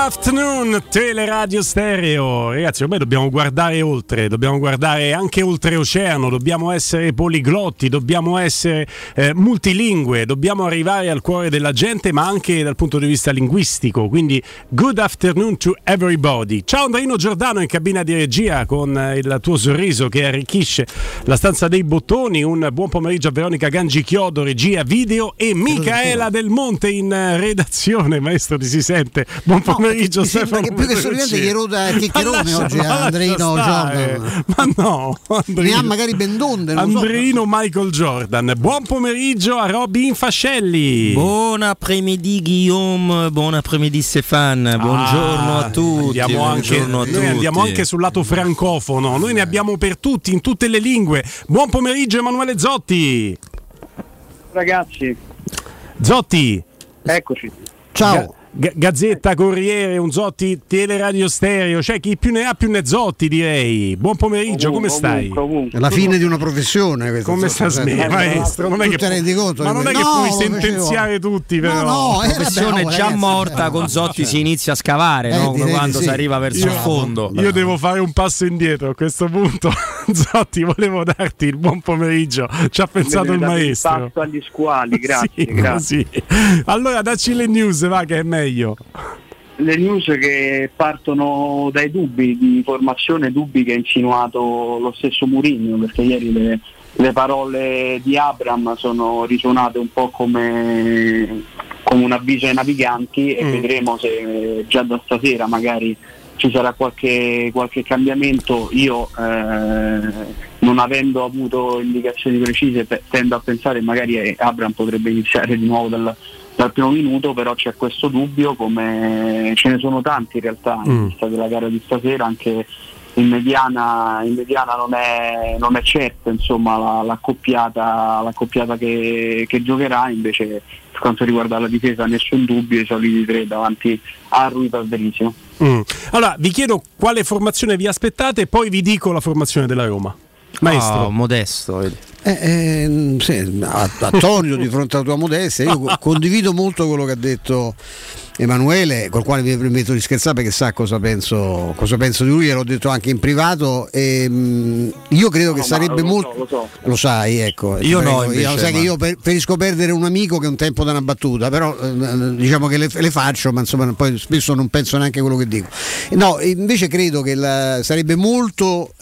Afternoon, Teleradio Stereo. Ragazzi, ormai dobbiamo guardare oltre, dobbiamo guardare anche oltreoceano, dobbiamo essere poliglotti, dobbiamo essere multilingue, dobbiamo arrivare al cuore della gente, ma anche dal punto di vista linguistico. Quindi good afternoon to everybody. Ciao Andreino Giordano in cabina di regia con il tuo sorriso che arricchisce la stanza dei bottoni. Un buon pomeriggio a Veronica Gangi-Chiodo, regia video, e Micaela Del Monte in redazione. Maestro, ti si sente? Buon pomeriggio. Sembra che più che sorridente gli roda il chiccherone oggi a Andreino Jordan. Ma no, Andreino, ne ha magari ben donde. Andreino Michael Jordan. Buon pomeriggio a Robin Fascelli. Buon après-midi Guillaume, buon après-midi Stéphane. Buongiorno a tutti. Noi andiamo anche sul lato francofono. Noi ne abbiamo per tutti, in tutte le lingue. Buon pomeriggio Emanuele Zotti. Ragazzi, Zotti. Eccoci. Ciao. Gazzetta, Corriere, un Zotti, Teleradio Stereo, c'è chi più ne ha più ne Zotti, direi. Buon pomeriggio, come stai? È la fine di una professione questa. Come sta maestro? Non è che rendi conto? Ma non è che puoi sentenziare tutti, però. No, professione già morta, con Zotti si inizia a scavare, no? Come quando si arriva verso il fondo. Io devo fare un passo indietro a questo punto. Zotti, volevo darti il buon pomeriggio, ci ha pensato il maestro. Un passo agli squali, grazie, sì, grazie. Sì. Allora dacci le news, va, che è meglio. Le news che partono dai dubbi di formazione, dubbi che ha insinuato lo stesso Mourinho, perché ieri le parole di Abraham sono risuonate un po' come un avviso ai naviganti, e vedremo se già da stasera magari ci sarà qualche cambiamento. Io non avendo avuto indicazioni precise tendo a pensare che magari Abraham potrebbe iniziare di nuovo dal primo minuto, però c'è questo dubbio, come ce ne sono tanti in realtà in vista della gara di stasera. Anche in mediana non è certo, insomma, l'accoppiata che giocherà. Invece per quanto riguarda la difesa nessun dubbio, i soliti tre davanti a Rui Patricio. Allora vi chiedo quale formazione vi aspettate e poi vi dico la formazione della Roma. Maestro. Modesto, vedi. Sì, attonito di fronte alla tua modestia. Io condivido molto quello che ha detto Emanuele, col quale mi permetto di scherzare perché sa cosa penso di lui, e l'ho detto anche in privato. Io credo che sarebbe molto. Lo sai, ecco. Io no, invece, lo sai che io preferisco perdere un amico che un tempo da una battuta, però diciamo che le faccio, ma insomma poi spesso non penso neanche a quello che dico. No, invece credo che sarebbe molto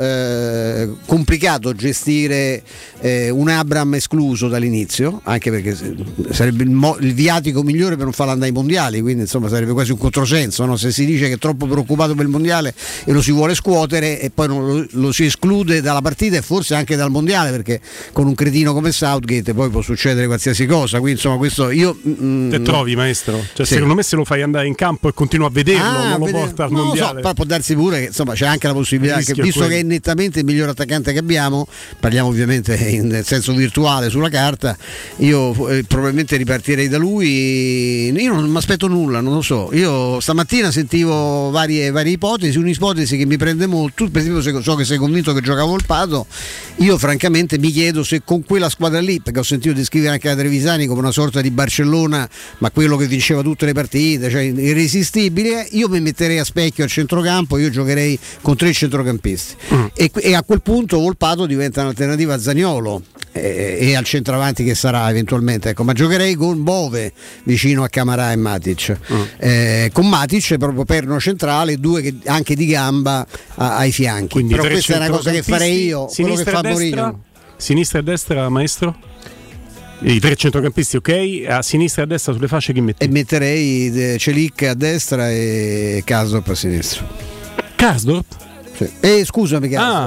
complicato gestire un Abraham escluso dall'inizio, anche perché sarebbe il viatico migliore per non farlo andare ai mondiali, quindi insomma sarebbe quasi un controsenso, no? Se si dice che è troppo preoccupato per il mondiale e lo si vuole scuotere e poi non lo si esclude dalla partita e forse anche dal mondiale, perché con un cretino come Southgate poi può succedere qualsiasi cosa. Quindi insomma questo io te trovi, maestro? Cioè sì. Secondo me se lo fai andare in campo e continua a vederlo, non lo porta al mondiale. So, può darsi pure che insomma c'è anche la possibilità che, visto che è nettamente il miglior attaccante che abbiamo, parliamo ovviamente in senso virtuale sulla carta, io probabilmente ripartirei da lui. Io non mi aspetto nulla, non lo so. Io stamattina sentivo varie ipotesi, un'ipotesi che mi prende molto. Per esempio, so che sei convinto che gioca Volpato. Io francamente mi chiedo se con quella squadra lì, perché ho sentito descrivere anche la Trevisani come una sorta di Barcellona, ma quello che vinceva tutte le partite, cioè irresistibile, io mi metterei a specchio al centrocampo, io giocherei con 3 centrocampisti e a quel punto Volpato diventa un'alternativa a Zaniolo e al centravanti che sarà eventualmente, ecco, ma giocherei con Bove vicino a Camarà e Matic, con Matic proprio perno centrale, 2 che anche di gamba ai fianchi. Quindi però questa è una cosa che farei io, quello che fa Mourinho. Sinistra e destra, maestro? I 3 centrocampisti, ok, a sinistra e a destra sulle fasce chi metti? E metterei Celic a destra e Karsdorp a sinistra. Karsdorp? Scusami,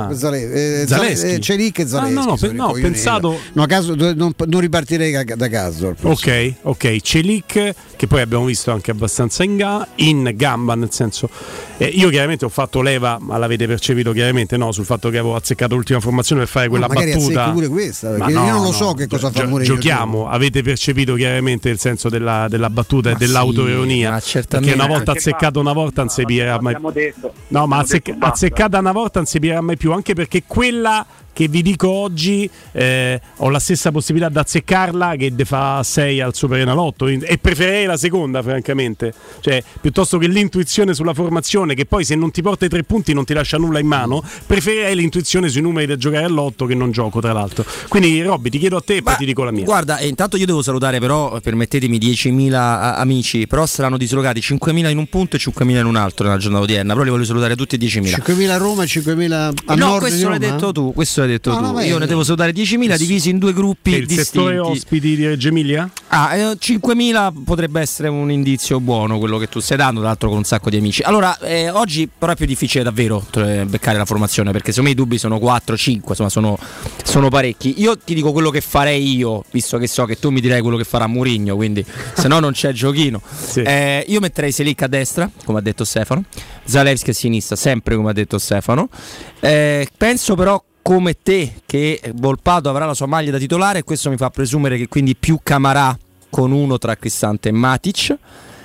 Zaleschi. Celic e Zaleschi. No, pensavo. No, non ripartirei da Karsdorp. Ok, Celic, che poi abbiamo visto anche abbastanza in gamba, nel senso. Io chiaramente ho fatto leva, ma l'avete percepito chiaramente, no, sul fatto che avevo azzeccato l'ultima formazione per fare quella battuta. Pure questa, perché io non lo so che cosa fa Mourinho. Giochiamo, avete percepito chiaramente il senso della battuta e dell'autoironia. Perché una volta azzeccato una volta non si pirerà mai. No, ma azzeccata una volta non si pirerà mai più, anche perché quella che vi dico oggi ho la stessa possibilità di azzeccarla che de fa 6 al Superenalotto, e preferirei la seconda francamente, cioè piuttosto che l'intuizione sulla formazione, che poi se non ti porta i 3 punti non ti lascia nulla in mano, preferirei l'intuizione sui numeri da giocare all'otto, che non gioco tra l'altro. Quindi Robby, ti chiedo a te e poi ti dico la mia. Guarda, intanto io devo salutare, però permettetemi 10.000 amici, però saranno dislocati 5.000 in un punto e 5.000 in un altro nella giornata odierna, però li voglio salutare tutti e 10.000. 5.000 a Roma e 5.000 a no, nord questo di Roma? l'hai detto tu, No, io ne devo salutare 10.000 divisi in 2 gruppi il distinti. settore ospiti di Reggio Emilia? 5.000 potrebbe essere un indizio buono quello che tu stai dando, tra l'altro con un sacco di amici. Allora, oggi però è più difficile davvero beccare la formazione, perché secondo me i dubbi sono 4, 5, insomma sono parecchi. Io ti dico quello che farei io, visto che so che tu mi direi quello che farà Mourinho, quindi se no non c'è giochino. Sì. Io metterei Selic a destra, come ha detto Stefano, Zalewski a sinistra, sempre come ha detto Stefano. Penso però come te che Volpato avrà la sua maglia da titolare, e questo mi fa presumere che quindi più Camarà con uno tra Cristante e Matic.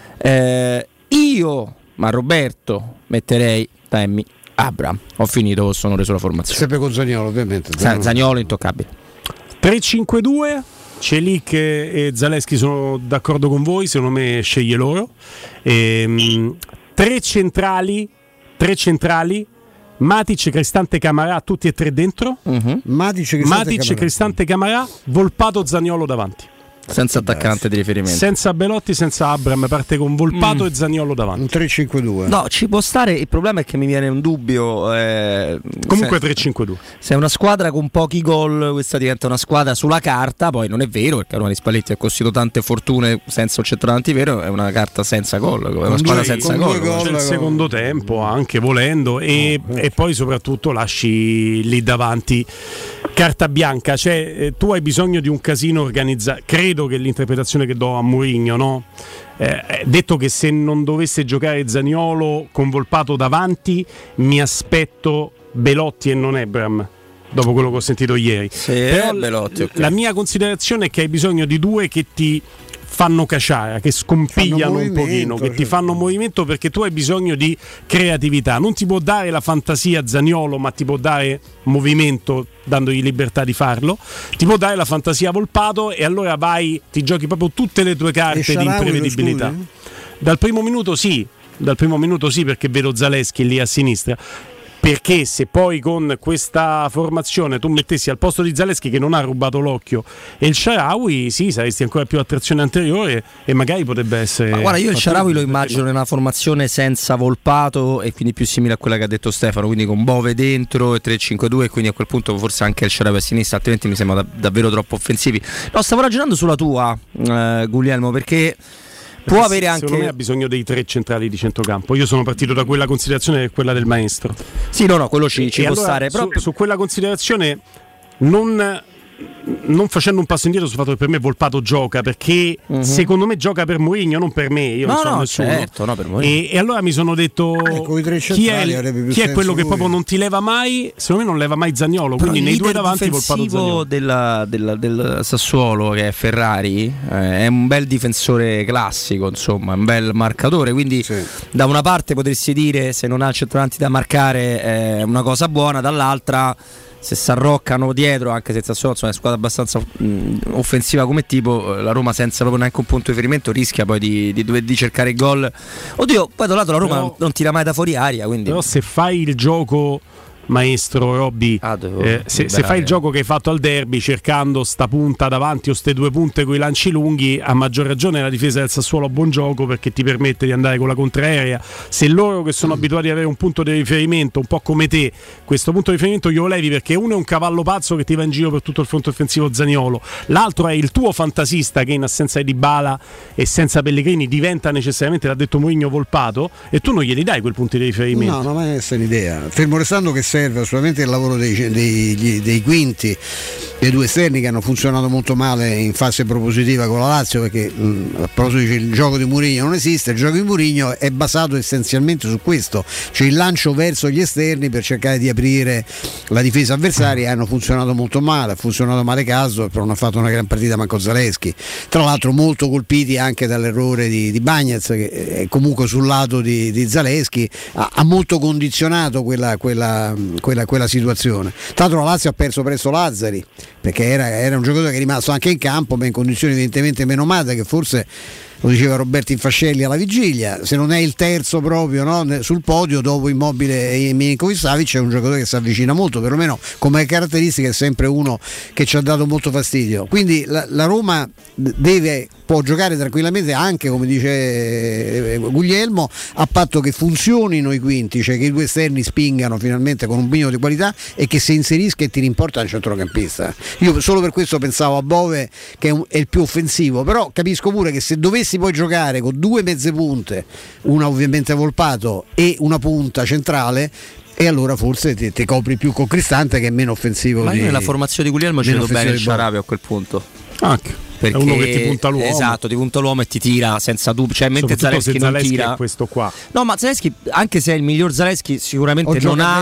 Io, ma Roberto, metterei Tammy Abraham. Ho finito, sono reso la formazione. Sempre con Zaniolo, ovviamente. Zaniolo intoccabile. 3-5-2. Celic e Zalewski sono d'accordo con voi, secondo me sceglie loro. 3 centrali, Matic, Cristante, Camarà, tutti e 3 dentro. Matic, Cristante, Camarà, Volpato, Zaniolo davanti. Senza attaccante di riferimento. Senza Belotti, senza Abraham, parte con Volpato e Zaniolo davanti. Un 3-5-2. No, ci può stare, il problema è che mi viene un dubbio. Comunque 3-5-2. Se è una squadra con pochi gol, questa diventa una squadra sulla carta, poi non è vero, perché Roma di Spalletti ha costituito tante fortune senza un centravanti vero, è una carta senza gol, è una squadra senza gol. C'è il secondo tempo, anche volendo, e poi soprattutto lasci lì davanti carta bianca, cioè tu hai bisogno di un casino organizzato. Credo che l'interpretazione che do a Mourinho, no? Detto che se non dovesse giocare Zaniolo con Volpato davanti, mi aspetto Belotti e non Abraham, dopo quello che ho sentito ieri. Però Belotti, okay. La mia considerazione è che hai bisogno di 2 che ti fanno caciara, che scompigliano un pochino, che ti fanno movimento, perché tu hai bisogno di creatività. Non ti può dare la fantasia Zaniolo, ma ti può dare movimento dandogli libertà di farlo. Ti può dare la fantasia Volpato, e allora vai, ti giochi proprio tutte le tue carte di imprevedibilità. Dal primo minuto sì, perché vedo Zalewski lì a sinistra. Perché se poi con questa formazione tu mettessi al posto di Zalewski, che non ha rubato l'occhio, e il Shaarawy, sì, saresti ancora più a trazione anteriore e magari potrebbe essere. Ma guarda, io il Shaarawy lo immagino nella formazione senza Volpato, e quindi più simile a quella che ha detto Stefano, quindi con Bove dentro e 3-5-2, e quindi a quel punto forse anche il Shaarawy a sinistra, altrimenti mi sembra davvero troppo offensivi. No, stavo ragionando sulla tua, Guglielmo, perché può avere anche. Secondo me ha bisogno dei 3 centrali di centrocampo. Io sono partito da quella considerazione, che è quella del maestro. Sì, no, quello ci può allora, stare. Però su quella considerazione, non facendo un passo indietro sul fatto che per me Volpato gioca, perché secondo me gioca per Mourinho, non per me. Io non sono nessuno. Certo, no, per Mourinho. E allora mi sono detto chi è quello che proprio non ti leva mai? Secondo me non leva mai Zaniolo. Però quindi nei 2 davanti Volpato, Zaniolo. Del Sassuolo, che è Ferrari, è un bel difensore classico, insomma, un bel marcatore, quindi sì. Da una parte potresti dire, se non ha il centravanti da marcare è una cosa buona, dall'altra se si arroccano dietro, anche se Sassuolo è una squadra abbastanza offensiva come tipo, la Roma senza proprio neanche un punto di riferimento rischia poi di cercare il gol. Oddio, poi da un lato la Roma non tira mai da fuori aria, quindi. Però se fai il gioco, maestro Robby, se fai il gioco che hai fatto al derby, cercando sta punta davanti o ste 2 punte con i lanci lunghi, a maggior ragione la difesa del Sassuolo ha buon gioco, perché ti permette di andare con la contraerea. Se loro, che sono abituati ad avere un punto di riferimento un po' come te, questo punto di riferimento glielo levi, perché uno è un cavallo pazzo che ti va in giro per tutto il fronte offensivo Zaniolo, l'altro è il tuo fantasista che in assenza di Dybala e senza Pellegrini diventa necessariamente, l'ha detto Mourinho, Volpato, e tu non glieli dai quel punto di riferimento. No, ma questa è un'idea, fermo restando che serve assolutamente il lavoro dei quinti, dei due esterni che hanno funzionato molto male in fase propositiva con la Lazio, perché a proposito dice il gioco di Mourinho non esiste, il gioco di Mourinho è basato essenzialmente su questo, cioè il lancio verso gli esterni per cercare di aprire la difesa avversaria. Hanno funzionato molto male, ha funzionato male Caso, però non ha fatto una gran partita manco Zalewski, tra l'altro molto colpiti anche dall'errore di Bagnez, che è comunque sul lato di Zalewski ha molto condizionato quella situazione. Tra l'altro la Lazio ha perso presso Lazzari, perché era un giocatore che è rimasto anche in campo, ma in condizioni evidentemente menomate, che forse, lo diceva Roberto Infascelli alla vigilia, se non è il terzo proprio, no, sul podio dopo Immobile e Milinkovic-Savic, è un giocatore che si avvicina molto, perlomeno come caratteristica è sempre uno che ci ha dato molto fastidio. Quindi la Roma può giocare tranquillamente anche, come dice Guglielmo, a patto che funzionino i quinti, cioè che i due esterni spingano finalmente con un minimo di qualità e che si inserisca e tiri in porta il centrocampista. Io solo per questo pensavo a Bove, che è il più offensivo, però capisco pure che se dovessi poi giocare con due mezze punte, una ovviamente Volpato e una punta centrale, e allora forse ti copri più con Cristante, che è meno offensivo. Ma io nella formazione di Guglielmo ci vedo bene il Sharawi a quel punto. Anche. Perché è uno che ti punta l'uomo. Esatto, ti punta l'uomo e ti tira senza dubbio, cioè mentre Zalewski non tira. È questo qua. No, ma Zalewski, anche se è il miglior Zalewski, sicuramente non ha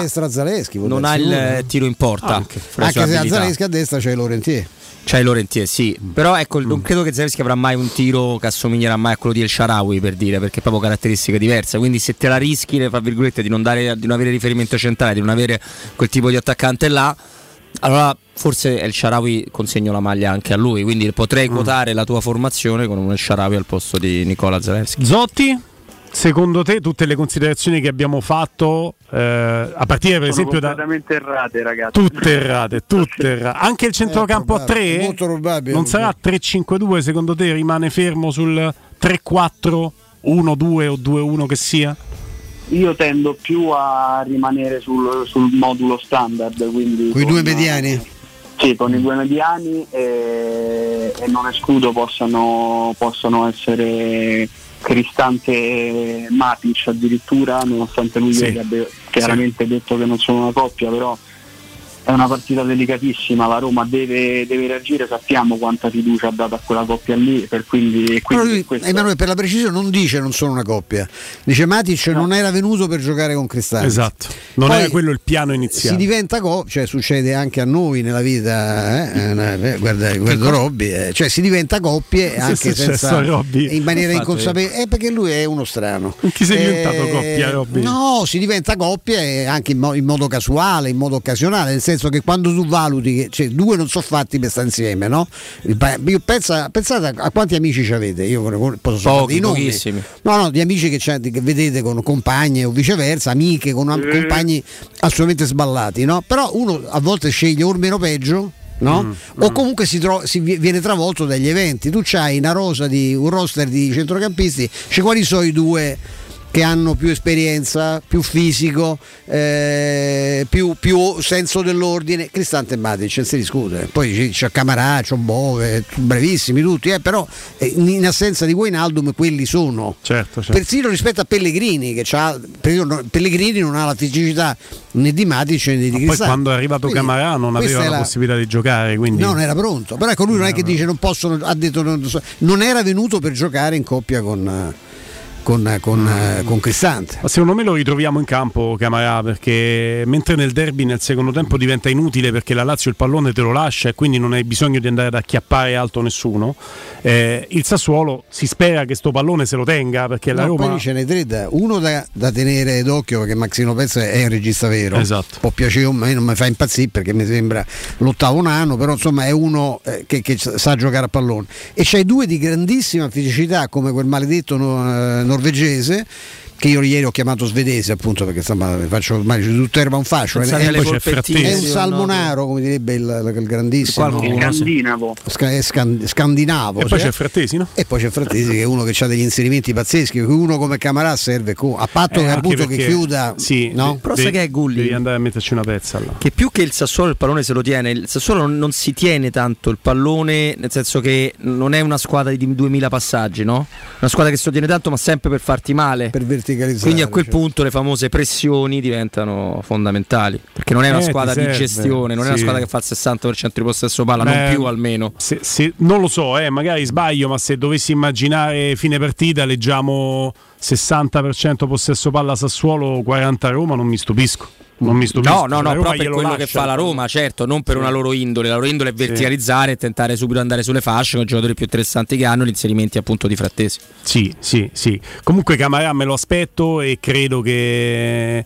il tiro in porta. Anche se a Zalewski a destra c'è Laurentier. C'è Laurentier, sì, però ecco, non credo che Zalewski avrà mai un tiro che assomiglierà mai a quello di El Shaarawy, per dire, perché è proprio caratteristiche diverse. Quindi se te la rischi, fra virgolette, di non avere riferimento centrale, di non avere quel tipo di attaccante là, allora forse El Shaarawy consegno la maglia anche a lui, quindi potrei quotare la tua formazione con un El Shaarawy al posto di Nicola Zalewski. Zotti, secondo te tutte le considerazioni che abbiamo fatto, a partire per esempio da completamente errate, ragazzi, tutte errate. Anche il centrocampo a 3 molto probabile, non sarà 3-5-2, secondo te rimane fermo sul 3-4-1-2 o 2-1 che sia? Io tendo più a rimanere sul modulo standard, quindi con i due mediani. Sì, con i due mediani, e non escludo possano essere Cristante e Matic addirittura, nonostante lui abbia chiaramente detto che non sono una coppia, però è una partita delicatissima, la Roma deve reagire, sappiamo quanta fiducia ha dato a quella coppia lì, quindi Emanuele, per la precisione, non dice non sono una coppia, dice Matic non era venuto per giocare con Cristante. Esatto, non poi era quello il piano iniziale. Si diventa cioè succede anche a noi nella vita, guarda Robby, cioè si diventa coppie anche senza, in maniera inconsapevole, perché lui è uno strano. Non chi sei diventato coppia, Robby? No, si diventa coppie anche in modo casuale, in modo occasionale, nel senso che quando tu valuti che due non sono fatti per stare insieme, no? Pensate a quanti amici ci avete, io posso fare pochissimi. No, di amici che vedete con compagne o viceversa, amiche con compagni assolutamente sballati, no? Però uno a volte sceglie o meno peggio, no? O comunque si viene travolto dagli eventi. Tu c'hai un roster di centrocampisti, quali sono i due che hanno più esperienza, più fisico, più senso dell'ordine? Cristante e Matic, non si discute. Poi c'è Camarà, c'è Bove, brevissimi tutti, però in assenza di Wijnaldum quelli sono. Certo. Persino rispetto a Pellegrini, Pellegrini non ha la fisicità né di Matic né di Cristante. Poi quando è arrivato Camarà non aveva la possibilità di giocare, quindi non era pronto. Però ecco, lui non è che dice non possono, ha detto non era venuto per giocare in coppia con Cristante. Ma secondo me lo ritroviamo in campo Camarà, perché mentre nel derby nel secondo tempo diventa inutile perché la Lazio il pallone te lo lascia e quindi non hai bisogno di andare ad acchiappare alto nessuno, il Sassuolo si spera che sto pallone se lo tenga, perché la Roma poi ce n'è tre, uno da tenere d'occhio, perché Maxi Lopez è un regista vero, esatto. Può piacere, a me non mi fa impazzire perché mi sembra l'ottavo nano, però insomma è uno che sa giocare a pallone, e c'hai due di grandissima fisicità come quel maledetto norvegese, che io ieri ho chiamato svedese appunto perché insomma faccio ormai di tutta erba un fascio, è un salmonaro, come direbbe il grandissimo scandinavo, e poi c'è Frattesi, no? E poi c'è Frattesi che è uno che ha degli inserimenti pazzeschi, uno come Camarà serve a patto che appunto che chiuda, no? Però sai che è Gulli, devi andare a metterci una pezza là. Che più che il Sassuolo il pallone se lo tiene, il Sassuolo non si tiene tanto il pallone, nel senso che non è una squadra di 2000 passaggi, no? Una squadra che se lo tiene tanto ma sempre per farti male, per verticalizzare. Quindi a quel punto le famose pressioni diventano fondamentali, perché non è una squadra di gestione, non è una squadra che fa il 60% di possesso palla, non più almeno. Se, non lo so, magari sbaglio, ma se dovessi immaginare fine partita leggiamo 60% possesso palla Sassuolo, 40 Roma, non mi stupisco. No, però per quello che fa la Roma, certo, non per una loro indole. La loro indole è verticalizzare e tentare subito di andare sulle fasce con i giocatori più interessanti che hanno, gli inserimenti appunto di Frattesi. Sì. Comunque Camarà me lo aspetto e credo che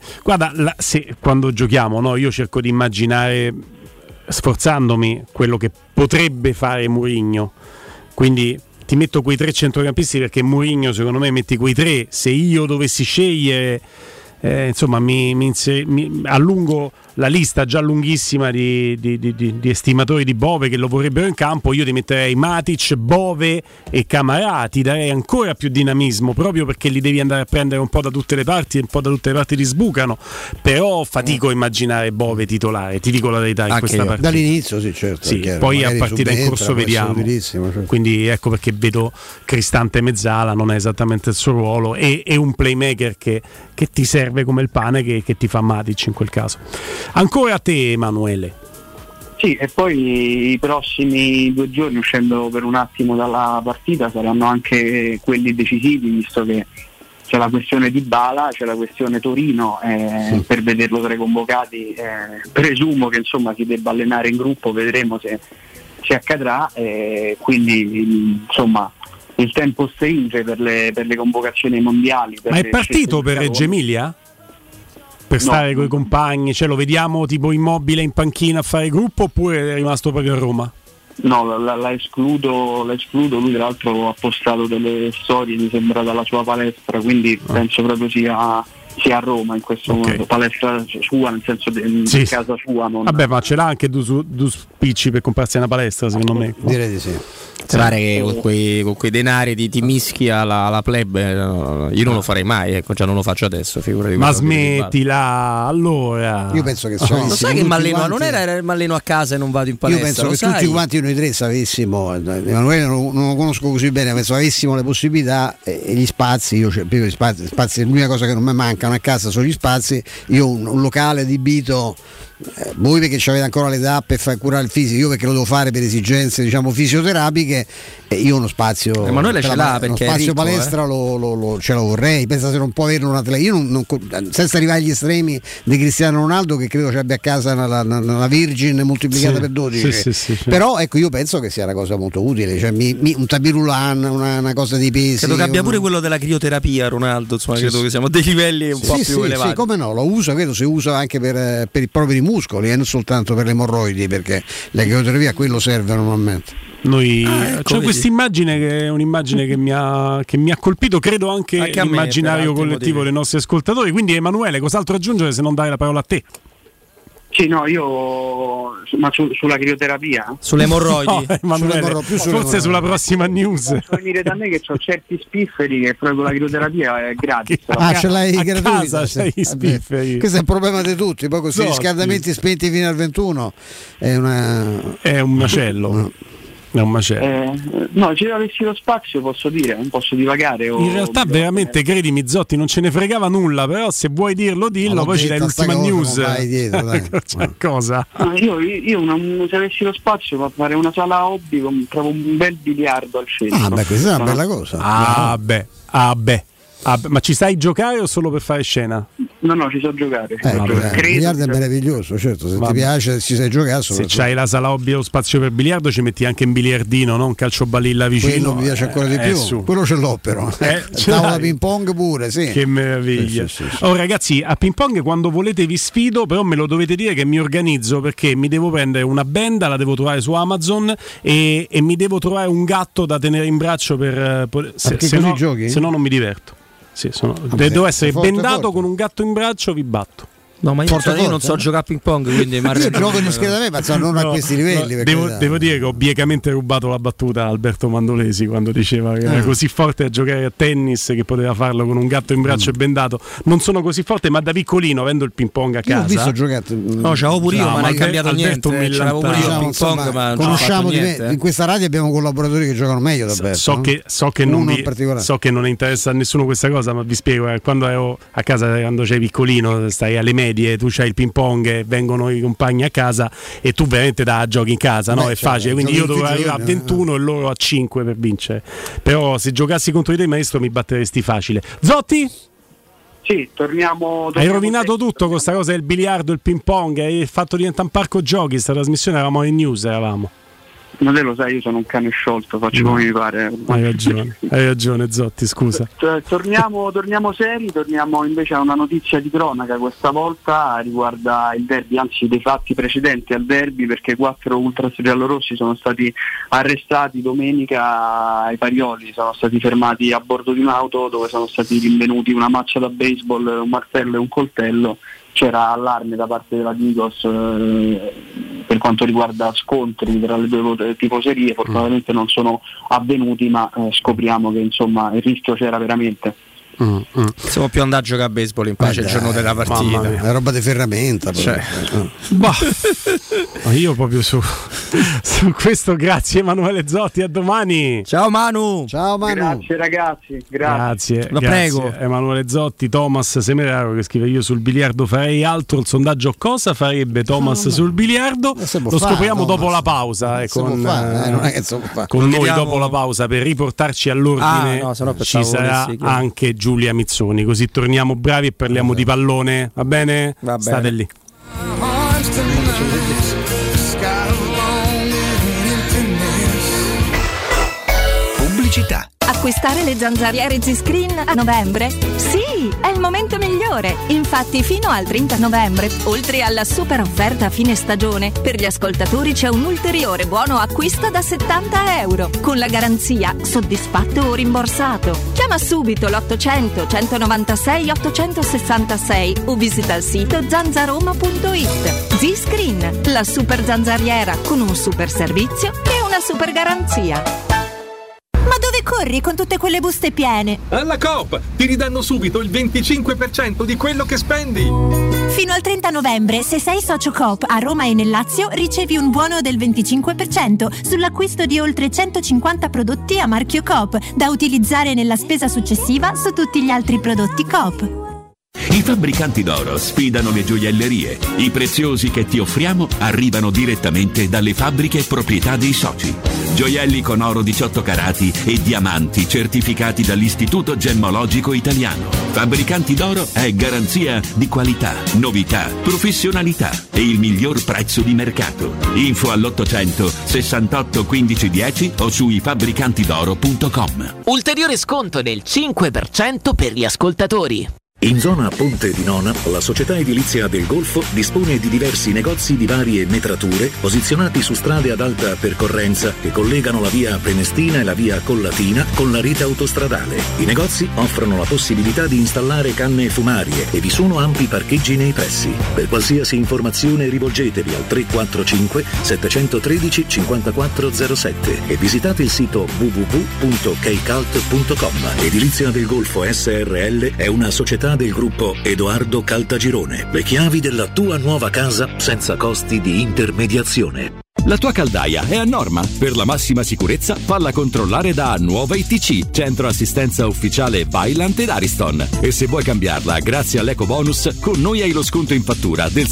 quando giochiamo, no, io cerco di immaginare, sforzandomi, quello che potrebbe fare Mourinho. Quindi ti metto quei 3 centrocampisti, perché Mourinho secondo me metti quei 3, se io dovessi scegliere insomma mi allungo la lista già lunghissima di estimatori di Bove che lo vorrebbero in campo. Io ti metterei Matic, Bove e Camarà, ti darei ancora più dinamismo, proprio perché li devi andare a prendere un po' da tutte le parti, un po' da tutte le parti ti sbucano, però fatico a immaginare Bove titolare, ti dico la verità, in questa partita dall'inizio sì, certo, poi a partita in corso vediamo, certo. Quindi ecco perché vedo Cristante mezzala, non è esattamente il suo ruolo, e un playmaker che ti serve come il pane che ti fa Matic in quel caso. Ancora a te, Emanuele. Sì, e poi i prossimi 2 giorni, uscendo per un attimo dalla partita, saranno anche quelli decisivi, visto che c'è la questione di Dybala, c'è la questione Torino, per vederlo tra i convocati presumo che insomma si debba allenare in gruppo, vedremo se accadrà, quindi insomma il tempo stringe per le convocazioni mondiali. Ma è partito per Reggio Emilia? Per stare con i compagni, cioè lo vediamo tipo Immobile in panchina a fare gruppo, oppure è rimasto proprio a Roma? No, la escludo, lui tra l'altro ha postato delle storie, mi sembra, dalla sua palestra, quindi penso proprio sia a Roma in questo momento, palestra sua, nel senso di casa sua. Vabbè, ma ce l'ha anche due spicci per comprarsi una palestra, secondo me. Direi di sì. Pare che con quei denari ti mischia la plebe, io non lo farei mai, ecco, già non lo faccio adesso, figurati. Ma smettila, allora. Io penso che lo sai che m'alleno, non era m'alleno a casa e non vado in palestra. Io penso che tutti quanti noi 3 avessimo, Emanuele non lo conosco così bene, penso avessimo le possibilità e gli spazi. Io cerco spazi, l'unica cosa che non mi mancano a casa sono gli spazi. Io un locale adibito, voi perché avete ancora le tappe e fai curare il fisico, io perché lo devo fare per esigenze diciamo fisioterapiche, e io uno spazio Emanuele ce l'ha, perché uno spazio ricco, palestra ce lo vorrei. Pensa se non può avere un atleta, io non, senza arrivare agli estremi di Cristiano Ronaldo, che credo ci abbia a casa una Virgin moltiplicata per 12, sì. Però ecco, io penso che sia una cosa molto utile, cioè un tabirulan, una cosa di pesi. Credo che abbia pure quello della crioterapia Ronaldo, insomma, credo che siamo a dei livelli un po' più elevati. Sì, come no, lo usa, credo si usa anche per i propri muscoli e non soltanto per le emorroidi, perché la crioterapia a quello serve normalmente. Noi c'è questa immagine che è un'immagine che mi ha colpito, credo anche l'immaginario collettivo dei nostri ascoltatori. Quindi Emanuele, cos'altro aggiungere se non dare la parola a te? Sì, no, io sulla crioterapia? Sulle emorroidi? No, Emanuele, forse sulla prossima news. Posso venire da me che ho certi spifferi che proprio la crioterapia è gratis. Ce l'hai gratuita? C'hai i spifferi. Questo è un problema di tutti, poi questi riscaldamenti spenti fino al 21 è un macello. È un macello. No, se avessi lo spazio posso dire, non posso divagare. In realtà veramente, credimi Zotti, non ce ne fregava nulla, però se vuoi dirlo, dillo, poi ci dai l'ultima news. Dietro, dai. Cosa? No, io se avessi lo spazio per fare una sala hobby, compravo un bel biliardo al centro. Ah beh, questa è una bella cosa. Ah beh. Ma ci sai giocare o solo per fare scena? No, ci so giocare. Il biliardo è meraviglioso, certo, se ti piace, ci sai giocare. Se c'hai la sala hobby o lo spazio per biliardo, ci metti anche un biliardino, no? Un calcio balilla vicino. Quello mi piace ancora di più. Quello ce l'ho però. Tavola ping pong pure, sì. Che meraviglia. Sì. Oh ragazzi, a ping pong quando volete vi sfido, però me lo dovete dire che mi organizzo, perché mi devo prendere una benda, la devo trovare su Amazon e mi devo trovare un gatto da tenere in braccio se no, giochi? Se no non mi diverto. Sì, devo essere bendato forte. Con un gatto in braccio, vi batto. No, ma io non so giocare a ping pong, quindi io gioco discretamente, ma non a questi livelli. Devo dire che ho biecamente rubato la battuta a Alberto Mandolesi quando diceva che era così forte a giocare a tennis che poteva farlo con un gatto in braccio e bendato. Non sono così forte, ma da piccolino, avendo il ping pong a casa. Io ho visto giocare. No, c'avevo pure io, ma non hai cambiato niente. C'avevo pure io il ping pong, ma conosciamo di me. In questa radio abbiamo collaboratori che giocano meglio da Alberto. So che non interessa a nessuno questa cosa, ma vi spiego. Quando ero a casa, quando sei piccolino, stai alle medie, tu c'hai il ping pong, vengono i compagni a casa e tu veramente giochi in casa, no? È facile, quindi io dovevo arrivare a 21 e loro a 5 per vincere. Però se giocassi contro di te, maestro, mi batteresti facile. Zotti? Sì, torniamo hai rovinato tutto con questa cosa del biliardo, il ping pong, hai fatto diventare un parco giochi. Sta trasmissione eravamo in news, Ma te lo sai, io sono un cane sciolto, faccio come mi pare. Hai ragione Zotti, scusa. Torniamo seri, torniamo invece a una notizia di cronaca, questa volta riguarda il derby, anzi dei fatti precedenti al derby, perché 4 ultras giallorossi sono stati arrestati domenica ai Parioli, sono stati fermati a bordo di un'auto dove sono stati rinvenuti una maccia da baseball, un martello e un coltello. C'era allarme da parte della Digos per quanto riguarda scontri tra le due tifoserie, fortunatamente non sono avvenuti, ma scopriamo che insomma il rischio c'era veramente. Siamo più andati a giocare a baseball in pace il giorno della partita. È roba di ferramenta. Io proprio su questo grazie Emanuele Zotti, a domani. Ciao Manu. Grazie ragazzi, grazie. Prego. Emanuele Zotti. Thomas Semeraro che scrive: io sul biliardo farei altro. Il sondaggio cosa farebbe Thomas sul biliardo? Lo scopriamo dopo la pausa, con noi dopo la pausa, per riportarci all'ordine. Ci sarà anche Giulia Mizzoni, così torniamo bravi e parliamo di pallone, va bene? State lì. Pubblicità. Acquistare le zanzariere Z-Screen a novembre? Sì, è il momento migliore. Infatti fino al 30 novembre, oltre alla super offerta a fine stagione, per gli ascoltatori c'è un ulteriore buono acquisto da €70 con la garanzia soddisfatto o rimborsato. Chiama subito l'800 196 866 o visita il sito zanzaroma.it. Z-Screen, la super zanzariera con un super servizio e una super garanzia. Ma dove corri con tutte quelle buste piene? Alla Coop! Ti ridanno subito il 25% di quello che spendi! Fino al 30 novembre, se sei socio Coop a Roma e nel Lazio, ricevi un buono del 25% sull'acquisto di oltre 150 prodotti a marchio Coop, da utilizzare nella spesa successiva su tutti gli altri prodotti Coop. I fabbricanti d'oro sfidano le gioiellerie. I preziosi che ti offriamo arrivano direttamente dalle fabbriche e proprietà dei soci. Gioielli con oro 18 carati e diamanti certificati dall'Istituto Gemmologico Italiano. Fabbricanti d'oro è garanzia di qualità, novità, professionalità e il miglior prezzo di mercato. Info all'800 68 15 10 o su ifabbricantidoro.com. Ulteriore sconto del 5% per gli ascoltatori. In zona Ponte di Nona, la società edilizia del Golfo dispone di diversi negozi di varie metrature posizionati su strade ad alta percorrenza che collegano la via Prenestina e la via Collatina con la rete autostradale. I negozi offrono la possibilità di installare canne fumarie e vi sono ampi parcheggi nei pressi. Per qualsiasi informazione rivolgetevi al 345 713 5407 e visitate il sito www.keicalt.com. Edilizia del Golfo SRL è una società del gruppo Edoardo Caltagirone. Le chiavi della tua nuova casa senza costi di intermediazione. La tua caldaia è a norma. Per la massima sicurezza, falla controllare da Nuova ITC, centro assistenza ufficiale Vaillant ed Ariston. E se vuoi cambiarla grazie all'eco bonus, con noi hai lo sconto in fattura del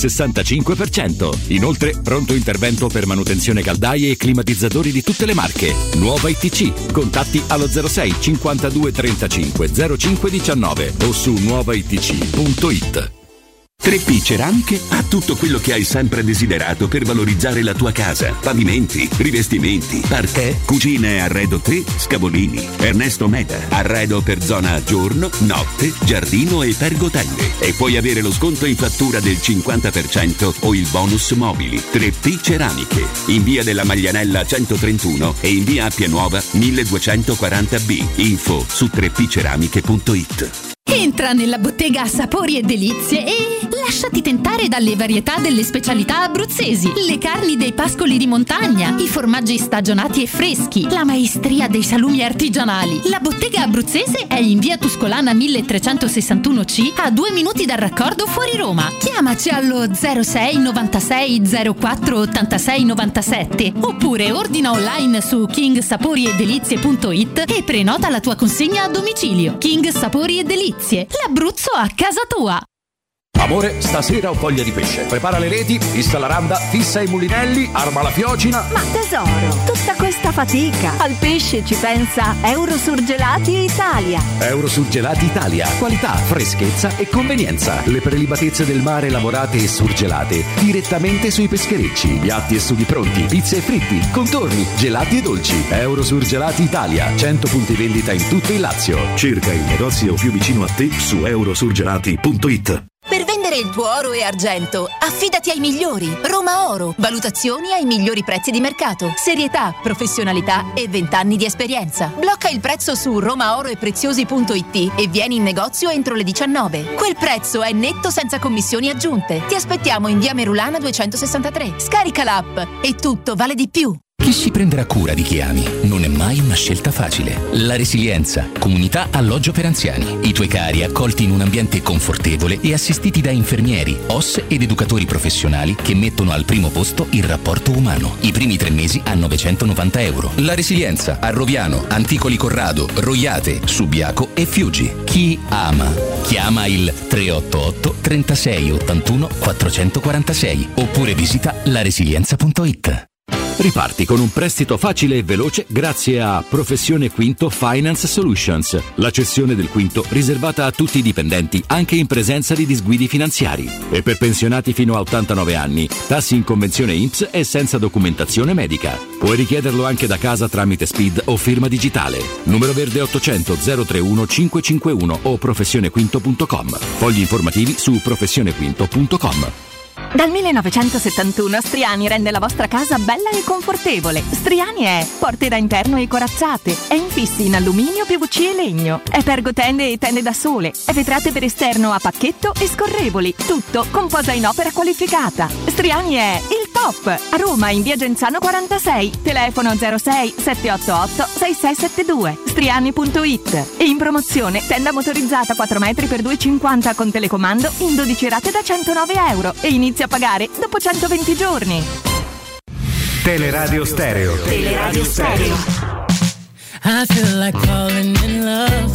65%. Inoltre, pronto intervento per manutenzione caldaie e climatizzatori di tutte le marche. Nuova ITC. Contatti allo 06 52 35 05 19 o su nuovaitc.it. 3P Ceramiche ha tutto quello che hai sempre desiderato per valorizzare la tua casa. Pavimenti, rivestimenti, parquet, cucine e arredo 3, Scavolini. Ernesto Meda, arredo per zona giorno, notte, giardino e pergotelle. E puoi avere lo sconto in fattura del 50% o il bonus mobili. 3P Ceramiche, in via della Maglianella 131 e in via Appia Nuova 1240B. Info su 3pceramiche.it. Entra nella bottega Sapori e Delizie e lasciati tentare dalle varietà delle specialità abruzzesi, le carni dei pascoli di montagna, i formaggi stagionati e freschi, la maestria dei salumi artigianali. La bottega abruzzese è in via Tuscolana 1361C, a 2 minuti dal raccordo fuori Roma. Chiamaci allo 06 96 04 86 97 oppure ordina online su kingsaporiedelizie.it e prenota la tua consegna a domicilio. King Sapori e Delizie, l'Abruzzo a casa tua. Amore, stasera ho voglia di pesce. Prepara le reti, fissa la randa, fissa i mulinelli, arma la fiocina. Ma tesoro, tutta questa fatica. Al pesce ci pensa Eurosurgelati Italia. Eurosurgelati Italia. Qualità, freschezza e convenienza. Le prelibatezze del mare lavorate e surgelate direttamente sui pescherecci. Piatti e sughi pronti, pizze e fritti, contorni, gelati e dolci. Eurosurgelati Italia. 100 punti vendita in tutto il Lazio. Cerca il negozio più vicino a te su eurosurgelati.it. Per vendere il tuo oro e argento, affidati ai migliori. Roma Oro. Valutazioni ai migliori prezzi di mercato. Serietà, professionalità e 20 anni di esperienza. Blocca il prezzo su romaoroepreziosi.it e vieni in negozio entro le 19. Quel prezzo è netto senza commissioni aggiunte. Ti aspettiamo in via Merulana 263. Scarica l'app e tutto vale di più. Chi si prenderà cura di chi ami non è mai una scelta facile. La Resilienza, comunità alloggio per anziani. I tuoi cari accolti in un ambiente confortevole e assistiti da infermieri, OS ed educatori professionali che mettono al primo posto il rapporto umano. I primi 3 mesi a €990. La Resilienza a Roviano, Anticoli Corrado, Roiate, Subiaco e Fiuggi. Chi ama? Chiama il 388 36 81 446 oppure visita laresilienza.it. Riparti con un prestito facile e veloce grazie a Professione Quinto Finance Solutions, la cessione del quinto riservata a tutti i dipendenti anche in presenza di disguidi finanziari. E per pensionati fino a 89 anni, tassi in convenzione INPS e senza documentazione medica. Puoi richiederlo anche da casa tramite SPID o firma digitale. Numero verde 800 031 551 o professionequinto.com. Fogli informativi su professionequinto.com. Dal 1971 Striani rende la vostra casa bella e confortevole. Striani è porte da interno e corazzate, è infissi in alluminio, PVC e legno, è pergotende e tende da sole, è vetrate per esterno a pacchetto e scorrevoli, tutto con posa in opera qualificata. Striani è il top! A Roma in via Genzano 46, telefono 06 788 6672, striani.it. E in promozione tenda motorizzata 4 metri per 2,50 con telecomando in 12 rate da €109 e inizia a pagare dopo 120 giorni. Teleradio Stereo. Teleradio Stereo. I feel like falling in love.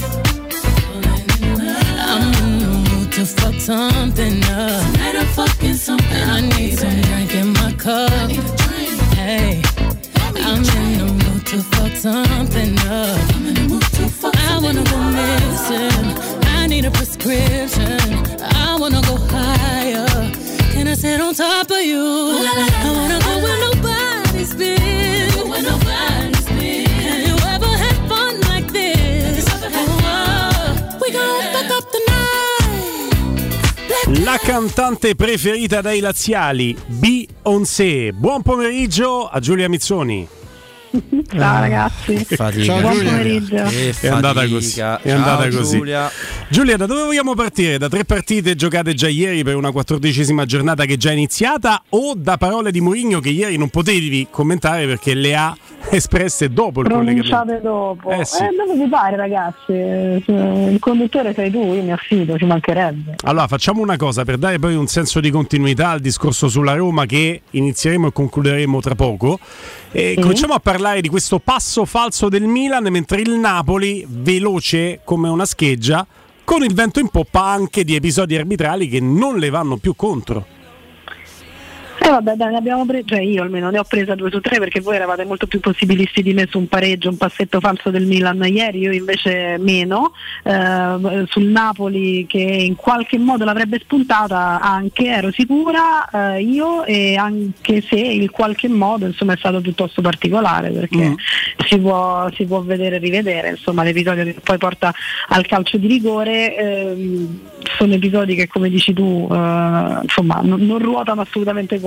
I'm in the mood to fuck something up. Tonight I'm fucking something. I need some drink in my cup. Hey, I'm in the mood to fuck something up. I wanna go missing. I need a prescription. I wanna go higher. Can I sit on top of you? I wanna go where nobody's been. Where nobody's been. Have you ever had fun like this? We gon' fuck up the night. La cantante preferita dai laziali, Beyoncé. Buon pomeriggio a Giulia Mizzoni. Ciao ragazzi. Ciao, buon Giulia. pomeriggio. È andata così. È andata così. Giulia, da dove vogliamo partire? Da 3 partite giocate già ieri per una 14ª giornata che è già iniziata o da parole di Mourinho che ieri non potevi commentare perché le ha espresse dopo il collegamento? Pronunciate dopo. Sì. Dove vi pare ragazzi? Il conduttore sei tu, io mi affido, ci mancherebbe. Allora facciamo una cosa per dare poi un senso di continuità al discorso sulla Roma che inizieremo e concluderemo tra poco. Cominciamo a parlare di questo passo falso del Milan mentre il Napoli, veloce come una scheggia, con il vento in poppa anche di episodi arbitrali che non le vanno più contro. Vabbè dai, ne abbiamo cioè io almeno ne ho presa 2 su 3 perché voi eravate molto più possibilisti di me su un pareggio, un passetto falso del Milan ieri, io invece meno, sul Napoli che in qualche modo l'avrebbe spuntata anche, ero sicura io, e anche se in qualche modo insomma è stato piuttosto particolare perché si può vedere e rivedere, insomma l'episodio che poi porta al calcio di rigore, sono episodi che come dici tu insomma non ruotano assolutamente contro.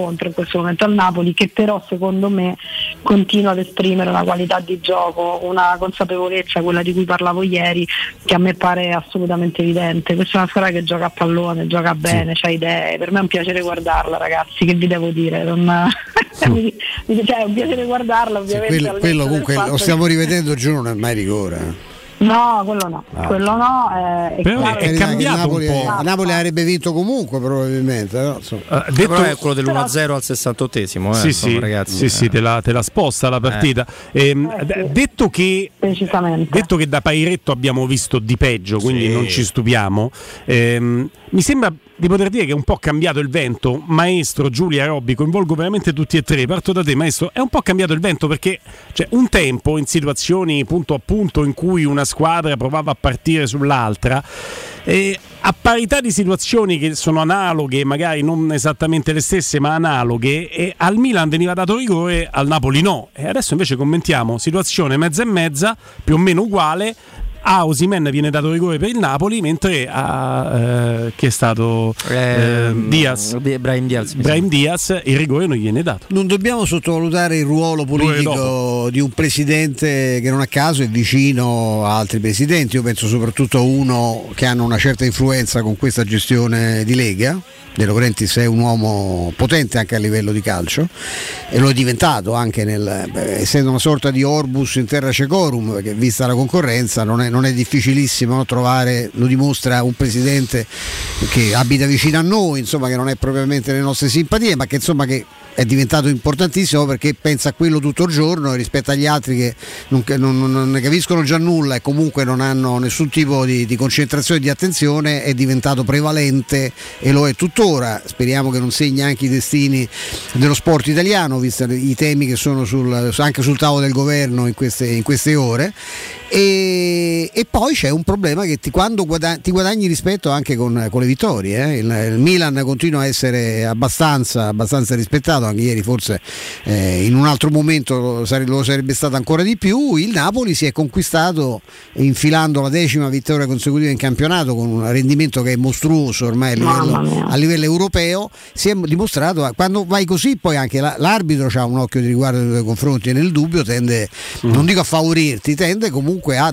contro in questo momento al Napoli, che però secondo me continua ad esprimere una qualità di gioco, una consapevolezza, quella di cui parlavo ieri, che a me pare assolutamente evidente. Questa è una squadra che gioca a pallone, gioca bene, c'ha idee, per me è un piacere guardarla, ragazzi, che vi devo dire, cioè, è un piacere guardarla, ovviamente. Quello comunque lo stiamo rivedendo giù, non è mai rigore. No, quello no, quello no. È cambiato un po'. Napoli avrebbe vinto comunque probabilmente. No? Però è quello dell'1-0 al 68esimo. Sì, ragazzi. Sì, te la sposta la partita. Detto che da Pairetto abbiamo visto di peggio, quindi non ci stupiamo. Mi sembra di poter dire che è un po' cambiato il vento. Maestro, Giulia, Robby, coinvolgo veramente tutti e tre. Parto da te, maestro. È un po' cambiato il vento perché un tempo, in situazioni punto a punto in cui una squadra provava a partire sull'altra, a parità di situazioni che sono analoghe, magari non esattamente le stesse ma analoghe, e al Milan veniva dato rigore, al Napoli no. E adesso invece commentiamo situazione mezza e mezza, più o meno uguale. A Osimhen viene dato rigore per il Napoli, mentre a chi è stato Brahim Diaz il rigore non gli viene dato. Non dobbiamo sottovalutare il ruolo politico di un presidente che non a caso è vicino a altri presidenti. Io penso soprattutto a uno che hanno una certa influenza con questa gestione di Lega. De Laurentiis è un uomo potente anche a livello di calcio e lo è diventato anche essendo una sorta di Orbus in terra cecorum, perché vista la concorrenza non è difficilissimo trovare, lo dimostra un presidente che abita vicino a noi, insomma, che non è propriamente le nostre simpatie, ma che insomma che è diventato importantissimo perché pensa a quello tutto il giorno rispetto agli altri che non ne capiscono già nulla e comunque non hanno nessun tipo di concentrazione e di attenzione. È diventato prevalente e lo è tuttora. Speriamo che non segni anche i destini dello sport italiano, visto i temi che sono anche sul tavolo del governo in queste ore. E poi c'è un problema che quando ti guadagni rispetto anche con le vittorie. Il Milan continua a essere abbastanza rispettato, anche ieri forse in un altro momento lo sarebbe stato ancora di più. Il Napoli si è conquistato infilando la 10ª vittoria consecutiva in campionato con un rendimento che è mostruoso ormai a livello europeo. Si è dimostrato, quando vai così poi anche l'arbitro ha un occhio di riguardo nei tuoi confronti e nel dubbio tende, non dico a favorirti, tende comunque a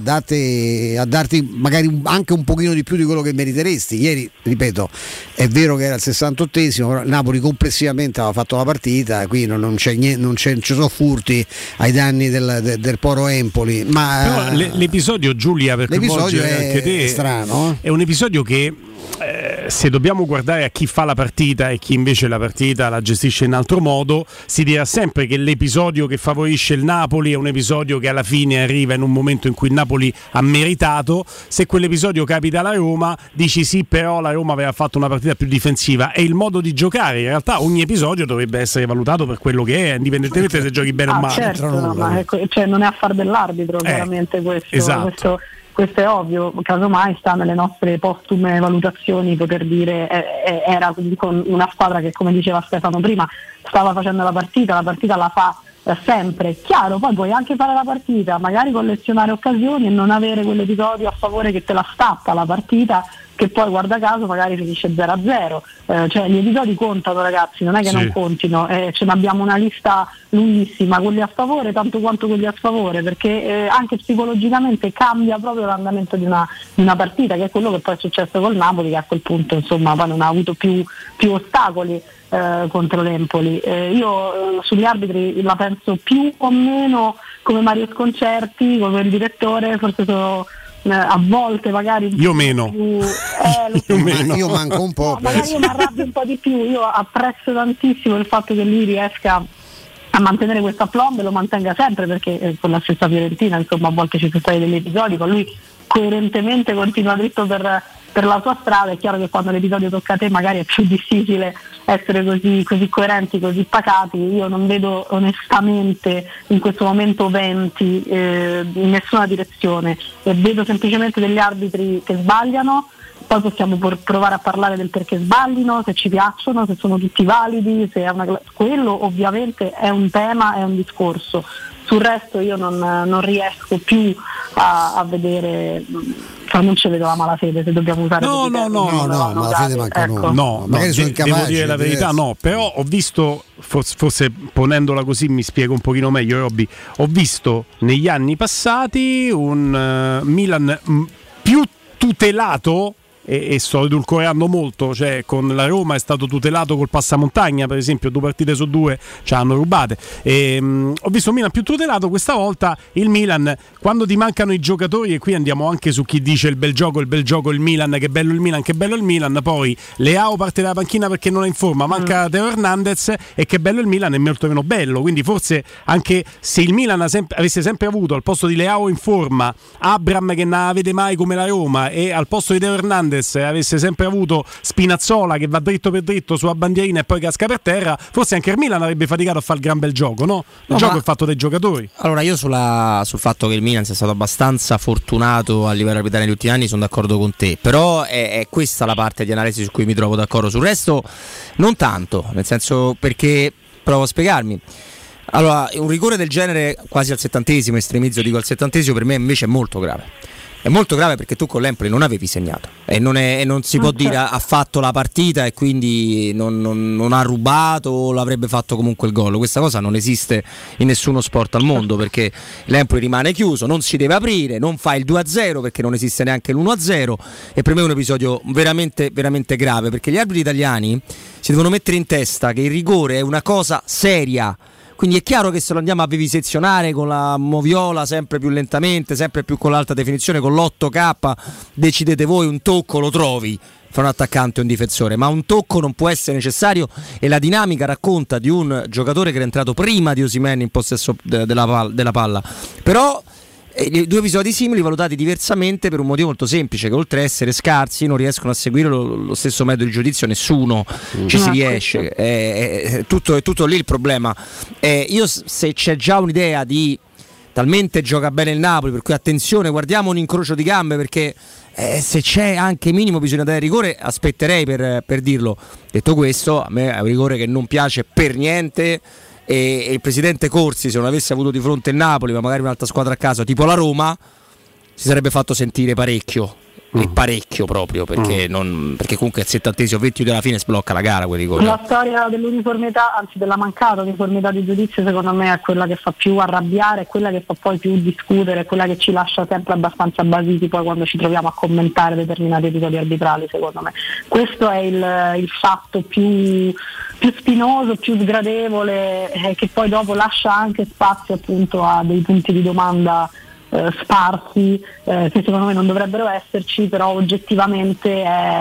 darti magari anche un pochino di più di quello che meriteresti. Ieri, ripeto, è vero che era il 68esimo, però il Napoli complessivamente aveva fatto la partita, qui non ci sono furti ai danni del Poro Empoli, ma però l'episodio, Giulia, per coinvolgere anche te, è strano, è un episodio che se dobbiamo guardare a chi fa la partita e chi invece la partita la gestisce in altro modo, si dirà sempre che l'episodio che favorisce il Napoli è un episodio che alla fine arriva in un momento in cui il Napoli ha meritato. Se quell'episodio capita alla Roma, dici sì, però la Roma aveva fatto una partita più difensiva. È il modo di giocare. In realtà ogni episodio dovrebbe essere valutato per quello che è, indipendentemente se giochi bene o male. Certo, ma non è affare dell'arbitro, chiaramente questo. Esatto. Questo è ovvio, casomai sta nelle nostre postume valutazioni poter dire era con una squadra che, come diceva Stefano prima, stava facendo la partita la fa sempre. Chiaro, poi puoi anche fare la partita, magari collezionare occasioni e non avere quell'episodio a favore che te la stappa la partita, che poi guarda caso magari finisce 0-0. Cioè gli episodi contano, ragazzi, non è che non contino, ce ne abbiamo una lista lunghissima, quelli a favore tanto quanto quelli a sfavore, perché anche psicologicamente cambia proprio l'andamento di una partita, che è quello che poi è successo col Napoli, che a quel punto insomma poi non ha avuto più ostacoli contro l'Empoli. Io sugli arbitri la penso più o meno come Mario Sconcerti, come il direttore, forse sono a volte magari io meno più, io manco un po', magari io mi arrabbio un po' di più. Io apprezzo tantissimo il fatto che lui riesca a mantenere questo aplomb e lo mantenga sempre, perché con la stessa Fiorentina insomma a volte ci sono stati degli episodi, con lui coerentemente continua dritto per la sua strada. È chiaro che quando l'episodio tocca a te magari è più difficile essere così coerenti, così pacati. Io non vedo onestamente in questo momento venti in nessuna direzione, e vedo semplicemente degli arbitri che sbagliano. Poi possiamo provare a parlare del perché sbaglino, se ci piacciono, se sono tutti validi, se è quello ovviamente è un tema, è un discorso. Sul resto io non riesco più a vedere non ci vedo la malafede, se dobbiamo usare no, malafede manca no, magari sono incapaci, devo dire la verità, no, però ho visto, forse ponendola così mi spiego un pochino meglio, Robby, ho visto negli anni passati un Milan più tutelato, e sto edulcorando molto, cioè con la Roma è stato tutelato col passamontagna, per esempio 2 partite su 2 ce l'hanno rubate, ho visto Milan più tutelato. Questa volta il Milan, quando ti mancano i giocatori, e qui andiamo anche su chi dice il bel gioco, il Milan, che bello il Milan, che bello il Milan, poi Leao parte dalla panchina perché non è in forma, manca Teo Hernandez, e che bello il Milan è molto meno bello. Quindi forse anche se il Milan avesse sempre avuto al posto di Leao in forma Abraham, che non la vede mai come la Roma, e al posto di Teo Hernandez avesse sempre avuto Spinazzola che va dritto per dritto sulla bandierina e poi casca per terra, forse anche il Milan avrebbe faticato a fare il gran bel gioco, no? Il gioco è fatto dai giocatori. Allora io sul fatto che il Milan sia stato abbastanza fortunato a livello arbitrale negli ultimi anni sono d'accordo con te, però è questa la parte di analisi su cui mi trovo d'accordo. Sul resto non tanto, nel senso, perché provo a spiegarmi. Allora, un rigore del genere quasi al 70°, estremizzo dico al 70°, per me invece è molto grave. È molto grave perché tu con l'Empoli non avevi segnato e non si può dire ha fatto la partita e quindi non ha rubato o l'avrebbe fatto comunque il gol. Questa cosa non esiste in nessuno sport al mondo, perché l'Empoli rimane chiuso, non si deve aprire, non fa il 2-0 perché non esiste neanche l'1-0, e per me è un episodio veramente, veramente grave, perché gli arbitri italiani si devono mettere in testa che il rigore è una cosa seria. Quindi è chiaro che se lo andiamo a vivisezionare con la moviola sempre più lentamente, sempre più con l'alta definizione, con l'8K, decidete voi, un tocco lo trovi fra un attaccante e un difensore, ma un tocco non può essere necessario, e la dinamica racconta di un giocatore che era entrato prima di Osimhen in possesso della palla. Però due episodi simili valutati diversamente per un motivo molto semplice, che oltre a essere scarsi non riescono a seguire lo stesso metodo di giudizio, nessuno ci si riesce, è tutto lì il problema. Io, se c'è già un'idea di talmente gioca bene il Napoli, per cui attenzione, guardiamo un incrocio di gambe, perché se c'è anche minimo bisogno dare rigore, aspetterei per dirlo. Detto questo, a me è un rigore che non piace per niente, e il presidente Corsi, se non avesse avuto di fronte il Napoli ma magari un'altra squadra a caso tipo la Roma, si sarebbe fatto sentire parecchio, e parecchio proprio, perché comunque al 70° 20 della fine sblocca la gara quel rigore. La storia dell'uniformità, anzi della mancata uniformità di giudizio, secondo me è quella che fa più arrabbiare, è quella che fa poi più discutere, è quella che ci lascia sempre abbastanza basiti poi quando ci troviamo a commentare determinati episodi arbitrali. Secondo me questo è il fatto più spinoso, più sgradevole, che poi dopo lascia anche spazio appunto a dei punti di domanda sparsi, che secondo me non dovrebbero esserci, però oggettivamente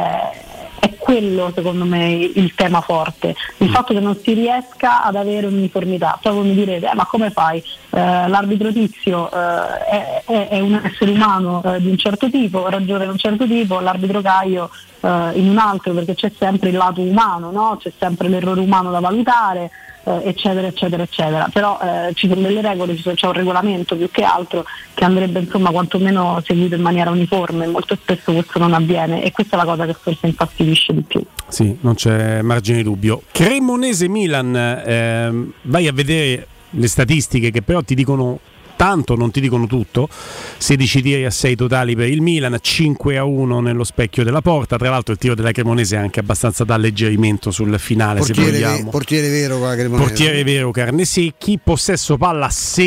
è quello secondo me il tema forte, il fatto che non si riesca ad avere un'uniformità. Poi voi mi direte ma come fai? L'arbitro tizio è un essere umano di un certo tipo, ragione di un certo tipo, l'arbitro Caio in un altro, perché c'è sempre il lato umano, no? C'è sempre l'errore umano da valutare, eccetera eccetera eccetera. Però ci sono delle regole, c'è un regolamento più che altro che andrebbe insomma quantomeno seguito in maniera uniforme. Molto spesso questo non avviene, e questa è la cosa che forse infastidisce di più. Sì, non c'è margine di dubbio. Cremonese-Milan, vai a vedere le statistiche che però ti dicono tanto, non ti dicono tutto. 16 tiri a 6 totali per il Milan, 5-1 nello specchio della porta. Tra l'altro il tiro della Cremonese è anche abbastanza d'alleggerimento sul finale, portiere, se vogliamo. Portiere vero con la Cremonese. Portiere vero, carne secchi. Possesso palla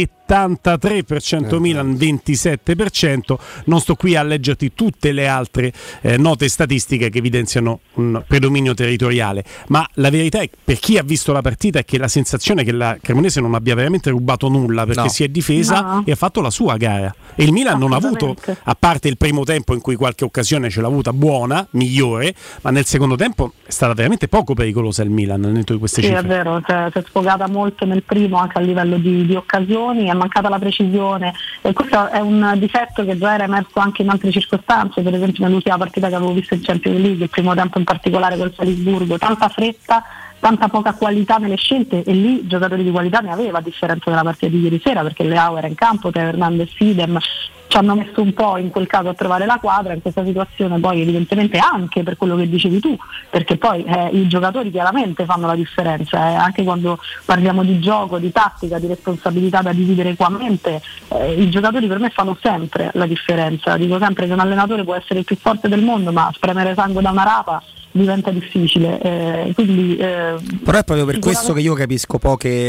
73% Milan, 27%. Non sto qui a leggerti tutte le altre note statistiche che evidenziano un predominio territoriale, ma la verità è, per chi ha visto la partita, è che la sensazione è che la Cremonese non abbia veramente rubato nulla, perché si è difesa e ha fatto la sua gara, e il Milan non ha avuto, a parte il primo tempo in cui qualche occasione ce l'ha avuta buona, migliore, ma nel secondo tempo è stata veramente poco pericolosa il Milan dentro di queste cifre. Sì, è vero, si è sfogata molto nel primo anche a livello di occasioni, è mancata la precisione, e questo è un difetto che già era emerso anche in altre circostanze, per esempio nell'ultima partita che avevo visto in Champions League, il primo tempo in particolare col Salisburgo, tanta fretta, tanta poca qualità nelle scelte, e lì giocatori di qualità ne aveva, a differenza della partita di ieri sera, perché Leao era in campo, Teo Hernandez idem, ci hanno messo un po' in quel caso a trovare la quadra. In questa situazione poi evidentemente anche per quello che dicevi tu, perché poi i giocatori chiaramente fanno la differenza, anche quando parliamo di gioco, di tattica, di responsabilità da dividere equamente, i giocatori per me fanno sempre la differenza. Dico sempre che un allenatore può essere il più forte del mondo, ma spremere sangue da una rapa diventa difficile, quindi però è proprio per questo che io capisco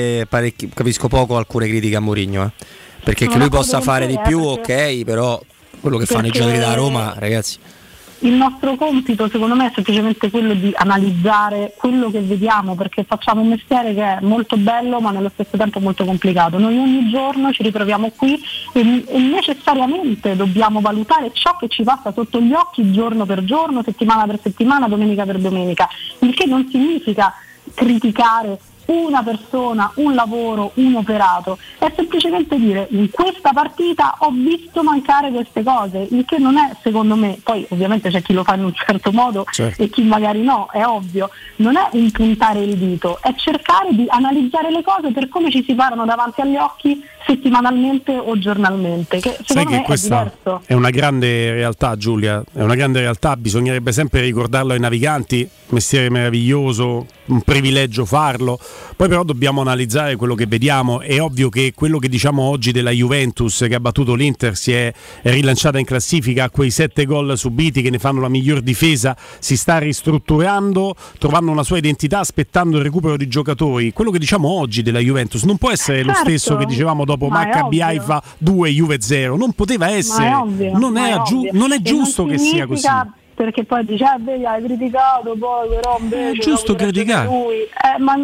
poco alcune critiche a Mourinho, perché che lui possa fare di più, ok, però quello che fanno i giocatori da Roma, ragazzi. Il nostro compito secondo me è semplicemente quello di analizzare quello che vediamo, perché facciamo un mestiere che è molto bello ma nello stesso tempo molto complicato. Noi ogni giorno ci ritroviamo qui e necessariamente dobbiamo valutare ciò che ci passa sotto gli occhi giorno per giorno, settimana per settimana, domenica per domenica, il che non significa criticare una persona, un lavoro, un operato, è semplicemente dire: in questa partita ho visto mancare queste cose, il che non è, secondo me, poi ovviamente c'è chi lo fa in un certo modo, certo, e chi magari no, è ovvio, non è un puntare il dito, è cercare di analizzare le cose per come ci si parano davanti agli occhi settimanalmente o giornalmente, che secondo me è diverso. È una grande realtà, Giulia, è una grande realtà, bisognerebbe sempre ricordarlo ai naviganti, mestiere meraviglioso, un privilegio farlo. Poi però dobbiamo analizzare quello che vediamo. È ovvio che quello che diciamo oggi della Juventus, che ha battuto l'Inter, si è rilanciata in classifica a quei 7 gol subiti che ne fanno la miglior difesa, si sta ristrutturando, trovando una sua identità, aspettando il recupero di giocatori. Quello che diciamo oggi della Juventus non può essere lo stesso che dicevamo dopo Maccabi Haifa 2 Juve 0, non poteva essere, non è giusto che sia così. Perché poi dice, vedi, hai criticato, poi però invece è giusto criticare lui. Ma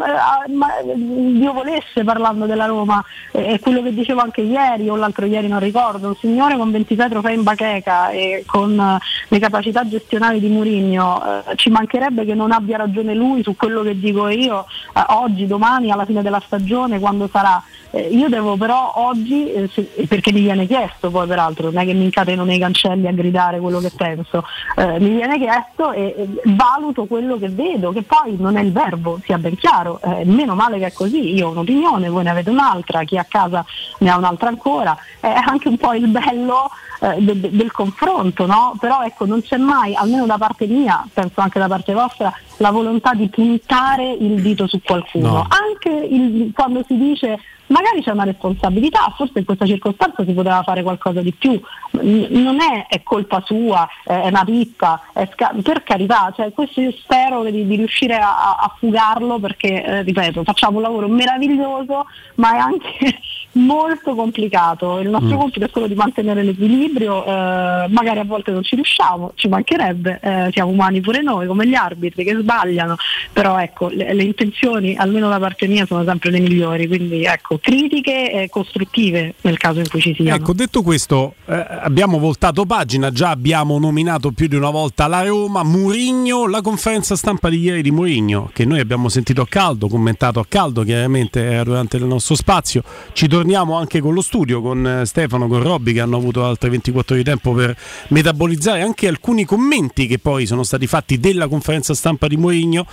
Dio volesse, parlando della Roma, è quello che dicevo anche ieri o l'altro ieri, non ricordo, un signore con 26 trofei in bacheca e con le capacità gestionali di Mourinho, ci mancherebbe che non abbia ragione lui su quello che dico io, oggi, domani, alla fine della stagione, quando sarà. Io devo però oggi, perché mi viene chiesto, poi peraltro non è che mi incateno nei cancelli a gridare quello che penso, mi viene chiesto e valuto quello che vedo, che poi non è il verbo, sia ben chiaro, meno male che è così. Io ho un'opinione, voi ne avete un'altra, chi a casa ne ha un'altra ancora, è anche un po' il bello del confronto, no? Però ecco, non c'è mai, almeno da parte mia, penso anche da parte vostra, la volontà di puntare il dito su qualcuno, no. Anche quando si dice magari c'è una responsabilità, forse in questa circostanza si poteva fare qualcosa di più, non è colpa sua, è una pippa, per carità, cioè questo io spero di riuscire a fugarlo, perché ripeto, facciamo un lavoro meraviglioso ma è anche molto complicato. Il nostro compito è quello di mantenere l'equilibrio, magari a volte non ci riusciamo, ci mancherebbe, siamo umani pure noi come gli arbitri che sbagliano, però ecco, le intenzioni almeno da parte mia sono sempre le migliori, quindi ecco, critiche costruttive nel caso in cui ci siano. Ecco, detto questo, abbiamo voltato pagina, già abbiamo nominato più di una volta la Roma, Mourinho, la conferenza stampa di ieri di Mourinho, che noi abbiamo sentito a caldo, commentato a caldo, chiaramente era durante il nostro spazio. Ci torniamo anche con lo studio, con Stefano, con Robby, che hanno avuto altre 24 ore di tempo per metabolizzare anche alcuni commenti che poi sono stati fatti della conferenza stampa di Mourinho,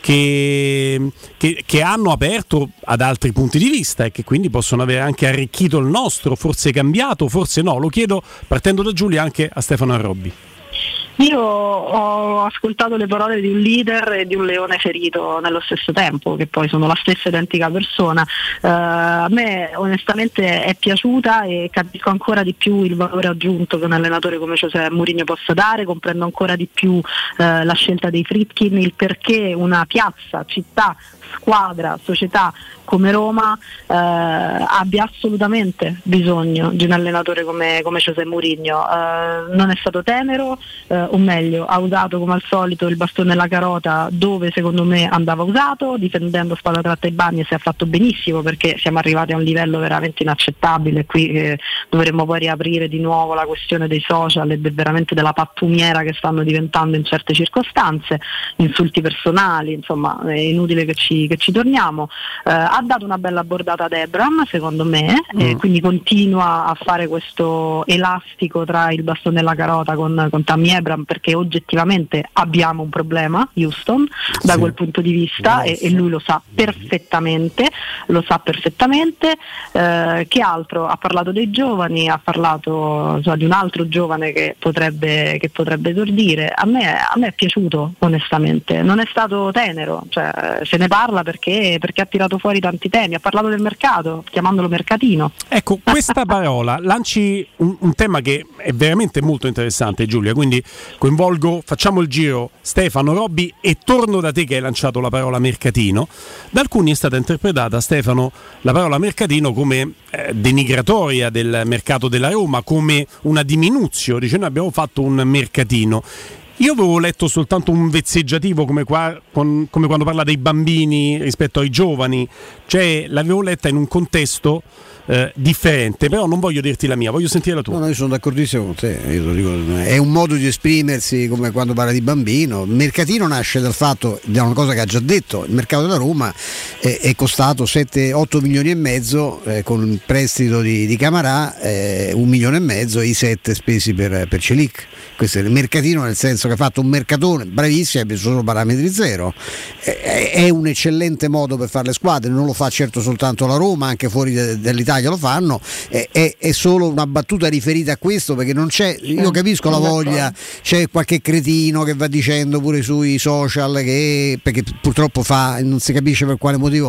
che hanno aperto ad altri punti di vista e che quindi possono avere anche arricchito il nostro, forse cambiato, forse no. Lo chiedo, partendo da Giulia, anche a Stefano e a Robby. Io ho ascoltato le parole di un leader e di un leone ferito nello stesso tempo, che poi sono la stessa identica persona. A me onestamente è piaciuta e capisco ancora di più il valore aggiunto che un allenatore come José Mourinho possa dare, comprendo ancora di più la scelta dei Friedkin, il perché una piazza, città, squadra, società come Roma abbia assolutamente bisogno di un allenatore come José Mourinho. Non è stato tenero, o meglio, ha usato come al solito il bastone e la carota dove secondo me andava usato, difendendo spada tratta e bagni, e si è fatto benissimo, perché siamo arrivati a un livello veramente inaccettabile. Qui dovremmo poi riaprire di nuovo la questione dei social e veramente della pattumiera che stanno diventando in certe circostanze, insulti personali, insomma è inutile che ci torniamo. Ha dato una bella bordata ad Ebram, secondo me, quindi continua a fare questo elastico tra il bastone e la carota con Tammy Ebram, Abram, perché oggettivamente abbiamo un problema, Houston, da quel punto di vista, e lui lo sa perfettamente. Che altro? Ha parlato dei giovani, ha parlato di un altro giovane che potrebbe esordire. A me è piaciuto, onestamente, non è stato tenero, cioè, se ne parla perché ha tirato fuori tanti temi, ha parlato del mercato, chiamandolo mercatino. Ecco, questa parola lanci un tema che è veramente molto interessante, Giulia, quindi facciamo il giro Stefano, Robby, e torno da te che hai lanciato la parola mercatino. Da alcuni è stata interpretata, Stefano, la parola mercatino come denigratoria del mercato della Roma, come una diminuzione, dice noi abbiamo fatto un mercatino. Io avevo letto soltanto un vezzeggiativo come quando parla dei bambini rispetto ai giovani, cioè l'avevo letta in un contesto differente, però non voglio dirti la mia, voglio sentire la tua. No, io sono d'accordissimo con te, io lo dico, è un modo di esprimersi come quando parla di bambino. Il mercatino nasce dal fatto, da una cosa che ha già detto, il mercato della Roma è costato 7-8 milioni e mezzo con il prestito di Camarà, 1,5 milioni e i 7 spesi per Celic. Questo è il mercatino, nel senso che ha fatto un mercatone bravissimo, ha preso solo parametri zero. È un eccellente modo per fare le squadre, non lo fa certo soltanto la Roma, anche fuori dall'Italia lo fanno. È solo una battuta riferita a questo, perché non c'è, io capisco la voglia, c'è qualche cretino che va dicendo pure sui social perché purtroppo non si capisce per quale motivo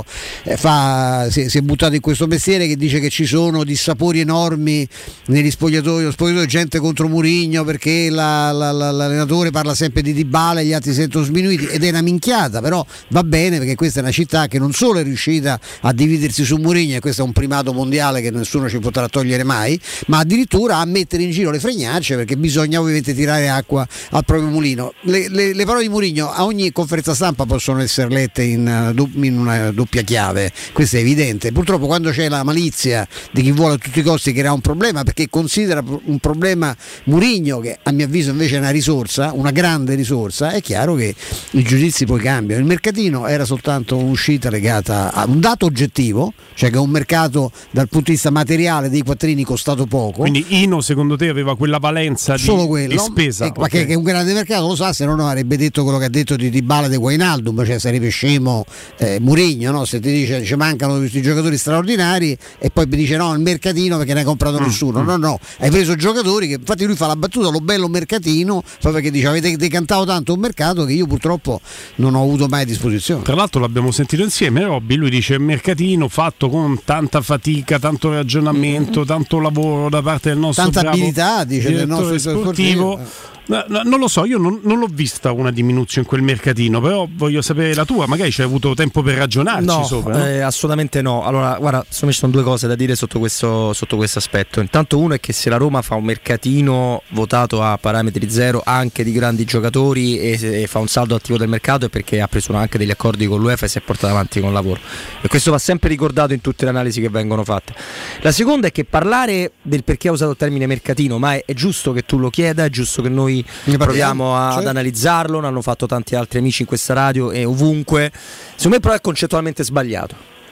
si è buttato in questo mestiere, che dice che ci sono dissapori enormi negli spogliatoi, lo spogliatoio gente contro Mourinho perché l'allenatore parla sempre di Dybala e gli altri sentono sminuiti, ed è una minchiata, però va bene, perché questa è una città che non solo è riuscita a dividersi su Mourinho, e questo è un primato mondiale che nessuno ci potrà togliere mai, ma addirittura a mettere in giro le fregnacce, perché bisogna ovviamente tirare acqua al proprio mulino. Le parole di Mourinho a ogni conferenza stampa possono essere lette in una doppia chiave, questo è evidente. Purtroppo quando c'è la malizia di chi vuole a tutti i costi creare un problema, perché considera un problema Mourinho, che a mio avviso invece è una risorsa, una grande risorsa, è chiaro che i giudizi poi cambiano. Il mercatino era soltanto un'uscita legata a un dato oggettivo, cioè che un mercato dal punto di vista materiale dei quattrini costato poco. Quindi Ino secondo te aveva quella valenza di spesa? Ma che è un grande mercato, lo sa, se no avrebbe detto quello che ha detto di Dybala, di Wijnaldum, cioè sarebbe scemo Mourinho, no? Se ti dice ci mancano questi giocatori straordinari e poi mi dice no, il mercatino perché ne ha comprato nessuno. No, hai preso giocatori che, infatti lui fa la battuta, lo bello mercatino, proprio perché dice avete decantato tanto un mercato che io purtroppo non ho avuto mai a disposizione. Tra l'altro l'abbiamo sentito insieme, Robby, lui dice mercatino fatto con tanta fatica, tanto ragionamento, tanto lavoro da parte del nostro tanta abilità, dice, del nostro sportivo. Non lo so, io non l'ho vista una diminuzione in quel mercatino, però voglio sapere la tua, magari ci hai avuto tempo per ragionarci sopra. No? Assolutamente no. Allora, guarda, secondo me ci sono due cose da dire sotto questo aspetto. Intanto uno è che se la Roma fa un mercatino votato a parametri zero anche di grandi giocatori e fa un saldo attivo del mercato, è perché ha preso anche degli accordi con l'UEFA e si è portato avanti con il lavoro, e questo va sempre ricordato in tutte le analisi che vengono fatte. La seconda è che parlare del perché ha usato il termine mercatino, ma è giusto che tu lo chieda, è giusto che noi proviamo ad analizzarlo, l'hanno fatto tanti altri amici in questa radio e ovunque. Secondo me però è concettualmente sbagliato,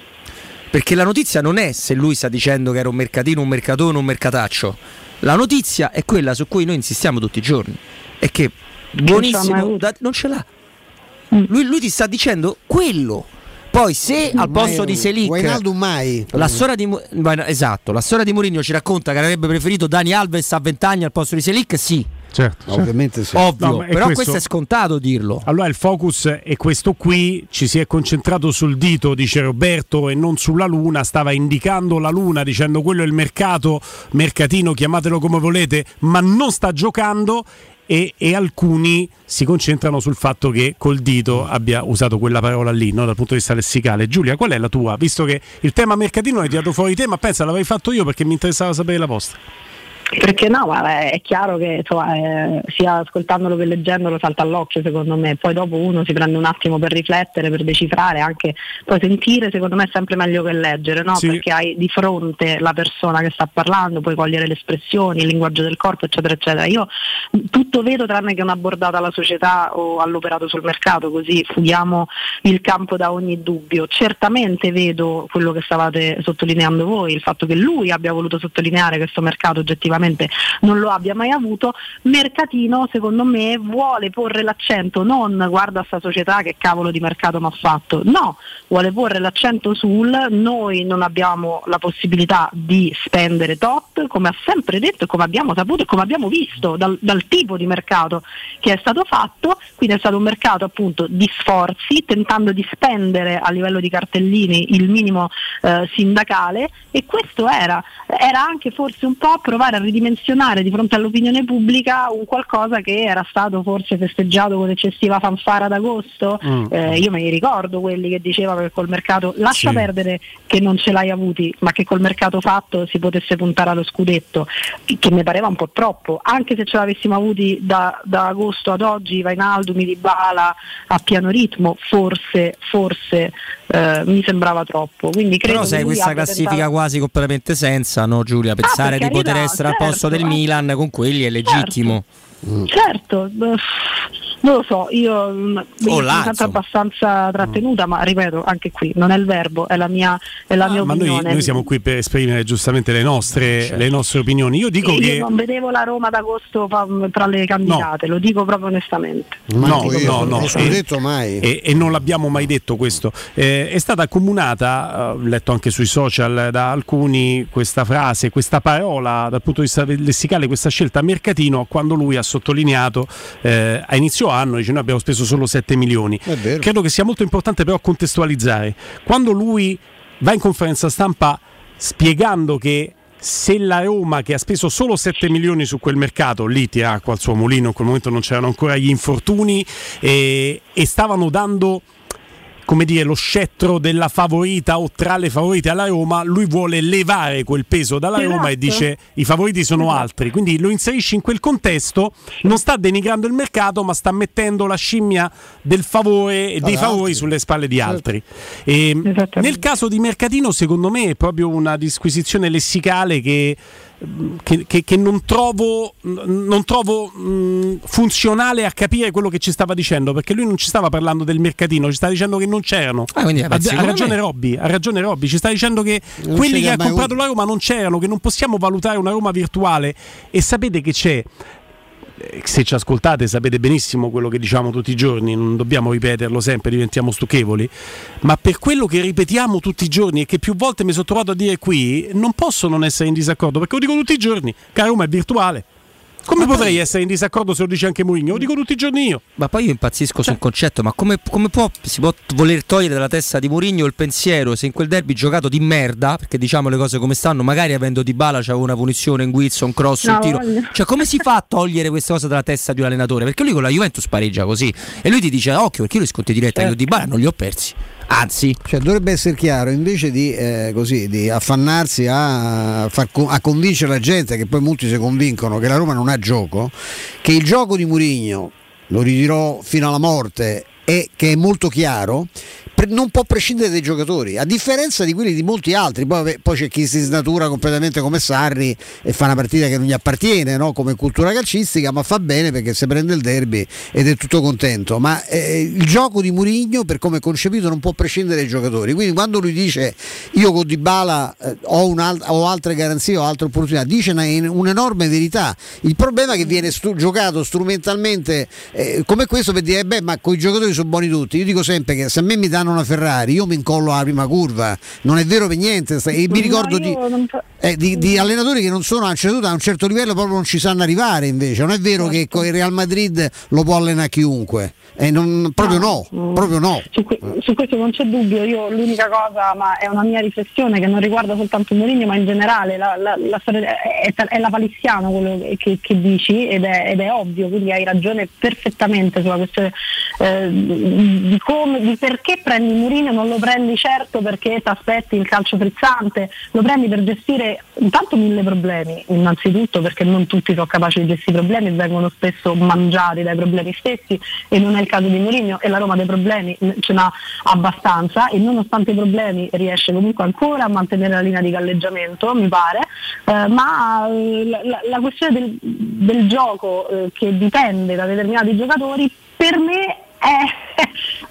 perché la notizia non è se lui sta dicendo che era un mercatino, un mercatone, un mercataccio. La notizia è quella su cui noi insistiamo tutti i giorni, è che buonissimo non ce l'ha. Lui ti sta dicendo quello. Poi se al posto di Selic la storia di Mourinho ci racconta che avrebbe preferito Dani Alves a 20 anni al posto di Selic, sì. Certo. Ovviamente sì. Ovvio, no, però questo è scontato dirlo. Allora il focus è questo qui, ci si è concentrato sul dito, dice Roberto, e non sulla luna. Stava indicando la luna dicendo quello è il mercatino, chiamatelo come volete, ma non sta giocando. E alcuni si concentrano sul fatto che col dito abbia usato quella parola lì, no? Dal punto di vista lessicale. Giulia, qual è la tua? Visto che il tema mercatino hai tirato fuori te, ma pensa l'avrei fatto io perché mi interessava sapere la vostra. Perché no, ma è chiaro che sia ascoltandolo che leggendolo salta all'occhio, secondo me. Poi dopo uno si prende un attimo per riflettere, per decifrare, anche poi sentire secondo me è sempre meglio che leggere, no? Sì. Perché hai di fronte la persona che sta parlando, puoi cogliere le espressioni, il linguaggio del corpo, eccetera eccetera. Io tutto vedo tranne che una bordata alla società o all'operato sul mercato, così fughiamo il campo da ogni dubbio. Certamente vedo quello che stavate sottolineando voi, il fatto che lui abbia voluto sottolineare questo mercato oggettivamente sicuramente non lo abbia mai avuto. Mercatino secondo me vuole porre l'accento non guarda sta società che cavolo di mercato mi ha fatto, no, vuole porre l'accento sul noi non abbiamo la possibilità di spendere tot, come ha sempre detto e come abbiamo saputo e come abbiamo visto dal tipo di mercato che è stato fatto. Quindi è stato un mercato appunto di sforzi, tentando di spendere a livello di cartellini il minimo sindacale, e questo era anche forse un po' provare a ridimensionare di fronte all'opinione pubblica un qualcosa che era stato forse festeggiato con eccessiva fanfara ad agosto. Io me li ricordo quelli che dicevano che col mercato lascia perdere che non ce l'hai avuti, ma che col mercato fatto si potesse puntare allo scudetto, che mi pareva un po' troppo, anche se ce l'avessimo avuti da agosto ad oggi, Wijnaldum, Dybala a piano ritmo, forse mi sembrava troppo. Quindi credo però sai, questa classifica quasi completamente senza, no Giulia? Pensare di poter essere al posto del Milan con quelli è legittimo. Certo, non lo so, io sono sempre abbastanza trattenuta, ma ripeto, anche qui non è il verbo, è la mia opinione. Ma noi siamo qui per esprimere giustamente le nostre opinioni. Io dico che non vedevo la Roma d'agosto tra le candidate, lo dico proprio onestamente. No, detto mai. E non l'abbiamo mai detto questo. È stata accomunata, ho letto anche sui social da alcuni, questa frase, questa parola dal punto di vista lessicale, questa scelta Mercatino, quando lui ha sottolineato a inizio anno, dice noi abbiamo speso solo 7 milioni. Credo che sia molto importante però contestualizzare. Quando lui va in conferenza stampa spiegando che se la Roma, che ha speso solo 7 milioni su quel mercato, lì tira acqua al suo mulino, in quel momento non c'erano ancora gli infortuni e stavano dando, come dire, lo scettro della favorita o tra le favorite alla Roma, lui vuole levare quel peso dalla Roma e dice i favoriti sono altri, quindi lo inserisce in quel contesto, non sta denigrando il mercato ma sta mettendo la scimmia del favore e dei favori sulle spalle di altri. E nel caso di Mercatino secondo me è proprio una disquisizione lessicale che non trovo funzionale a capire quello che ci stava dicendo, perché lui non ci stava parlando del Mercatino, ci stava dicendo che non c'erano. Ha ragione Robby, ci sta dicendo che quelli che ha comprato la Roma non c'erano, che non possiamo valutare una Roma virtuale. E sapete che c'è, se ci ascoltate sapete benissimo quello che diciamo tutti i giorni, non dobbiamo ripeterlo sempre, diventiamo stucchevoli, ma per quello che ripetiamo tutti i giorni e che più volte mi sono trovato a dire qui, non posso non essere in disaccordo, perché lo dico tutti i giorni, che la Roma è virtuale. Come potrei essere in disaccordo se lo dice anche Mourinho? Lo dico tutti i giorni io. Ma poi io impazzisco su un concetto, ma come si può voler togliere dalla testa di Mourinho il pensiero se in quel derby giocato di merda, perché diciamo le cose come stanno, magari avendo Dybala c'aveva una punizione, un guizzo, un cross, un tiro. Cioè come si fa a togliere questa cosa dalla testa di un allenatore? Perché lui con la Juventus pareggia così e lui ti dice occhio, perché io li sconti diretta io Dybala non li ho persi. Anzi, cioè dovrebbe essere chiaro, invece di affannarsi a convincere la gente, che poi molti si convincono che la Roma non ha gioco, che il gioco di Mourinho, lo ridirò fino alla morte, è che è molto chiaro, non può prescindere dai giocatori, a differenza di quelli di molti altri. Poi c'è chi si snatura completamente come Sarri e fa una partita che non gli appartiene, no? Come cultura calcistica, ma fa bene perché se prende il derby ed è tutto contento. Ma il gioco di Mourinho, per come è concepito, non può prescindere dai giocatori. Quindi quando lui dice io con Dybala ho altre garanzie, ho altre opportunità, dice un'enorme verità. Il problema è che viene giocato strumentalmente come questo, per dire ma con i giocatori sono buoni tutti. Io dico sempre che se a me mi danno una Ferrari io mi incollo alla prima curva, non è vero per niente. E mi ricordo di allenatori che non sono a un certo livello, proprio non ci sanno arrivare. Invece non è vero che il Real Madrid lo può allenare chiunque, proprio no. Su questo non c'è dubbio. Io l'unica cosa, ma è una mia riflessione che non riguarda soltanto Mourinho ma in generale, la storia è la palissiano quello che dici ed è ovvio, quindi hai ragione perfettamente sulla questione di perché prendi Mourinho. Non lo prendi certo perché ti aspetti il calcio frizzante, lo prendi per gestire intanto 1000 problemi, innanzitutto perché non tutti sono capaci di gestire i problemi e vengono spesso mangiati dai problemi stessi, e non è il caso di Mourinho, e la Roma dei problemi ce n'ha abbastanza e nonostante i problemi riesce comunque ancora a mantenere la linea di galleggiamento, mi pare, ma la questione del gioco che dipende da determinati giocatori per me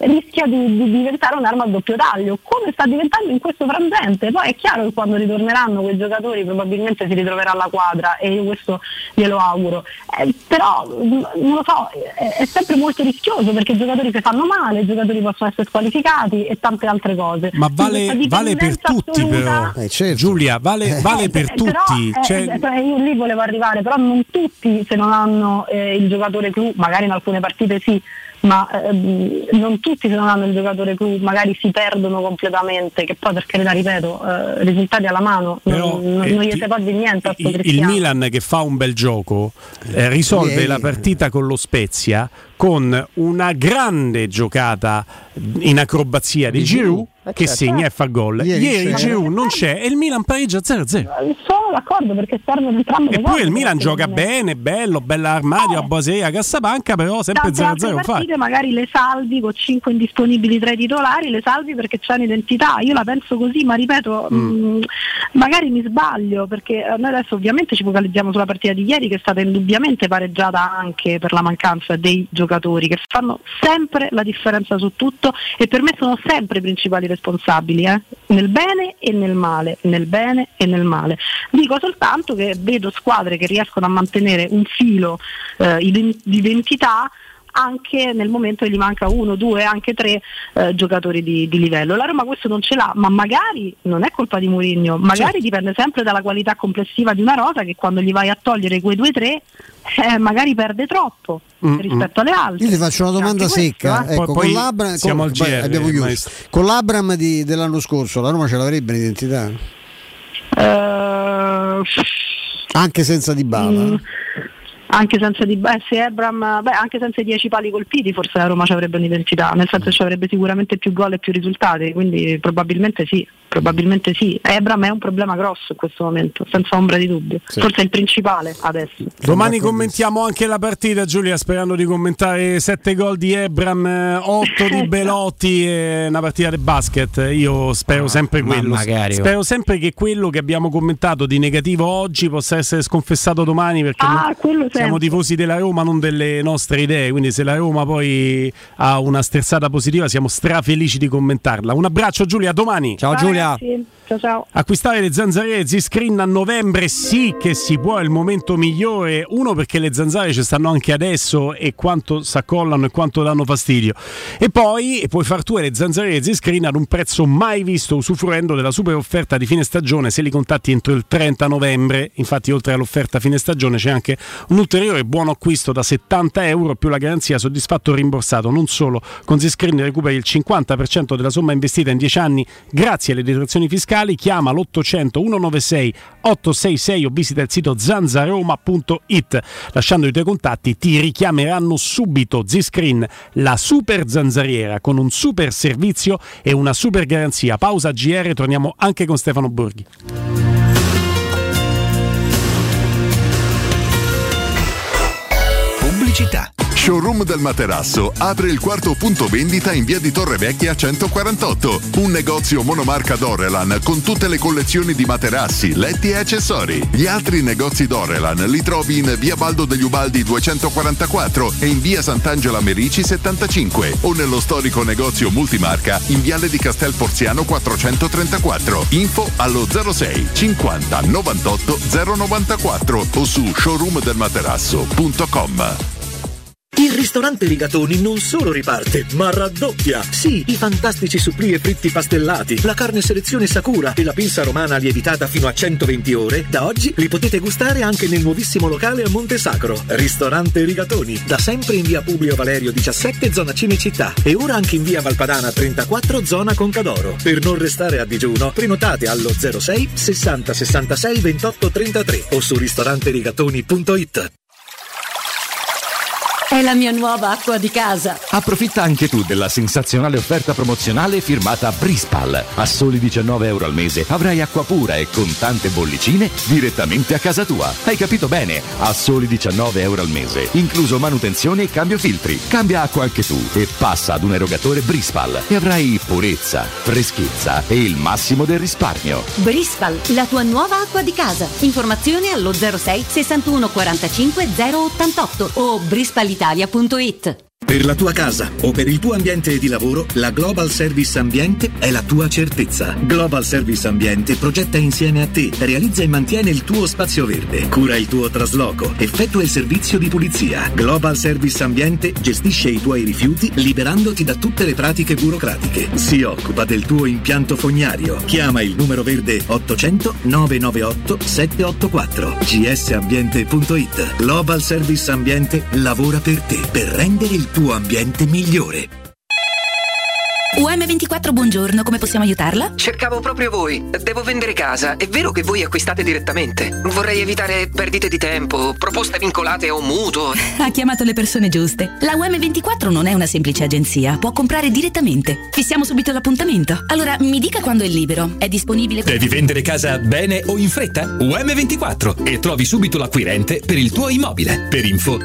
rischia di diventare un'arma a doppio taglio, come sta diventando in questo frangente. Poi è chiaro che quando ritorneranno quei giocatori probabilmente si ritroverà la quadra, e io questo glielo auguro, però non lo so, è sempre molto rischioso, perché i giocatori si fanno male, i giocatori possono essere squalificati e tante altre cose. Ma vale per tutti, però certo. Giulia, vale per tutti. Io lì volevo arrivare, però non tutti, se non hanno il giocatore clou, magari in alcune partite sì, ma non tutti, se non hanno il giocatore clou, magari si perdono completamente, che poi, per carità, ripeto, risultati alla mano, però, non gli si può dire niente a il Milan, che fa un bel gioco, risolve la partita con lo Spezia con una grande giocata in acrobazia di Giroud, che segna e fa gol. Ieri Giroud non c'è e il Milan pareggia 0-0. Sono d'accordo, perché servono entrambe le cose. Eppure il Milan gioca bene, bello, bella armadio, a Basea, Cassapanca, però sempre 0-0. Magari le salvi con 5 indisponibili tra i titolari, le salvi perché c'hanno identità. Io la penso così, ma ripeto, magari mi sbaglio, perché noi adesso ovviamente ci focalizziamo sulla partita di ieri, che è stata indubbiamente pareggiata anche per la mancanza dei giocatori, che fanno sempre la differenza su tutto, e per me sono sempre i principali responsabili, nel bene e nel male, nel bene e nel male. Dico soltanto che vedo squadre che riescono a mantenere un filo di identità anche nel momento che gli manca 1, 2, anche 3 giocatori di livello. La Roma questo non ce l'ha, ma magari non è colpa di Mourinho, magari dipende sempre dalla qualità complessiva di una rosa, che quando gli vai a togliere quei 2-3 magari perde troppo rispetto alle altre. Io ti faccio una domanda secca, ecco, poi con l'Abram, siamo al GR, abbiamo chiuso. Con l'Abram dell'anno scorso la Roma ce l'avrebbe l'identità? Anche senza Dybala? Anche senza anche senza i 10 pali colpiti forse la Roma ci avrebbe un'identità, nel senso che ci avrebbe sicuramente più gol e più risultati, quindi probabilmente sì. Ebram è un problema grosso in questo momento, senza ombra di dubbio, forse è il principale adesso. Domani commentiamo anche la partita, Giulia, sperando di commentare 7 gol di Ebram, 8 di Belotti e una partita di basket. Io spero sempre quello, spero sempre che quello che abbiamo commentato di negativo oggi possa essere sconfessato domani, perché siamo tifosi della Roma, non delle nostre idee, quindi se la Roma poi ha una sterzata positiva siamo strafelici di commentarla. Un abbraccio Giulia, a domani. Ciao Giulia. Ciao. Acquistare le zanzariere Z-Screen a novembre sì che si può, è il momento migliore, uno perché le zanzare ci stanno anche adesso e quanto s'accollano e quanto danno fastidio, e poi puoi far tu le zanzariere Z-Screen ad un prezzo mai visto, usufruendo della super offerta di fine stagione se li contatti entro il 30 novembre. Infatti oltre all'offerta fine stagione c'è anche un ulteriore buono acquisto da €70 più la garanzia soddisfatto o rimborsato. Non solo, con Z-Screen recuperi il 50% della somma investita in 10 anni grazie alle detrazioni fiscali. Chiama l'800 196 866 o visita il sito zanzaroma.it. Lasciando i tuoi contatti ti richiameranno subito. Z-Screen, la super zanzariera con un super servizio e una super garanzia. Pausa GR, torniamo anche con Stefano Borghi. Pubblicità. Showroom del Materasso apre il quarto punto vendita in via di Torrevecchia 148. Un negozio monomarca Dorelan con tutte le collezioni di materassi, letti e accessori. Gli altri negozi Dorelan li trovi in via Baldo degli Ubaldi 244 e in via Sant'Angela Merici 75 o nello storico negozio multimarca in viale di Castel Porziano 434. Info allo 06 50 98 094 o su showroomdelmaterasso.com. Il ristorante Rigatoni non solo riparte, ma raddoppia! Sì, i fantastici supplì e fritti pastellati, la carne selezione Sakura e la pinza romana lievitata fino a 120 ore, da oggi li potete gustare anche nel nuovissimo locale a Monte Sacro. Ristorante Rigatoni, da sempre in via Publio Valerio 17, zona Cinecittà, e ora anche in via Valpadana 34, zona Concadoro. Per non restare a digiuno, prenotate allo 06 60 66 28 33 o su ristoranterigatoni.it. È la mia nuova acqua di casa. Approfitta anche tu della sensazionale offerta promozionale firmata Brispal. A soli €19 al mese avrai acqua pura e con tante bollicine direttamente a casa tua. Hai capito bene? A soli €19 al mese, incluso manutenzione e cambio filtri. Cambia acqua anche tu e passa ad un erogatore Brispal e avrai purezza, freschezza e il massimo del risparmio. Brispal, la tua nuova acqua di casa. Informazioni allo 06 61 45 088 o brispalitalia.it. Per la tua casa o per il tuo ambiente di lavoro, la Global Service Ambiente è la tua certezza. Global Service Ambiente progetta insieme a te, realizza e mantiene il tuo spazio verde, cura il tuo trasloco, effettua il servizio di pulizia. Global Service Ambiente gestisce i tuoi rifiuti liberandoti da tutte le pratiche burocratiche. Si occupa del tuo impianto fognario. Chiama il numero verde 800 998 784. gsambiente.it. Global Service Ambiente lavora per te, per rendere il tuo ambiente migliore. UM24, buongiorno, come possiamo aiutarla? Cercavo proprio voi. Devo vendere casa. È vero che voi acquistate direttamente? Vorrei evitare perdite di tempo, proposte vincolate a un mutuo. Ha chiamato le persone giuste. La UM24 non è una semplice agenzia, può comprare direttamente. Fissiamo subito l'appuntamento. Allora, mi dica quando è libero. È disponibile? Devi vendere casa bene o in fretta? UM24 e trovi subito l'acquirente per il tuo immobile. Per info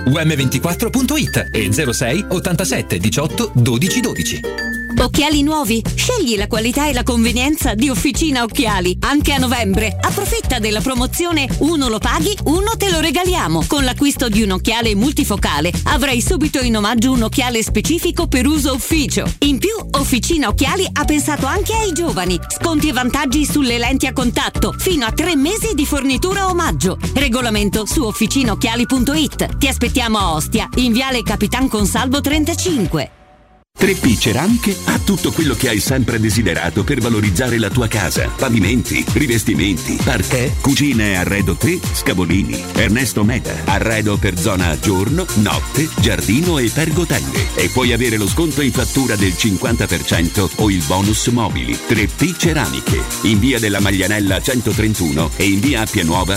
um24.it e 06 87 18 12 12. Occhiali nuovi? Scegli la qualità e la convenienza di Officina Occhiali. Anche a novembre. Approfitta della promozione uno lo paghi, uno te lo regaliamo. Con l'acquisto di un occhiale multifocale avrai subito in omaggio un occhiale specifico per uso ufficio. In più, Officina Occhiali ha pensato anche ai giovani. Sconti e vantaggi sulle lenti a contatto. Fino a 3 mesi di fornitura omaggio. Regolamento su officinaocchiali.it. Ti aspettiamo a Ostia, in viale Capitan Consalvo 35. 3P Ceramiche ha tutto quello che hai sempre desiderato per valorizzare la tua casa. Pavimenti, rivestimenti, parquet, cucina e arredo 3, Scavolini, Ernesto Meda. Arredo per zona giorno, notte, giardino e pergotende. E puoi avere lo sconto in fattura del 50% o il bonus mobili. 3P Ceramiche, in via della Maglianella 131 e in via Appia Nuova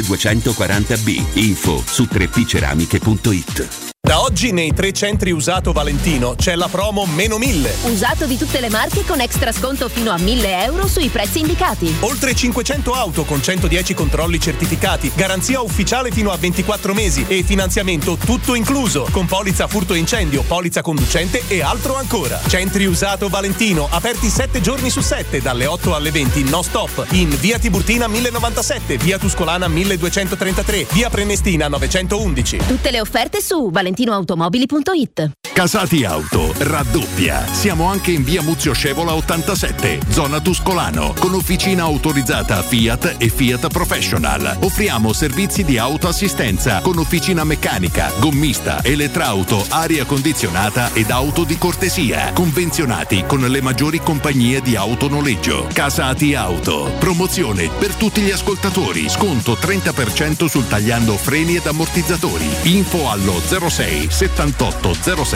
1240B. Info su 3pceramiche.it. Da oggi nei 3 centri usato Valentino c'è la promo meno 1000. Usato di tutte le marche con extra sconto fino a 1.000 euro sui prezzi indicati. Oltre 500 auto con 110 controlli certificati, garanzia ufficiale fino a 24 mesi e finanziamento tutto incluso, con polizza furto incendio, polizza conducente e altro ancora. Centri usato Valentino, aperti 7 giorni su 7, dalle 8 alle 20, no stop, in via Tiburtina 1097, via Tuscolana 1233, via Prenestina 911. Tutte le offerte su valentinoautomobili.it. Casati Auto raddoppia. Siamo anche in via Muzio Scevola 87, zona Tuscolano, con officina autorizzata Fiat e Fiat Professional. Offriamo servizi di autoassistenza con officina meccanica, gommista, elettrauto, aria condizionata ed auto di cortesia. Convenzionati con le maggiori compagnie di autonoleggio. Casati Auto. Promozione per tutti gli ascoltatori. Sconto 30% sul tagliando freni ed ammortizzatori. Info allo 06 78 07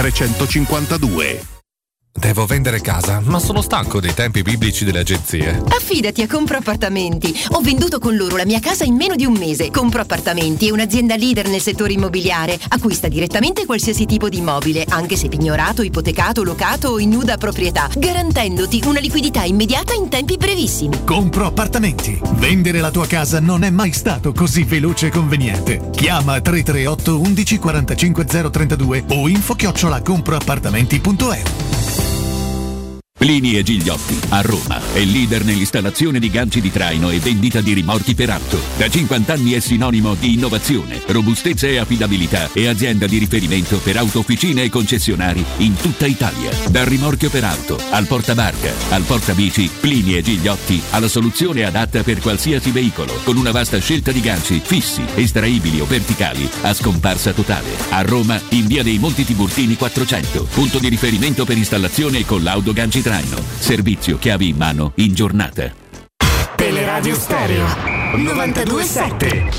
352. Devo vendere casa, ma sono stanco dei tempi biblici delle agenzie. Affidati a Compro Appartamenti. Ho venduto con loro la mia casa in meno di un mese. Compro Appartamenti è un'azienda leader nel settore immobiliare. Acquista direttamente qualsiasi tipo di immobile, anche se pignorato, ipotecato, locato o in nuda proprietà, garantendoti una liquidità immediata in tempi brevissimi. Compro Appartamenti. Vendere la tua casa non è mai stato così veloce e conveniente. Chiama 338 11 45 032 o info@comproappartamenti.eu. Plini e Gigliotti, a Roma, è leader nell'installazione di ganci di traino e vendita di rimorchi per auto. Da 50 anni è sinonimo di innovazione, robustezza e affidabilità e azienda di riferimento per autofficine e concessionari in tutta Italia. Dal rimorchio per auto, al portabarca, al portabici, Plini e Gigliotti ha la soluzione adatta per qualsiasi veicolo, con una vasta scelta di ganci fissi, estraibili o verticali, a scomparsa totale. A Roma, in via dei Monti Tiburtini 400, punto di riferimento per installazione e collaudo ganci traino. Servizio chiavi in mano in giornata. Teleradio Stereo 92.7.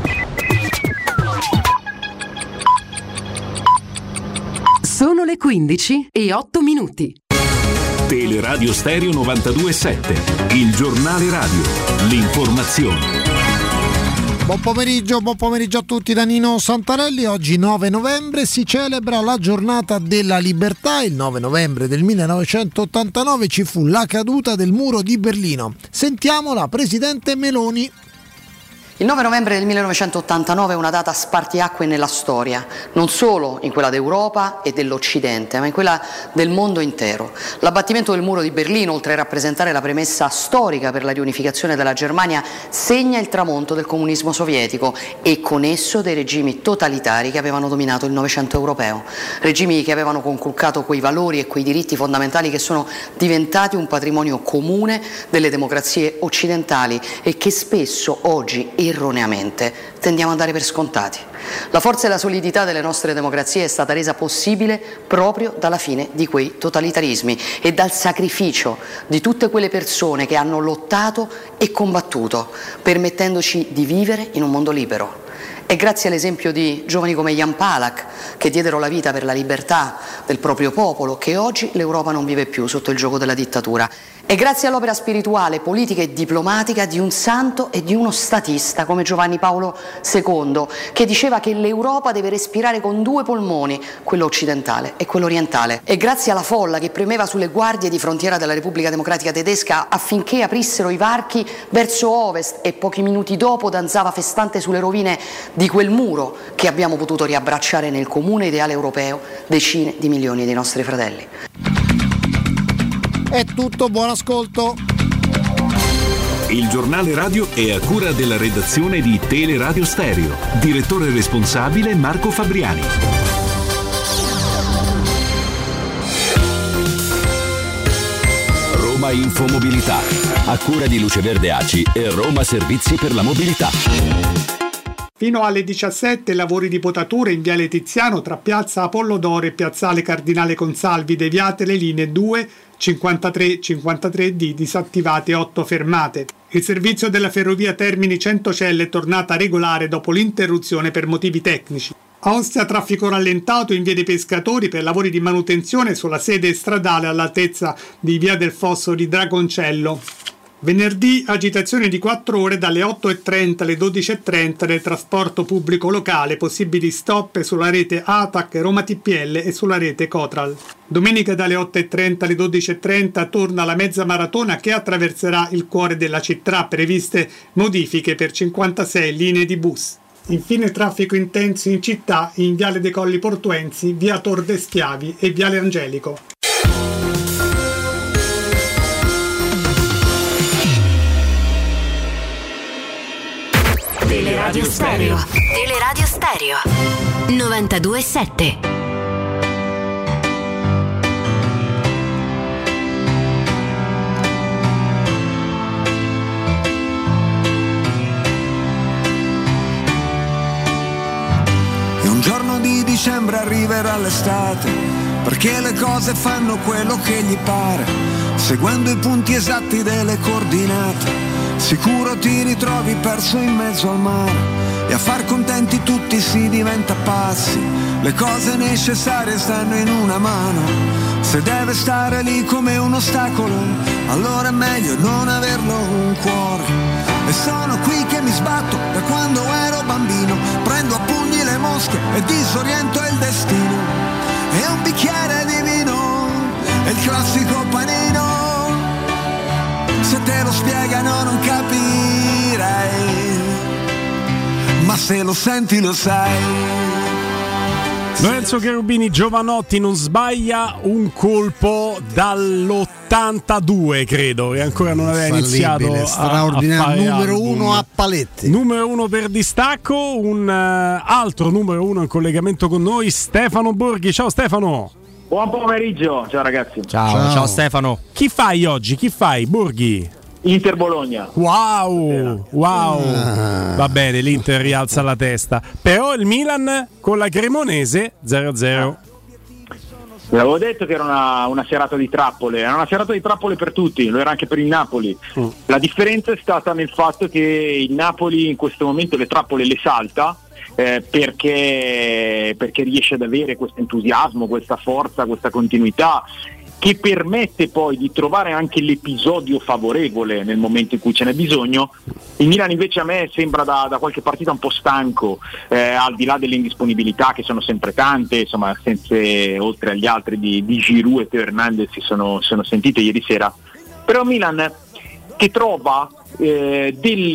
Sono le 15:08. Teleradio Stereo 92.7, il giornale radio, l'informazione. Buon pomeriggio a tutti da Nino Santarelli. Oggi 9 novembre si celebra la giornata della libertà. Il 9 novembre del 1989 ci fu la caduta del muro di Berlino. Sentiamo la presidente Meloni. Il 9 novembre del 1989 è una data spartiacque nella storia, non solo in quella d'Europa e dell'Occidente, ma in quella del mondo intero. L'abbattimento del muro di Berlino, oltre a rappresentare la premessa storica per la riunificazione della Germania, segna il tramonto del comunismo sovietico e con esso dei regimi totalitari che avevano dominato il Novecento europeo. Regimi che avevano conculcato quei valori e quei diritti fondamentali che sono diventati un patrimonio comune delle democrazie occidentali e che spesso oggi erroneamente tendiamo a dare per scontati. La forza e la solidità delle nostre democrazie è stata resa possibile proprio dalla fine di quei totalitarismi e dal sacrificio di tutte quelle persone che hanno lottato e combattuto, permettendoci di vivere in un mondo libero. È grazie all'esempio di giovani come Jan Palach, che diedero la vita per la libertà del proprio popolo, che oggi l'Europa non vive più sotto il gioco della dittatura. È grazie all'opera spirituale, politica e diplomatica di un santo e di uno statista come Giovanni Paolo II, che diceva che l'Europa deve respirare con due polmoni, quello occidentale e quello orientale. È grazie alla folla che premeva sulle guardie di frontiera della Repubblica Democratica Tedesca affinché aprissero i varchi verso ovest e pochi minuti dopo danzava festante sulle rovine di quel muro che abbiamo potuto riabbracciare nel comune ideale europeo decine di milioni dei nostri fratelli. È tutto, buon ascolto. Il giornale radio è a cura della redazione di Teleradio Stereo. Direttore responsabile Marco Fabriani. Roma Infomobilità, a cura di Luce Verde ACI e Roma Servizi per la Mobilità. Fino alle 17 lavori di potatura in Viale Tiziano tra Piazza Apollodoro e Piazzale Cardinale Consalvi, deviate le linee 2, 53, 53D, disattivate 8 fermate. Il servizio della ferrovia Termini Centocelle è tornata regolare dopo l'interruzione per motivi tecnici. A Ostia traffico rallentato in via dei Pescatori per lavori di manutenzione sulla sede stradale all'altezza di via del Fosso di Dragoncello. Venerdì agitazione di 4 ore dalle 8.30 alle 12.30 del trasporto pubblico locale, possibili stop sulla rete ATAC, Roma TPL e sulla rete Cotral. Domenica dalle 8.30 alle 12.30 torna la mezza maratona che attraverserà il cuore della città, previste modifiche per 56 linee di bus. Infine traffico intenso in città in Viale dei Colli Portuensi, via Tor de Schiavi e Viale Angelico. Teleradio Stereo. Teleradio Stereo 92.7. E un giorno di dicembre arriverà l'estate, perché le cose fanno quello che gli pare, seguendo i punti esatti delle coordinate. Sicuro ti ritrovi perso in mezzo al mare e a far contenti tutti si diventa pazzi. Le cose necessarie stanno in una mano, se deve stare lì come un ostacolo, allora è meglio non averlo un cuore. E sono qui che mi sbatto da quando ero bambino, prendo a pugni le mosche e disoriento il destino. E un bicchiere di vino è il classico panino, se te lo spiegano non capirai, ma se lo senti lo sai. Lorenzo Cherubini, Giovanotti non sbaglia un colpo dall'82, credo, e ancora non aveva iniziato straordinario, numero album. 1 a paletti. Numero 1 per distacco, un altro numero 1 in collegamento con noi, Stefano Borghi. Ciao Stefano. Buon pomeriggio, ciao ragazzi. Ciao Stefano. Chi fai oggi? Chi fai, Borghi? Inter Bologna. Wow. Va bene, l'Inter rialza la testa. Però il Milan con la Cremonese 0-0. Vi avevo detto che era una serata di trappole, era una serata di trappole per tutti, lo era anche per il Napoli. La differenza è stata nel fatto che il Napoli in questo momento le trappole le salta, perché riesce ad avere questo entusiasmo, questa forza, questa continuità che permette poi di trovare anche l'episodio favorevole nel momento in cui ce n'è bisogno. Il Milan invece a me sembra da qualche partita un po' stanco, al di là delle indisponibilità che sono sempre tante, insomma, oltre agli altri di Giroud e Teo Hernandez si sono sentite ieri sera, però Milan che trova delle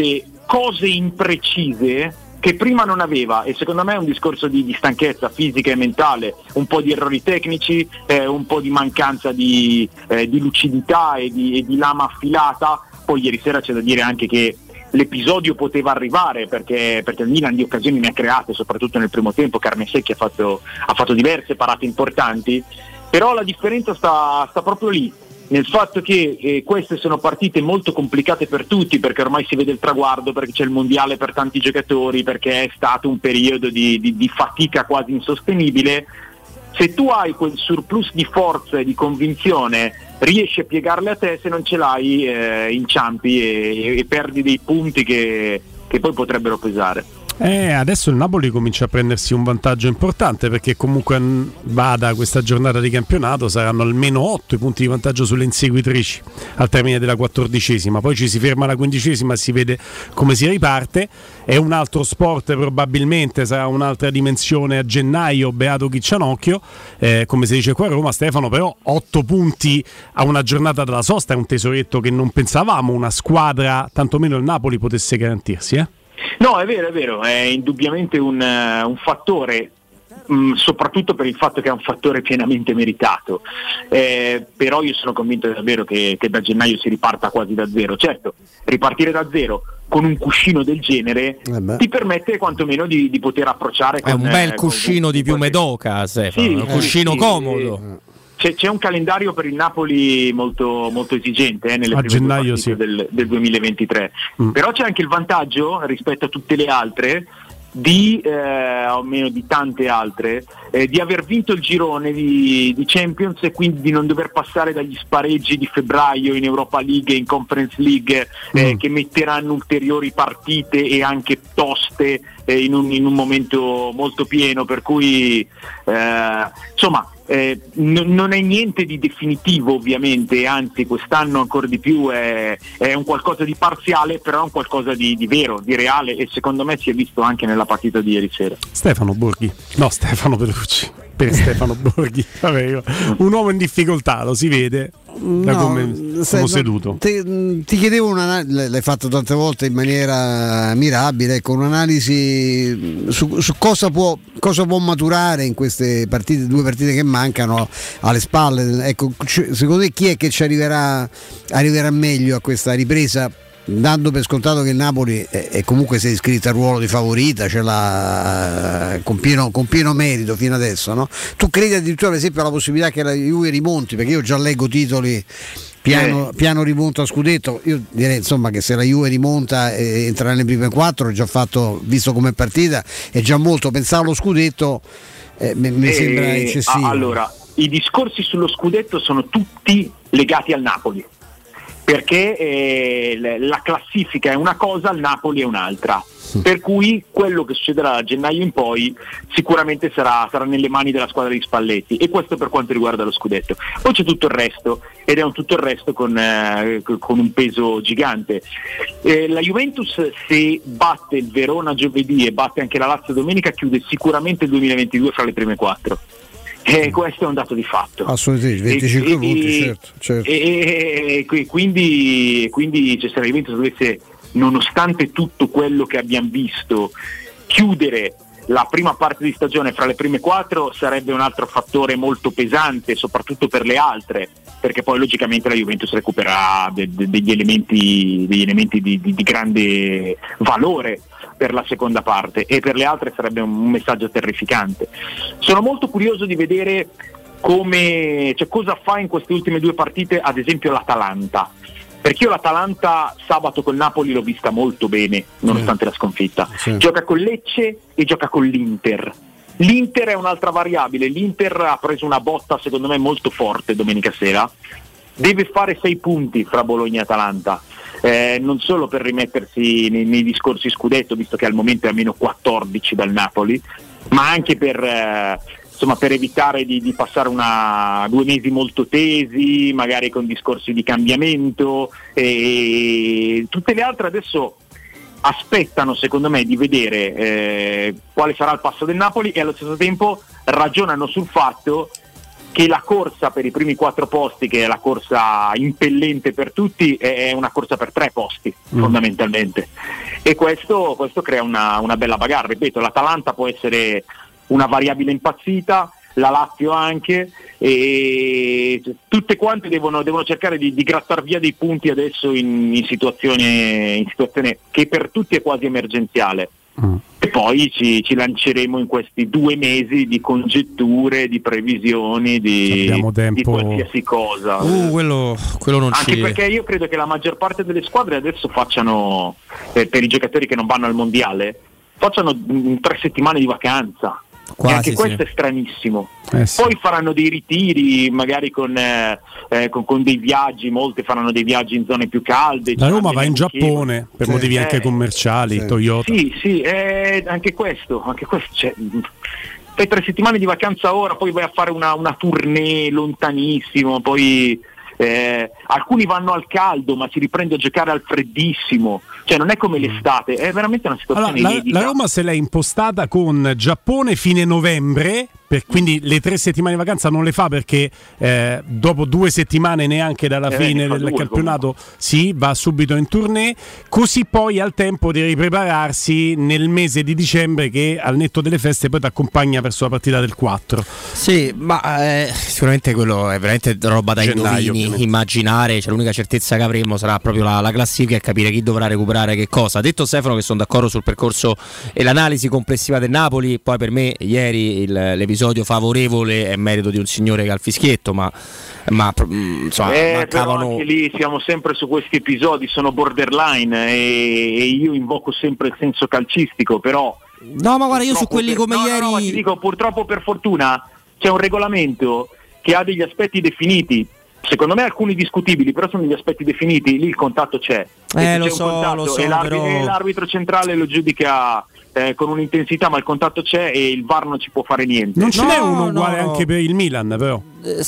cose imprecise che prima non aveva, e secondo me è un discorso di stanchezza fisica e mentale, un po' di errori tecnici, un po' di mancanza di lucidità e di lama affilata. Poi ieri sera c'è da dire anche che l'episodio poteva arrivare perché il Milan di occasioni ne ha create, soprattutto nel primo tempo. Carnesecchi ha fatto diverse parate importanti, però la differenza sta proprio lì, nel fatto che queste sono partite molto complicate per tutti, perché ormai si vede il traguardo, perché c'è il mondiale per tanti giocatori, perché è stato un periodo di fatica quasi insostenibile. Se tu hai quel surplus di forza e di convinzione, riesci a piegarle a te, se non ce l'hai inciampi e perdi dei punti che poi potrebbero pesare. Adesso il Napoli comincia a prendersi un vantaggio importante, perché comunque vada questa giornata di campionato saranno almeno 8 i punti di vantaggio sulle inseguitrici al termine della 14esima, poi ci si ferma alla 15esima e si vede come si riparte. È un altro sport, probabilmente sarà un'altra dimensione a gennaio, beato chi c'anocchio, come si dice qua a Roma, Stefano. Però 8 punti a una giornata dalla sosta è un tesoretto che non pensavamo una squadra, tantomeno il Napoli, potesse garantirsi. No, è vero, è indubbiamente un fattore, soprattutto per il fatto che è un fattore pienamente meritato, però io sono convinto davvero che da gennaio si riparta quasi da zero. Certo, ripartire da zero con un cuscino del genere ti permette quantomeno di poter approcciare con, è un bel cuscino di piume d'oca, Stefano, un cuscino comodo. C'è un calendario per il Napoli molto, molto esigente nelle prime gennaio, del 2023, però c'è anche il vantaggio rispetto a tutte le altre o meno di tante altre, di aver vinto il girone di Champions, e quindi di non dover passare dagli spareggi di febbraio in Europa League e in Conference League, che metteranno ulteriori partite e anche toste in un momento molto pieno, per cui insomma non è niente di definitivo, ovviamente, anzi quest'anno ancora di più è un qualcosa di parziale, però è un qualcosa di vero, di reale, e secondo me si è visto anche nella partita di ieri sera. Stefano Bellucci, per Stefano Borghi, vabbè, un uomo in difficoltà, lo si vede da come sono seduto. Ti chiedevo l'hai fatto tante volte in maniera mirabile, ecco, un'analisi su cosa può maturare in queste partite, 2 partite che mancano alle spalle. Ecco, secondo te chi è che ci arriverà meglio a questa ripresa, dando per scontato che il Napoli è comunque si è iscritto al ruolo di favorita, ce l'ha con pieno merito fino adesso, no? Tu credi addirittura, per esempio, alla possibilità che la Juve rimonti? Perché io già leggo titoli piano rimonta a scudetto. Io direi insomma che se la Juve rimonta e entra nelle prime 4, già fatto, visto come partita, è già molto. Pensare allo scudetto mi sembra eccessivo. Allora, i discorsi sullo scudetto sono tutti legati al Napoli, perché la classifica è una cosa, il Napoli è un'altra, per cui quello che succederà da gennaio in poi sicuramente sarà nelle mani della squadra di Spalletti, e questo per quanto riguarda lo scudetto. Poi c'è tutto il resto, ed è tutto il resto con un peso gigante. La Juventus, se batte il Verona giovedì e batte anche la Lazio domenica, chiude sicuramente il 2022 fra le prime 4. Questo è un dato di fatto. Assolutamente, 25 punti, certo. E quindi se la Juventus dovesse, nonostante tutto quello che abbiamo visto, chiudere la prima parte di stagione fra le prime 4, sarebbe un altro fattore molto pesante, soprattutto per le altre, perché poi logicamente la Juventus recupererà degli elementi di grande valore per la seconda parte, e per le altre sarebbe un messaggio terrificante. Sono molto curioso di vedere cosa fa in queste ultime 2 partite, ad esempio l'Atalanta, perché io l'Atalanta sabato col Napoli l'ho vista molto bene nonostante la sconfitta. Gioca con Lecce e gioca con l'Inter. L'Inter è un'altra variabile, l'Inter ha preso una botta secondo me molto forte domenica sera, deve fare 6 punti fra Bologna e Atalanta, non solo per rimettersi nei discorsi scudetto, visto che al momento è a meno 14 dal Napoli, ma anche per evitare di passare 2 mesi molto tesi, magari con discorsi di cambiamento, e tutte le altre adesso aspettano, secondo me, di vedere quale sarà il passo del Napoli, e allo stesso tempo ragionano sul fatto che la corsa per i primi 4 posti, che è la corsa impellente per tutti, è una corsa per 3 posti fondamentalmente, e questo crea una bella bagarre. Ripeto, l'Atalanta può essere una variabile impazzita, la Lazio anche, e tutte quante devono cercare di grattar via dei punti adesso in situazione che per tutti è quasi emergenziale. E poi ci lanceremo in questi 2 mesi di congetture, di previsioni, di qualsiasi cosa. Quello non anche perché io credo che la maggior parte delle squadre adesso facciano, per i giocatori che non vanno al mondiale, facciano 3 settimane di vacanza. Quasi, e anche questo è stranissimo. Poi faranno dei ritiri magari con dei viaggi, molte faranno dei viaggi in zone più calde. La Roma va in Giappone per motivi anche commerciali, Toyota. Sì, anche questo cioè, fai 3 settimane di vacanza ora, poi vai a fare una tournée lontanissimo, poi alcuni vanno al caldo ma si riprende a giocare al freddissimo, cioè non è come l'estate, è veramente una situazione inedita. La Roma se l'è impostata con Giappone fine novembre, quindi le 3 settimane di vacanza non le fa perché dopo 2 settimane neanche dalla fine del campionato va subito in tournée, così poi ha il tempo di riprepararsi nel mese di dicembre, che al netto delle feste poi ti accompagna verso la partita del 4. Sì, ma sicuramente quello è veramente roba da indovini, immaginare, cioè l'unica certezza che avremo sarà proprio la classifica e capire chi dovrà recuperare che cosa. Detto Stefano, che sono d'accordo sul percorso e l'analisi complessiva del Napoli, poi per me ieri l'episodio favorevole è merito di un signore che ha il fischietto, ma insomma però anche lì siamo sempre su questi episodi, sono borderline e io invoco sempre il senso calcistico, però no, ma guarda, io su quelli come ieri ma ti dico, purtroppo per fortuna c'è un regolamento che ha degli aspetti definiti, secondo me alcuni discutibili, però sono degli aspetti definiti, lì il contatto c'è, lo so, e l'arbitro centrale lo giudica con un'intensità, ma il contatto c'è e il VAR non ci può fare niente. Non ce n'è uno uguale anche per il Milan, però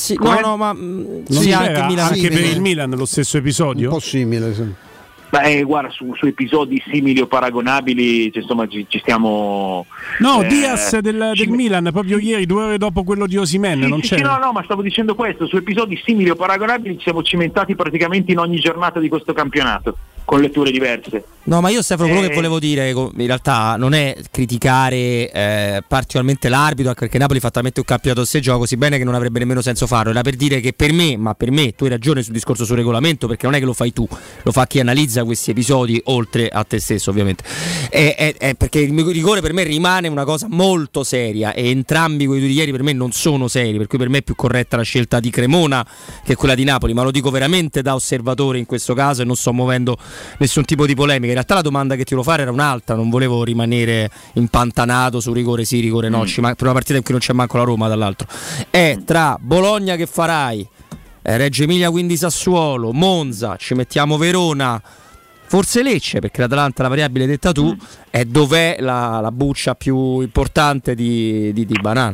anche per il Milan lo stesso episodio? Un po' simile, sì. Beh, guarda, su episodi simili o paragonabili, cioè, insomma, ci stiamo. No, Diaz del Milan, proprio ieri, 2 ore dopo quello di Osimhen, non c'è. No, ma stavo dicendo questo, su episodi simili o paragonabili ci siamo cimentati praticamente in ogni giornata di questo campionato, con letture diverse. No, ma io Stefano, quello che volevo dire in realtà non è criticare particolarmente l'arbitro, anche perché Napoli fa talmente un campionato a sé gioco così bene che non avrebbe nemmeno senso farlo. Era per dire che per me tu hai ragione sul discorso sul regolamento, perché non è che lo fai tu, lo fa chi analizza questi episodi, oltre a te stesso ovviamente, perché il rigore per me rimane una cosa molto seria e entrambi quei 2 di ieri per me non sono seri, per cui per me è più corretta la scelta di Cremona che quella di Napoli, ma lo dico veramente da osservatore in questo caso e non sto muovendo nessun tipo di polemica. In realtà la domanda che ti volevo fare era un'altra, non volevo rimanere impantanato su rigore sì, rigore no, ma per una partita in cui non c'è manco la Roma, dall'altro è tra Bologna che farai, Reggio Emilia, quindi Sassuolo, Monza, ci mettiamo Verona, forse Lecce, perché l'Atalanta, la variabile detta tu, è dov'è la buccia più importante di Banana?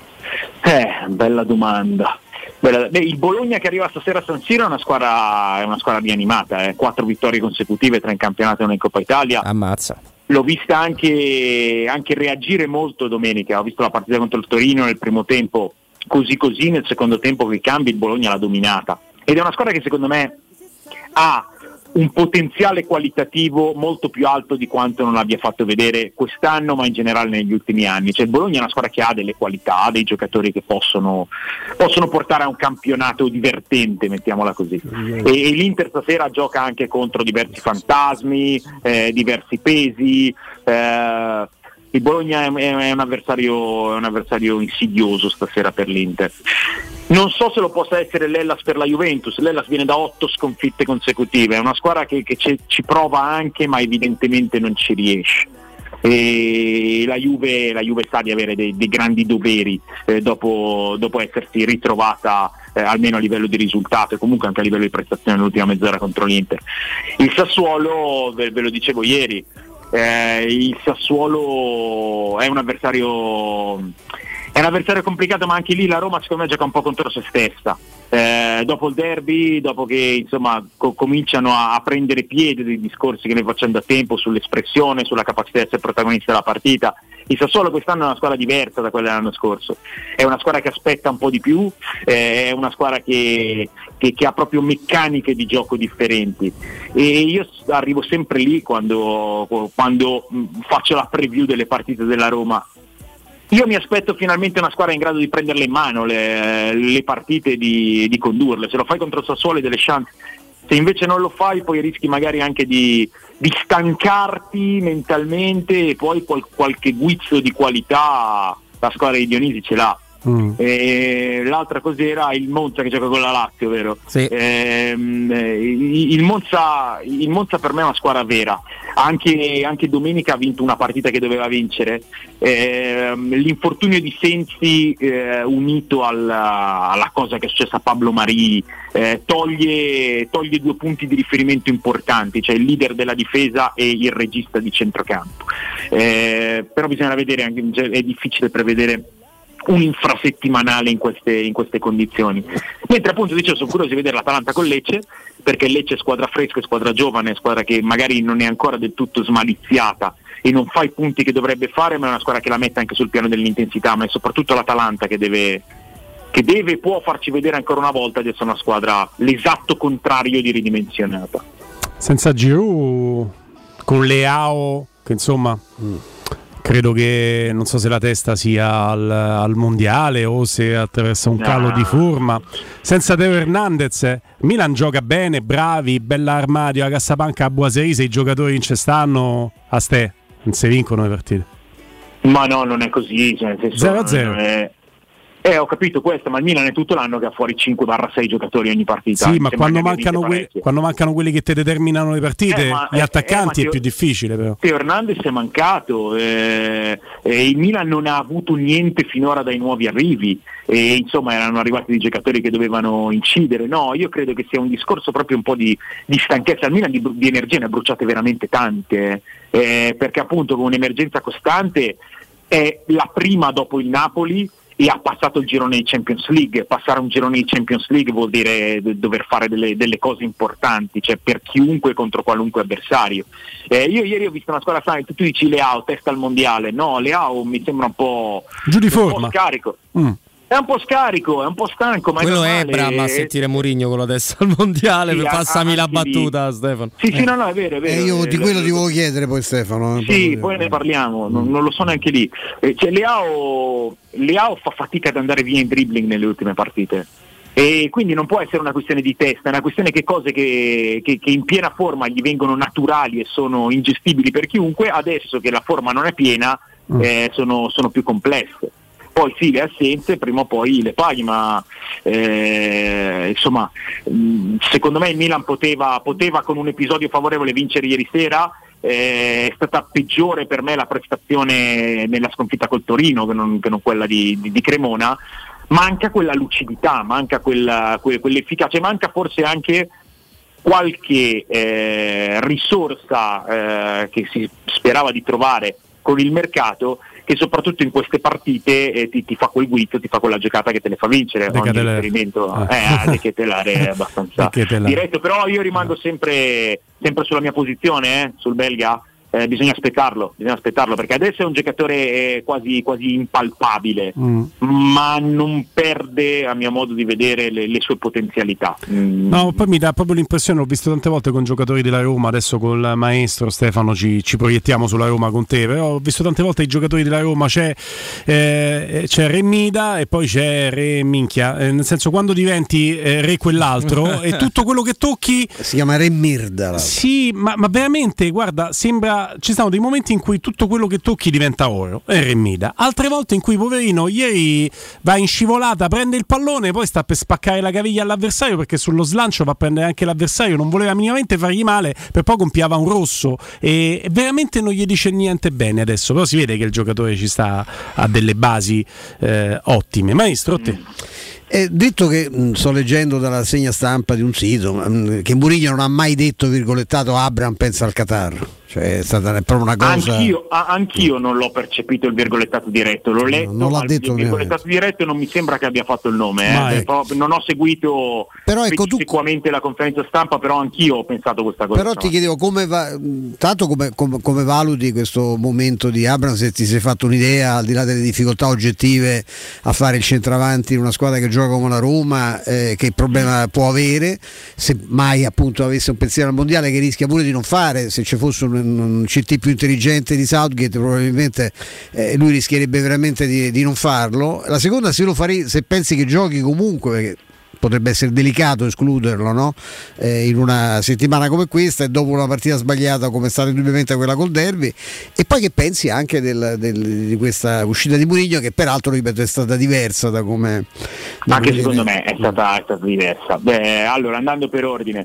Bella domanda. Il Bologna che arriva stasera a San Siro è una squadra rianimata, 4 vittorie consecutive, 3 in campionato e 1 in Coppa Italia. Ammazza. L'ho vista anche reagire molto domenica, ho visto la partita contro il Torino nel primo tempo, così nel secondo tempo che i cambi il Bologna l'ha dominata, ed è una squadra che secondo me ha un potenziale qualitativo molto più alto di quanto non abbia fatto vedere quest'anno, ma in generale negli ultimi anni. Cioè il Bologna è una squadra che ha delle qualità, ha dei giocatori che possono portare a un campionato divertente, mettiamola così, e l'Inter stasera gioca anche contro diversi fantasmi, diversi pesi. Il Bologna è un avversario insidioso stasera per l'Inter. Non so se lo possa essere l'Hellas per la Juventus. L'Hellas viene da 8 sconfitte consecutive, è una squadra che ci prova anche, ma evidentemente non ci riesce. E la Juve sa di avere dei grandi doveri dopo essersi ritrovata almeno a livello di risultato e comunque anche a livello di prestazione nell'ultima mezz'ora contro l'Inter. Il Sassuolo, ve lo dicevo ieri, il Sassuolo è un avversario un avversario complicato, ma anche lì la Roma secondo me gioca un po' contro se stessa. Dopo il derby, dopo che insomma cominciano a prendere piede dei discorsi che noi facciamo da tempo sull'espressione, sulla capacità di essere protagonista della partita, il Sassuolo quest'anno è una squadra diversa da quella dell'anno scorso, è una squadra che aspetta un po' di più, è una squadra che ha proprio meccaniche di gioco differenti, e io arrivo sempre lì quando faccio la preview delle partite della Roma. Io mi aspetto finalmente una squadra in grado di prenderle in mano le partite, di condurle. Se lo fai contro il Sassuolo hai delle chance, se invece non lo fai poi rischi magari anche di stancarti mentalmente, e poi qualche guizzo di qualità la squadra di Dionisi ce l'ha. E l'altra cos'era? Il Monza che gioca con la Lazio, vero? Sì. Il Monza per me è una squadra vera, anche domenica ha vinto una partita che doveva vincere. L'infortunio di Sensi unito alla cosa che è successa a Pablo Mari toglie 2 punti di riferimento importanti, cioè il leader della difesa e il regista di centrocampo, però bisogna vedere, anche è difficile prevedere un infrasettimanale in queste condizioni. Mentre appunto dicevo, sono curioso di vedere l'Atalanta con Lecce, perché Lecce è squadra fresca, è squadra giovane, è squadra che magari non è ancora del tutto smaliziata e non fa i punti che dovrebbe fare, ma è una squadra che la mette anche sul piano dell'intensità, ma è soprattutto l'Atalanta che può farci vedere ancora una volta di essere una squadra l'esatto contrario di ridimensionata. Senza Giroud, con Leao che insomma credo che, non so se la testa sia al mondiale o se attraversa un calo di forma. Senza Teo Hernandez, Milan gioca bene, bravi, bella armadio, la cassapanca a Boiserie, se i giocatori in stanno a ste, non si vincono le partite. Ma no, non è così, cioè, 0-0. Ho capito questo, ma il Milan è tutto l'anno che ha fuori 5-6 giocatori ogni partita. Sì, ma quando mancano quelli che ti determinano le partite, gli attaccanti è più difficile però. Teo Hernandez è mancato, il Milan non ha avuto niente finora dai nuovi arrivi, e insomma erano arrivati dei giocatori che dovevano incidere. No, io credo che sia un discorso proprio un po' di stanchezza. Al Milan di energie ne ha bruciate veramente tante, perché appunto con un'emergenza costante è la prima dopo il Napoli e ha passato il girone di Champions League. Passare un girone di Champions League vuol dire dover fare delle cose importanti, cioè per chiunque contro qualunque avversario. Io ieri ho visto una squadra sana, tu dici Leao testa al mondiale, no, Leao mi sembra un po' giù di forma, un po' scarico. È un po' scarico, è un po' stanco, ma quello è Brahma a sentire Mourinho con la testa al mondiale. Sì, passami la battuta, Stefano. Sì, no, è vero. Io di quello ti volevo chiedere poi, Stefano. Sì, poi ne parliamo, non lo so neanche lì. Cioè, Leao fa fatica ad andare via in dribbling nelle ultime partite, e quindi non può essere una questione di testa, è una questione che cose che in piena forma gli vengono naturali e sono ingestibili per chiunque, adesso che la forma non è piena sono più complesse. Poi sì, le assenze prima o poi le paghi, ma insomma secondo me il Milan poteva con un episodio favorevole vincere ieri sera. È stata peggiore per me la prestazione nella sconfitta col Torino che non quella di Cremona. Manca quella lucidità, manca quell'efficacia, manca forse anche qualche risorsa che si sperava di trovare con il mercato, che soprattutto in queste partite ti fa quel guizzo, ti fa quella giocata che te le fa vincere. Ogni riferimento a De Ketelare è abbastanza diretto, però io rimango sempre sulla mia posizione, sul belga. Bisogna aspettarlo, perché adesso è un giocatore quasi impalpabile, ma non perde, a mio modo di vedere, le sue potenzialità. No, poi mi dà proprio l'impressione, l'ho visto tante volte con giocatori della Roma, adesso col maestro Stefano ci proiettiamo sulla Roma con te, però ho visto tante volte i giocatori della Roma, c'è Re Mida e poi c'è Re Minchia, nel senso, quando diventi Re quell'altro e tutto quello che tocchi si chiama Re Mirda. Sì, ma veramente, guarda, sembra, ci sono dei momenti in cui tutto quello che tocchi diventa oro, è Remida, altre volte in cui poverino ieri va in scivolata, prende il pallone, poi sta per spaccare la caviglia all'avversario, perché sullo slancio va a prendere anche l'avversario, non voleva minimamente fargli male, per poco compiava un rosso e veramente non gli dice niente bene adesso, però si vede che il giocatore ci sta a delle basi ottime. Maestro, te detto che sto leggendo dalla segna stampa di un sito che Mourinho non ha mai detto, virgolettato, Abraham pensa al Qatar. cioè è stata proprio una cosa. Anch'io non l'ho percepito il virgolettato diretto, l'ho letto, non l'ha detto il virgolettato diretto non mi sembra che abbia fatto il nome, non ho seguito sicuramente la conferenza stampa, però anch'io ho pensato questa cosa. Però ti chiedevo come valuti questo momento di Abrams, se ti sei fatto un'idea, al di là delle difficoltà oggettive, a fare il centravanti in una squadra che gioca come la Roma, che problema può avere se mai appunto avesse un pensiero al mondiale, che rischia pure di non fare. Se ci fosse un CT più intelligente di Southgate probabilmente lui rischierebbe veramente di non farlo. La seconda, se pensi che giochi comunque, perché potrebbe essere delicato escluderlo, no? In una settimana come questa e dopo una partita sbagliata come è stata indubbiamente quella col Derby. E poi che pensi anche di questa uscita di Mourinho, che peraltro, ripeto, è stata diversa da come anche secondo me è stata diversa. Allora, andando per ordine,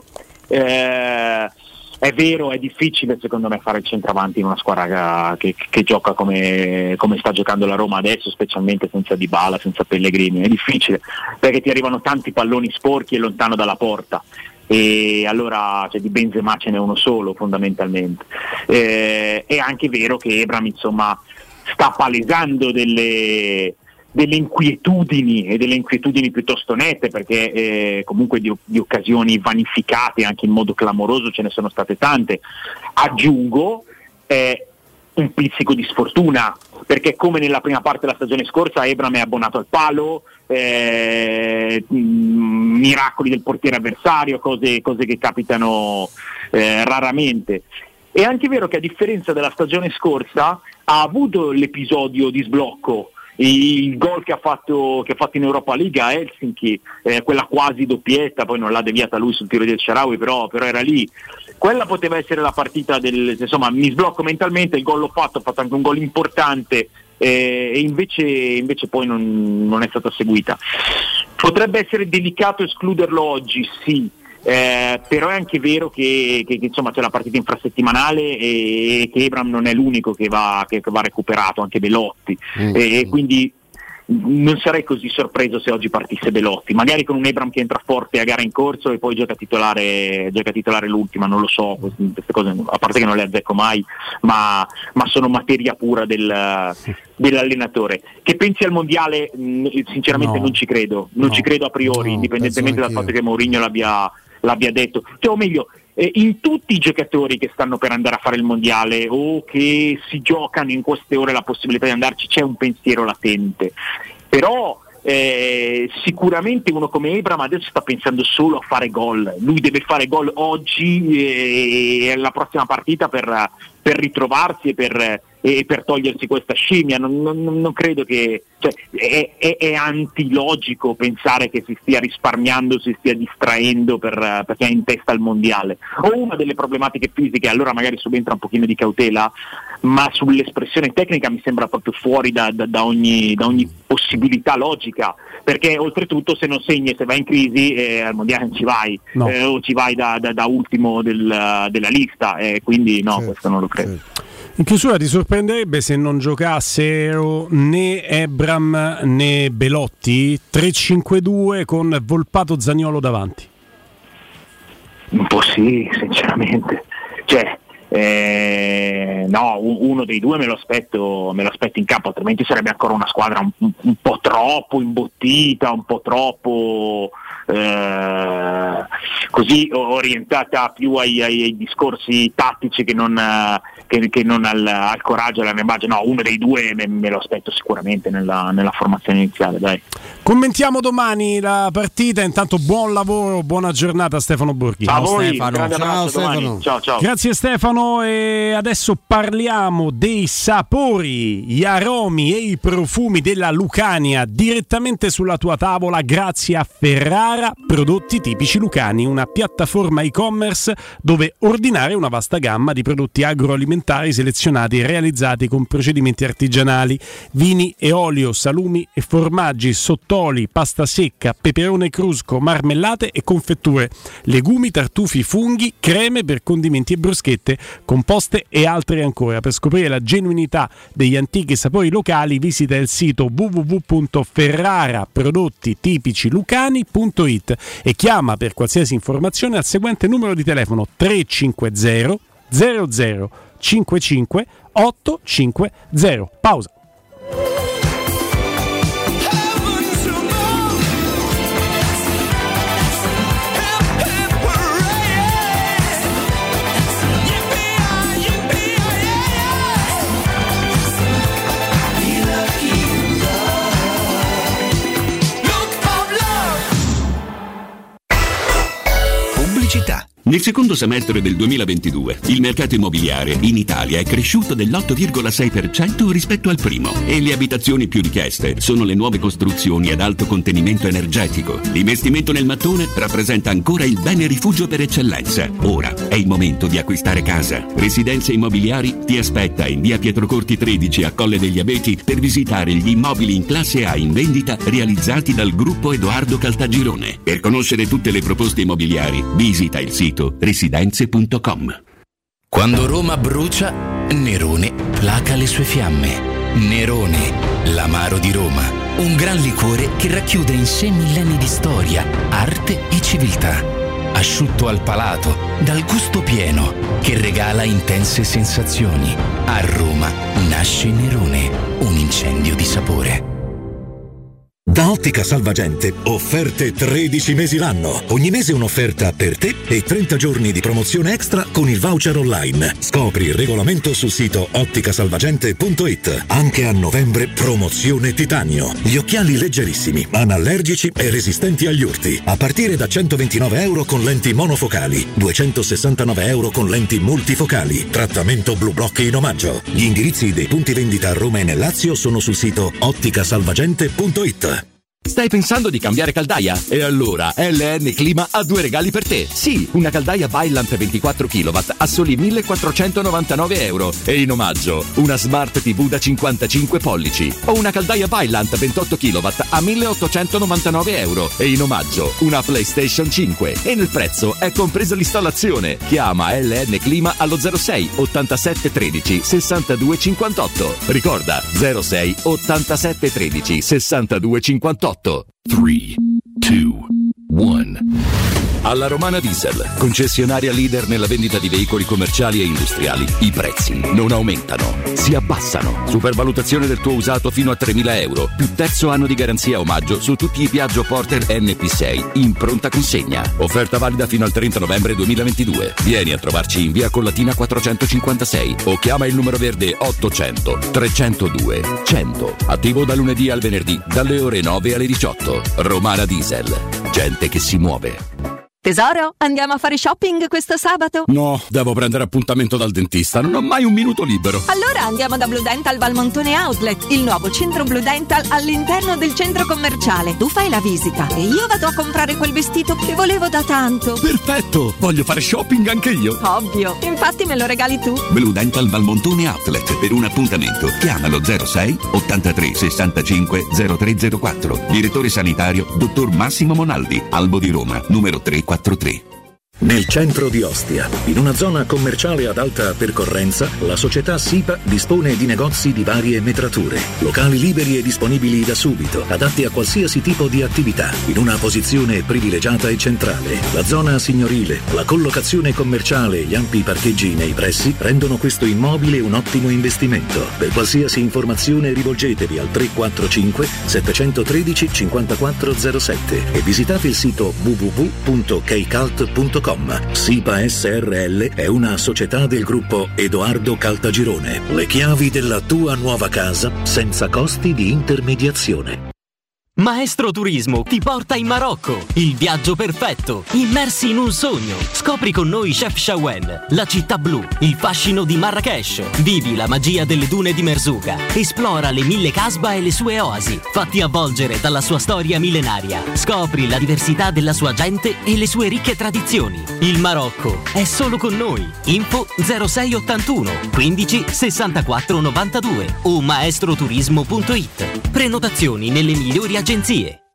è vero, è difficile secondo me fare il centravanti in una squadra che gioca come sta giocando la Roma adesso, specialmente senza Dybala, senza Pellegrini. È difficile perché ti arrivano tanti palloni sporchi e lontano dalla porta, e allora di Benzema ce n'è uno solo fondamentalmente. È anche vero che Ebram insomma sta palesando delle inquietudini e delle inquietudini piuttosto nette, perché comunque di occasioni vanificate anche in modo clamoroso ce ne sono state tante. Aggiungo un pizzico di sfortuna, perché come nella prima parte della stagione scorsa Ebram è abbonato al palo, miracoli del portiere avversario, cose che capitano raramente. È anche vero che a differenza della stagione scorsa ha avuto l'episodio di sblocco, il gol che ha fatto in Europa League a Helsinki, quella quasi doppietta, poi non l'ha deviata lui sul tiro del Shaarawy, però era lì. Quella poteva essere la partita insomma, mi sblocco mentalmente, il gol l'ho fatto anche un gol importante, e invece poi non è stata seguita. Potrebbe essere delicato escluderlo oggi, sì. Però è anche vero che insomma c'è la partita infrasettimanale e che Ebram non è l'unico che va recuperato, anche Belotti, e quindi non sarei così sorpreso se oggi partisse Belotti, magari con un Ebram che entra forte a gara in corso e poi gioca a titolare l'ultima, non lo so, queste cose, a parte che non le azzecco mai, ma sono materia pura dell'allenatore. Che pensi al mondiale? Sinceramente non ci credo a priori, indipendentemente dal fatto che Mourinho l'abbia detto, o meglio, in tutti i giocatori che stanno per andare a fare il mondiale o che si giocano in queste ore la possibilità di andarci c'è un pensiero latente, però sicuramente uno come Ebram adesso sta pensando solo a fare gol, lui deve fare gol oggi e la prossima partita per ritrovarsi e per togliersi questa scimmia. Non credo che, è antilogico pensare che si stia risparmiando, si stia distraendo perché ha in testa il mondiale, o una delle problematiche fisiche, allora magari subentra un pochino di cautela, ma sull'espressione tecnica mi sembra proprio fuori da ogni possibilità logica, perché oltretutto se non segni e se vai in crisi al mondiale non ci vai, o ci vai da ultimo della lista, quindi questo non lo credo. In chiusura, ti sorprenderebbe se non giocassero né Ebram né Belotti? 3-5-2 con Volpato, Zaniolo davanti. Un po' sì, sinceramente. Uno dei due me lo aspetto in campo, altrimenti sarebbe ancora una squadra un po' troppo imbottita, un po' troppo così orientata più ai discorsi tattici che non al coraggio e all'arrembaggio. Uno dei due me lo aspetto sicuramente nella formazione iniziale, dai. Commentiamo domani la partita, intanto buon lavoro, buona giornata Stefano Borghi. Ciao Stefano. Ciao Stefano. Ciao. Grazie Stefano, e adesso parliamo dei sapori, gli aromi e i profumi della Lucania direttamente sulla tua tavola grazie a Ferrara Prodotti Tipici Lucani, una piattaforma e-commerce dove ordinare una vasta gamma di prodotti agroalimentari selezionati e realizzati con procedimenti artigianali, vini e olio, salumi e formaggi, sottoli, pasta secca, peperone crusco, marmellate e confetture, legumi, tartufi, funghi, creme per condimenti e bruschette, composte e altre ancora. Per scoprire la genuinità degli antichi sapori locali visita il sito www.ferraraprodottitipicilucani.it e chiama per qualsiasi informazione al seguente numero di telefono 350 0055 850. Pausa. Pubblicità. Nel secondo semestre del 2022 il mercato immobiliare in Italia è cresciuto dell'8,6% rispetto al primo e le abitazioni più richieste sono le nuove costruzioni ad alto contenimento energetico. L'investimento nel mattone rappresenta ancora il bene rifugio per eccellenza. Ora è il momento di acquistare casa. Residenze Immobiliari ti aspetta in via Pietrocorti 13 a Colle degli Abeti per visitare gli immobili in classe A in vendita realizzati dal gruppo Edoardo Caltagirone. Per conoscere tutte le proposte immobiliari visita il sito residenze.com. Quando Roma brucia, Nerone placa le sue fiamme. Nerone, l'amaro di Roma, un gran liquore che racchiude in sé millenni di storia, arte e civiltà. Asciutto al palato, dal gusto pieno, che regala intense sensazioni. A Roma nasce Nerone, un incendio di sapore. Da Ottica Salvagente, offerte 13 mesi l'anno. Ogni mese un'offerta per te e 30 giorni di promozione extra con il voucher online. Scopri il regolamento sul sito otticasalvagente.it. Anche a novembre promozione titanio. Gli occhiali leggerissimi, anallergici e resistenti agli urti. A partire da €129 con lenti monofocali, €269 con lenti multifocali. Trattamento Blue Block in omaggio. Gli indirizzi dei punti vendita a Roma e nel Lazio sono sul sito otticasalvagente.it. Stai pensando di cambiare caldaia? E allora LN Clima ha due regali per te. Sì, una caldaia Vaillant 24 kW a soli €1.499 e in omaggio una Smart TV da 55 pollici o una caldaia Vaillant 28 kW a €1.899 e in omaggio una PlayStation 5 e nel prezzo è compresa l'installazione. Chiama LN Clima allo 06 87 13 62 58. Ricorda 06 87 13 62 58. 3, 2, 1. Alla Romana Diesel, concessionaria leader nella vendita di veicoli commerciali e industriali, i prezzi non aumentano, si abbassano. Supervalutazione del tuo usato fino a €3.000, più terzo anno di garanzia omaggio su tutti i Piaggio Porter NP6 in pronta consegna. Offerta valida fino al 30 novembre 2022. Vieni a trovarci in via Collatina 456 o chiama il numero verde 800 302 100. Attivo da lunedì al venerdì dalle ore 9 alle 18. Romana Diesel, gente che si muove. Tesoro, andiamo a fare shopping questo sabato? No, devo prendere appuntamento dal dentista, non ho mai un minuto libero. Allora andiamo da Blue Dental Valmontone Outlet, il nuovo centro Blue Dental all'interno del centro commerciale. Tu fai la visita e io vado a comprare quel vestito che volevo da tanto. Perfetto, voglio fare shopping anche io. Ovvio, infatti me lo regali tu. Blue Dental Valmontone Outlet. Per un appuntamento chiamalo 06 83 65 0304. Direttore sanitario dottor Massimo Monaldi, Albo di Roma, numero 343. Nel centro di Ostia, in una zona commerciale ad alta percorrenza, la società SIPA dispone di negozi di varie metrature, locali liberi e disponibili da subito, adatti a qualsiasi tipo di attività, in una posizione privilegiata e centrale. La zona signorile, la collocazione commerciale e gli ampi parcheggi nei pressi rendono questo immobile un ottimo investimento. Per qualsiasi informazione rivolgetevi al 345 713 5407 e visitate il sito www.kcalt.com. SIPA SRL è una società del gruppo Edoardo Caltagirone. Le chiavi della tua nuova casa senza costi di intermediazione. Maestro Turismo ti porta in Marocco, il viaggio perfetto, immersi in un sogno. Scopri con noi Chef Shawen, la città blu, il fascino di Marrakech. Vivi la magia delle dune di Merzouga. Esplora le 1000 casba e le sue oasi. Fatti avvolgere dalla sua storia millenaria. Scopri la diversità della sua gente e le sue ricche tradizioni. Il Marocco è solo con noi. Info 0681 15 64 92 o maestroturismo.it. Prenotazioni nelle migliori agenzie.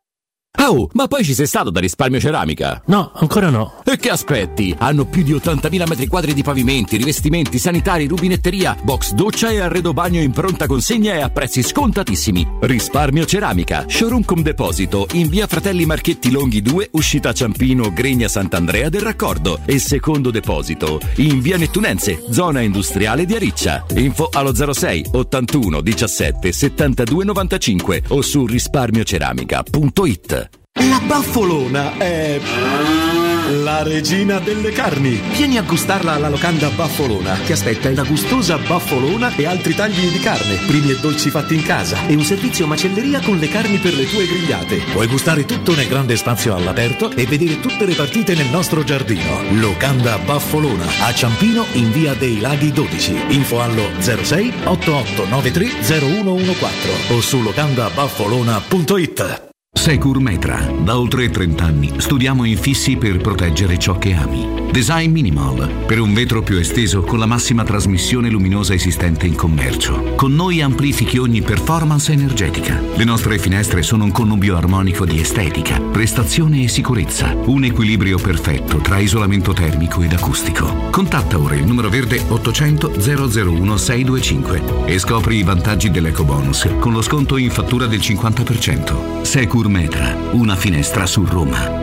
Oh, ma poi ci sei stato da Risparmio Ceramica? No, ancora no. E che aspetti? Hanno più di 80.000 metri quadri di pavimenti, rivestimenti, sanitari, rubinetteria, box doccia e arredo bagno in pronta consegna e a prezzi scontatissimi. Risparmio Ceramica, showroom con deposito in via Fratelli Marchetti Longhi 2, uscita Ciampino, Gregna Sant'Andrea del Raccordo, e secondo deposito in via Nettunense, zona industriale di Ariccia. Info allo 06 81 17 72 95 o su risparmioceramica.it. La Baffolona è la regina delle carni. Vieni a gustarla alla locanda Baffolona. Ti aspetta una gustosa baffolona e altri tagli di carne, primi e dolci fatti in casa e un servizio macelleria con le carni per le tue grigliate. Puoi gustare tutto nel grande spazio all'aperto e vedere tutte le partite nel nostro giardino. Locanda Baffolona a Ciampino in via dei Laghi 12. Info allo 06 8893 0114 o su locandabaffolona.it. Securmetra. Da oltre 30 anni studiamo infissi per proteggere ciò che ami. Design minimal, per un vetro più esteso con la massima trasmissione luminosa esistente in commercio. Con noi amplifichi ogni performance energetica. Le nostre finestre sono un connubio armonico di estetica, prestazione e sicurezza. Un equilibrio perfetto tra isolamento termico ed acustico. Contatta ora il numero verde 800 001 625 e scopri i vantaggi dell'ecobonus con lo sconto in fattura del 50%. Securmetra, una finestra su Roma.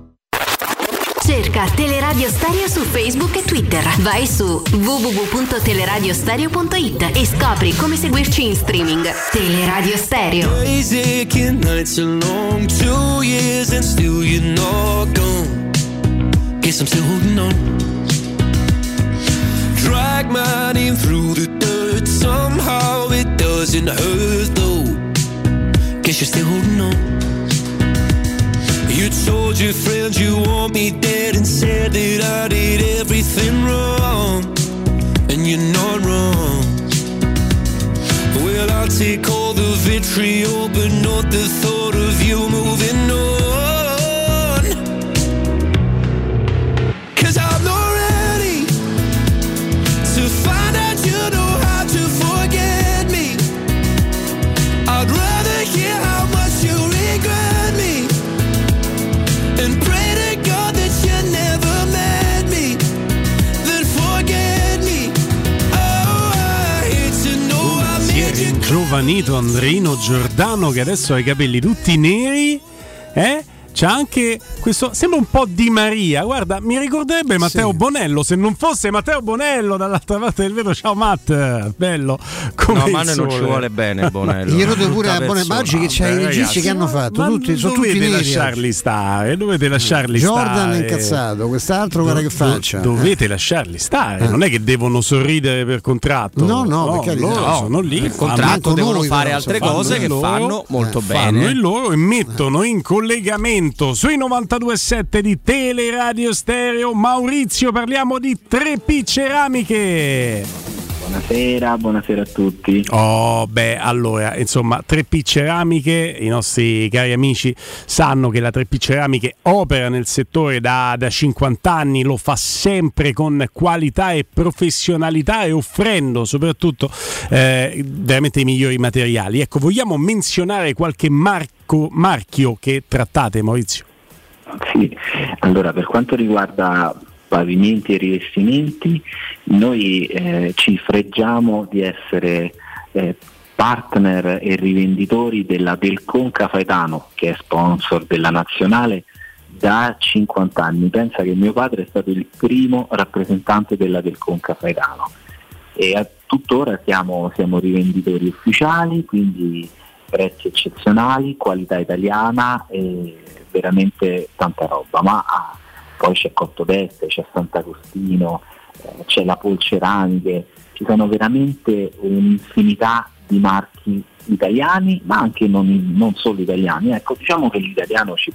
Cerca Teleradio Stereo su Facebook e Twitter. Vai su www.teleradiostereo.it e scopri come seguirci in streaming. Teleradio Stereo. Nights are long, 2 years and still you're not gone. Guess I'm still holding on. Drag my name through the dirt. Somehow it doesn't hurt though. Guess you're still holding on. You told your friends you want me dead and said that I did everything wrong. And you're not wrong. Well, I'll take all the vitriol, but not the thought of you moving on. 'Cause I'm not ready to find out you know how to forget me. I'd rather hear how much you regret me and pray to God that you never met me, then forget me. Oh, I hate to know I made you. Giovanito Andrino Giordano, che adesso ha i capelli tutti neri, c'ha anche questo, sembra un po' Di Maria, guarda, mi ricorderebbe Matteo Bonello, se non fosse Matteo Bonello dall'altra parte del vetro. Ciao Matt, bello come no, il ma non ci vuole bene Bonello. Glielo devo pure a Bonello, oggi che c'hai i registi che hanno fatto, tutti sono tutti neri. Lasciarli stare, dovete lasciarli Jordan stare. È incazzato, quest'altro guarda che faccia. Dovete lasciarli stare, non è che devono sorridere per contratto. No, perché loro sono lì, per contratto devono fare altre cose che fanno molto bene. Fanno il loro e mettono in collegamento sui 92.7 di Teleradio Stereo. Maurizio, parliamo di 3P Ceramiche. Buonasera a tutti. Allora, insomma, 3P Ceramiche, i nostri cari amici sanno che la 3P Ceramiche opera nel settore da 50 anni, lo fa sempre con qualità e professionalità e offrendo soprattutto veramente i migliori materiali. Ecco, vogliamo menzionare qualche marchio che trattate, Maurizio? Sì, allora per quanto riguarda pavimenti e rivestimenti, noi ci freggiamo di essere partner e rivenditori della Del Conca Faetano, che è sponsor della nazionale da 50 anni. Pensa che mio padre è stato il primo rappresentante della Del Conca Faetano e a tuttora siamo rivenditori ufficiali, quindi prezzi eccezionali, qualità italiana e veramente tanta roba, ma poi c'è Cottodeste, c'è Sant'Agostino, c'è la Pol Ceramiche, ci sono veramente un'infinità di marchi italiani, ma anche non solo italiani. Ecco, diciamo che l'italiano ci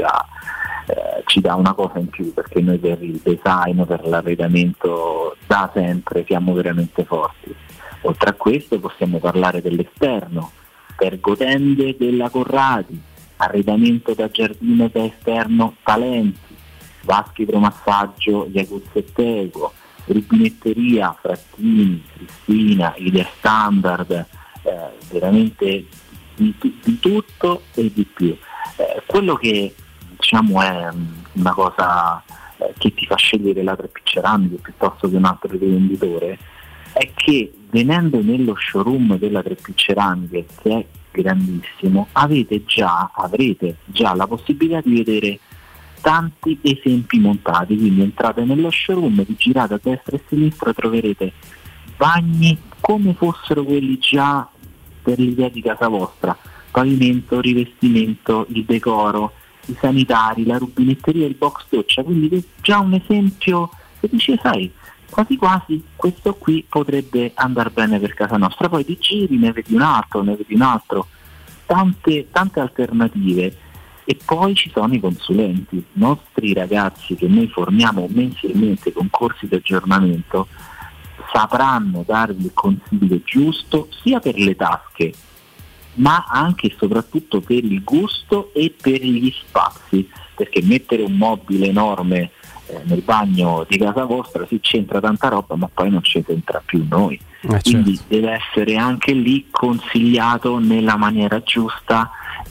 dà una cosa in più, perché noi per il design, per l'arredamento da sempre siamo veramente forti. Oltre a questo possiamo parlare dell'esterno, pergotende della Corradi, arredamento da giardino da esterno Talenti, vasche idromassaggio Iacuzzi e Teco, rubinetteria Frattini, Cristina, Idea Standard, veramente di tutto e di più. Quello che diciamo è una cosa che ti fa scegliere la 3P Ceramiche piuttosto che un altro rivenditore è che venendo nello showroom della 3P Ceramiche, che è grandissimo, avrete già la possibilità di vedere tanti esempi montati, quindi entrate nello showroom, vi girate a destra e a sinistra, troverete bagni come fossero quelli già per l'idea di casa vostra, pavimento, rivestimento, il decoro, i sanitari, la rubinetteria, il box doccia, quindi già un esempio che dice, sai, quasi quasi questo qui potrebbe andare bene per casa nostra, poi ti giri, ne vedi un altro, tante alternative. E poi ci sono i consulenti, i nostri ragazzi che noi formiamo mensilmente con corsi di aggiornamento sapranno darvi il consiglio giusto sia per le tasche ma anche e soprattutto per il gusto e per gli spazi, perché mettere un mobile enorme nel bagno di casa vostra si c'entra tanta roba ma poi non ci entra più noi, quindi certo, deve essere anche lì consigliato nella maniera giusta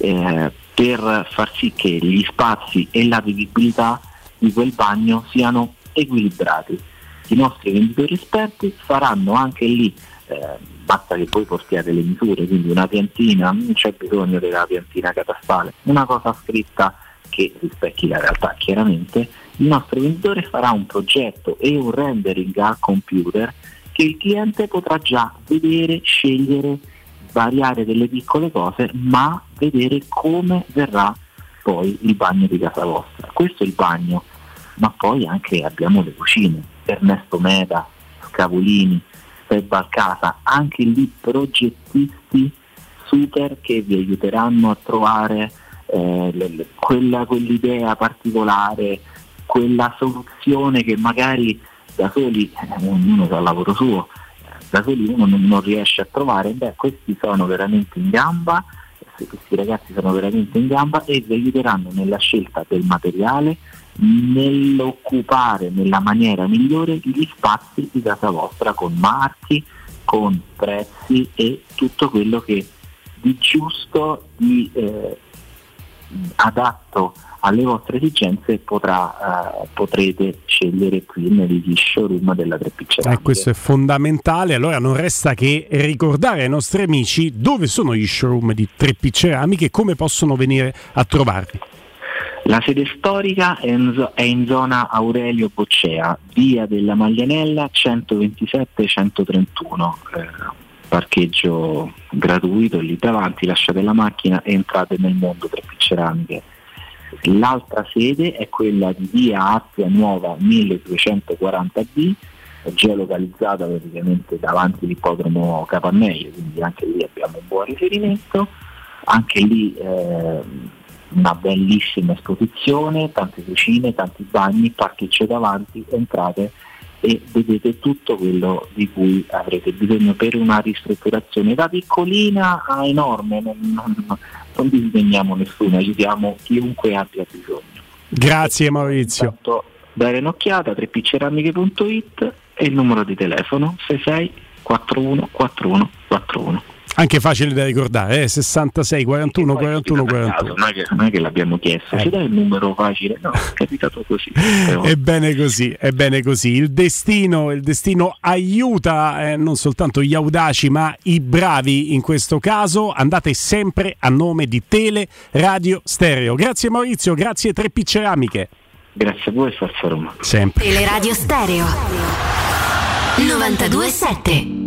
per far sì che gli spazi e la vivibilità di quel bagno siano equilibrati. I nostri venditori esperti faranno anche lì, basta che voi portiate le misure, quindi una piantina, non c'è bisogno della piantina catastale, una cosa scritta che rispecchi la realtà chiaramente. Il nostro venditore farà un progetto e un rendering al computer che il cliente potrà già vedere, scegliere, variare delle piccole cose, ma vedere come verrà poi il bagno di casa vostra. Questo è il bagno, ma poi anche abbiamo le cucine, Ernesto Meda, Scavolini, Febba Casa, anche lì progettisti super che vi aiuteranno a trovare quell'idea particolare, quella soluzione che magari da soli, ognuno fa il lavoro suo, da soli uno non riesce a trovare. Questi sono veramente in gamba, questi ragazzi sono veramente in gamba e vi aiuteranno nella scelta del materiale, nell'occupare nella maniera migliore gli spazi di casa vostra con marchi, con prezzi e tutto quello che di giusto, di adatto alle vostre esigenze potrete scegliere qui negli showroom della 3P Ceramiche. Questo è fondamentale, allora non resta che ricordare ai nostri amici dove sono gli showroom di 3P Ceramiche e come possono venire a trovarvi. La sede storica è in zona Aurelio Boccea, via della Maglianella 127-131, parcheggio gratuito lì davanti, lasciate la macchina e entrate nel mondo 3P Ceramiche. L'altra sede è quella di via Appia Nuova 1240B, geolocalizzata praticamente davanti all'ippodromo Capannelli, quindi anche lì abbiamo un buon riferimento, anche lì una bellissima esposizione, tante cucine, tanti bagni, parcheggio davanti, entrate e vedete tutto quello di cui avrete bisogno per una ristrutturazione da piccolina a enorme. Non disegniamo nessuno, aiutiamo chiunque abbia bisogno. Grazie Maurizio. Intanto, dare un'occhiata a 3pceramiche.it e il numero di telefono 66 41 41 41. Anche facile da ricordare, 66 41 41 41. Non è che l'abbiamo chiesto, ci dai il numero facile? No, è capitato così. È bene così, è bene così. Il destino aiuta non soltanto gli audaci, ma i bravi in questo caso. Andate sempre a nome di Tele Radio Stereo. Grazie Maurizio, grazie 3P Ceramiche. Grazie a voi, Forza Roma. Sempre. Tele Radio Stereo 92.7.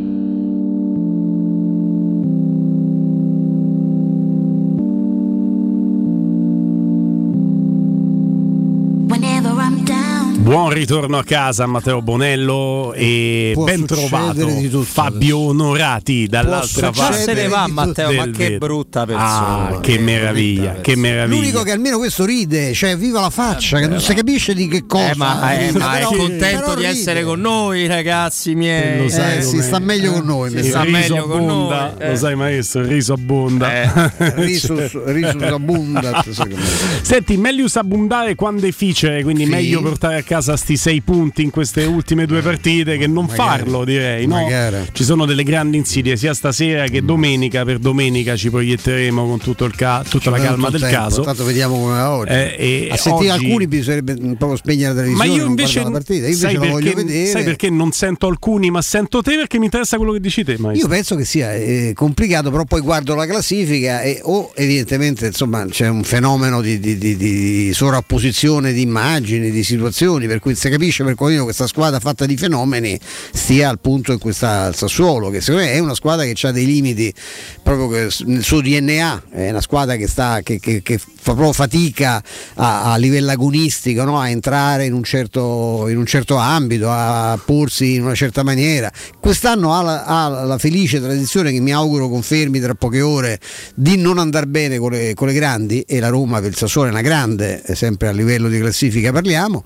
Buon ritorno a casa Matteo Bonello e ben trovato Fabio Onorati dall'altra parte. Se ne va Matteo, ma che brutta persona. Che meraviglia, che meraviglia. L'unico che almeno questo ride, cioè viva la faccia, che non si capisce di che cosa. Ma è contento di essere con noi, ragazzi miei. Lo sai, si sta meglio con noi. Il riso abbonda, lo sai maestro, il riso abbonda. Risus abbonda. Senti, meglio abbondare quando è difficile, quindi meglio portare a casa casa sti 6 punti in queste ultime 2 partite che non farlo, direi, no? Ci sono delle grandi insidie sia stasera che domenica. Per domenica ci proietteremo con tutta la calma del caso. Tanto vediamo come va oggi. A sentire oggi... alcuni bisognerebbe un po' spegnere la televisione. Ma io invece la partita. Io invece la voglio vedere. Sai perché non sento alcuni ma sento te? Perché mi interessa quello che dici te, maestro. Io penso che sia complicato, però poi guardo la classifica e evidentemente insomma c'è un fenomeno di sovrapposizione di immagini, di situazioni, per cui si capisce per qualcuno questa squadra fatta di fenomeni stia al punto in cui sta il Sassuolo, che secondo me è una squadra che ha dei limiti proprio nel suo DNA, è una squadra che fa proprio fatica a livello agonistico, no? A entrare in un certo ambito, a porsi in una certa maniera. Quest'anno ha la felice tradizione, che mi auguro confermi tra poche ore, di non andare bene con le grandi, e la Roma per il Sassuolo è una grande, sempre a livello di classifica parliamo,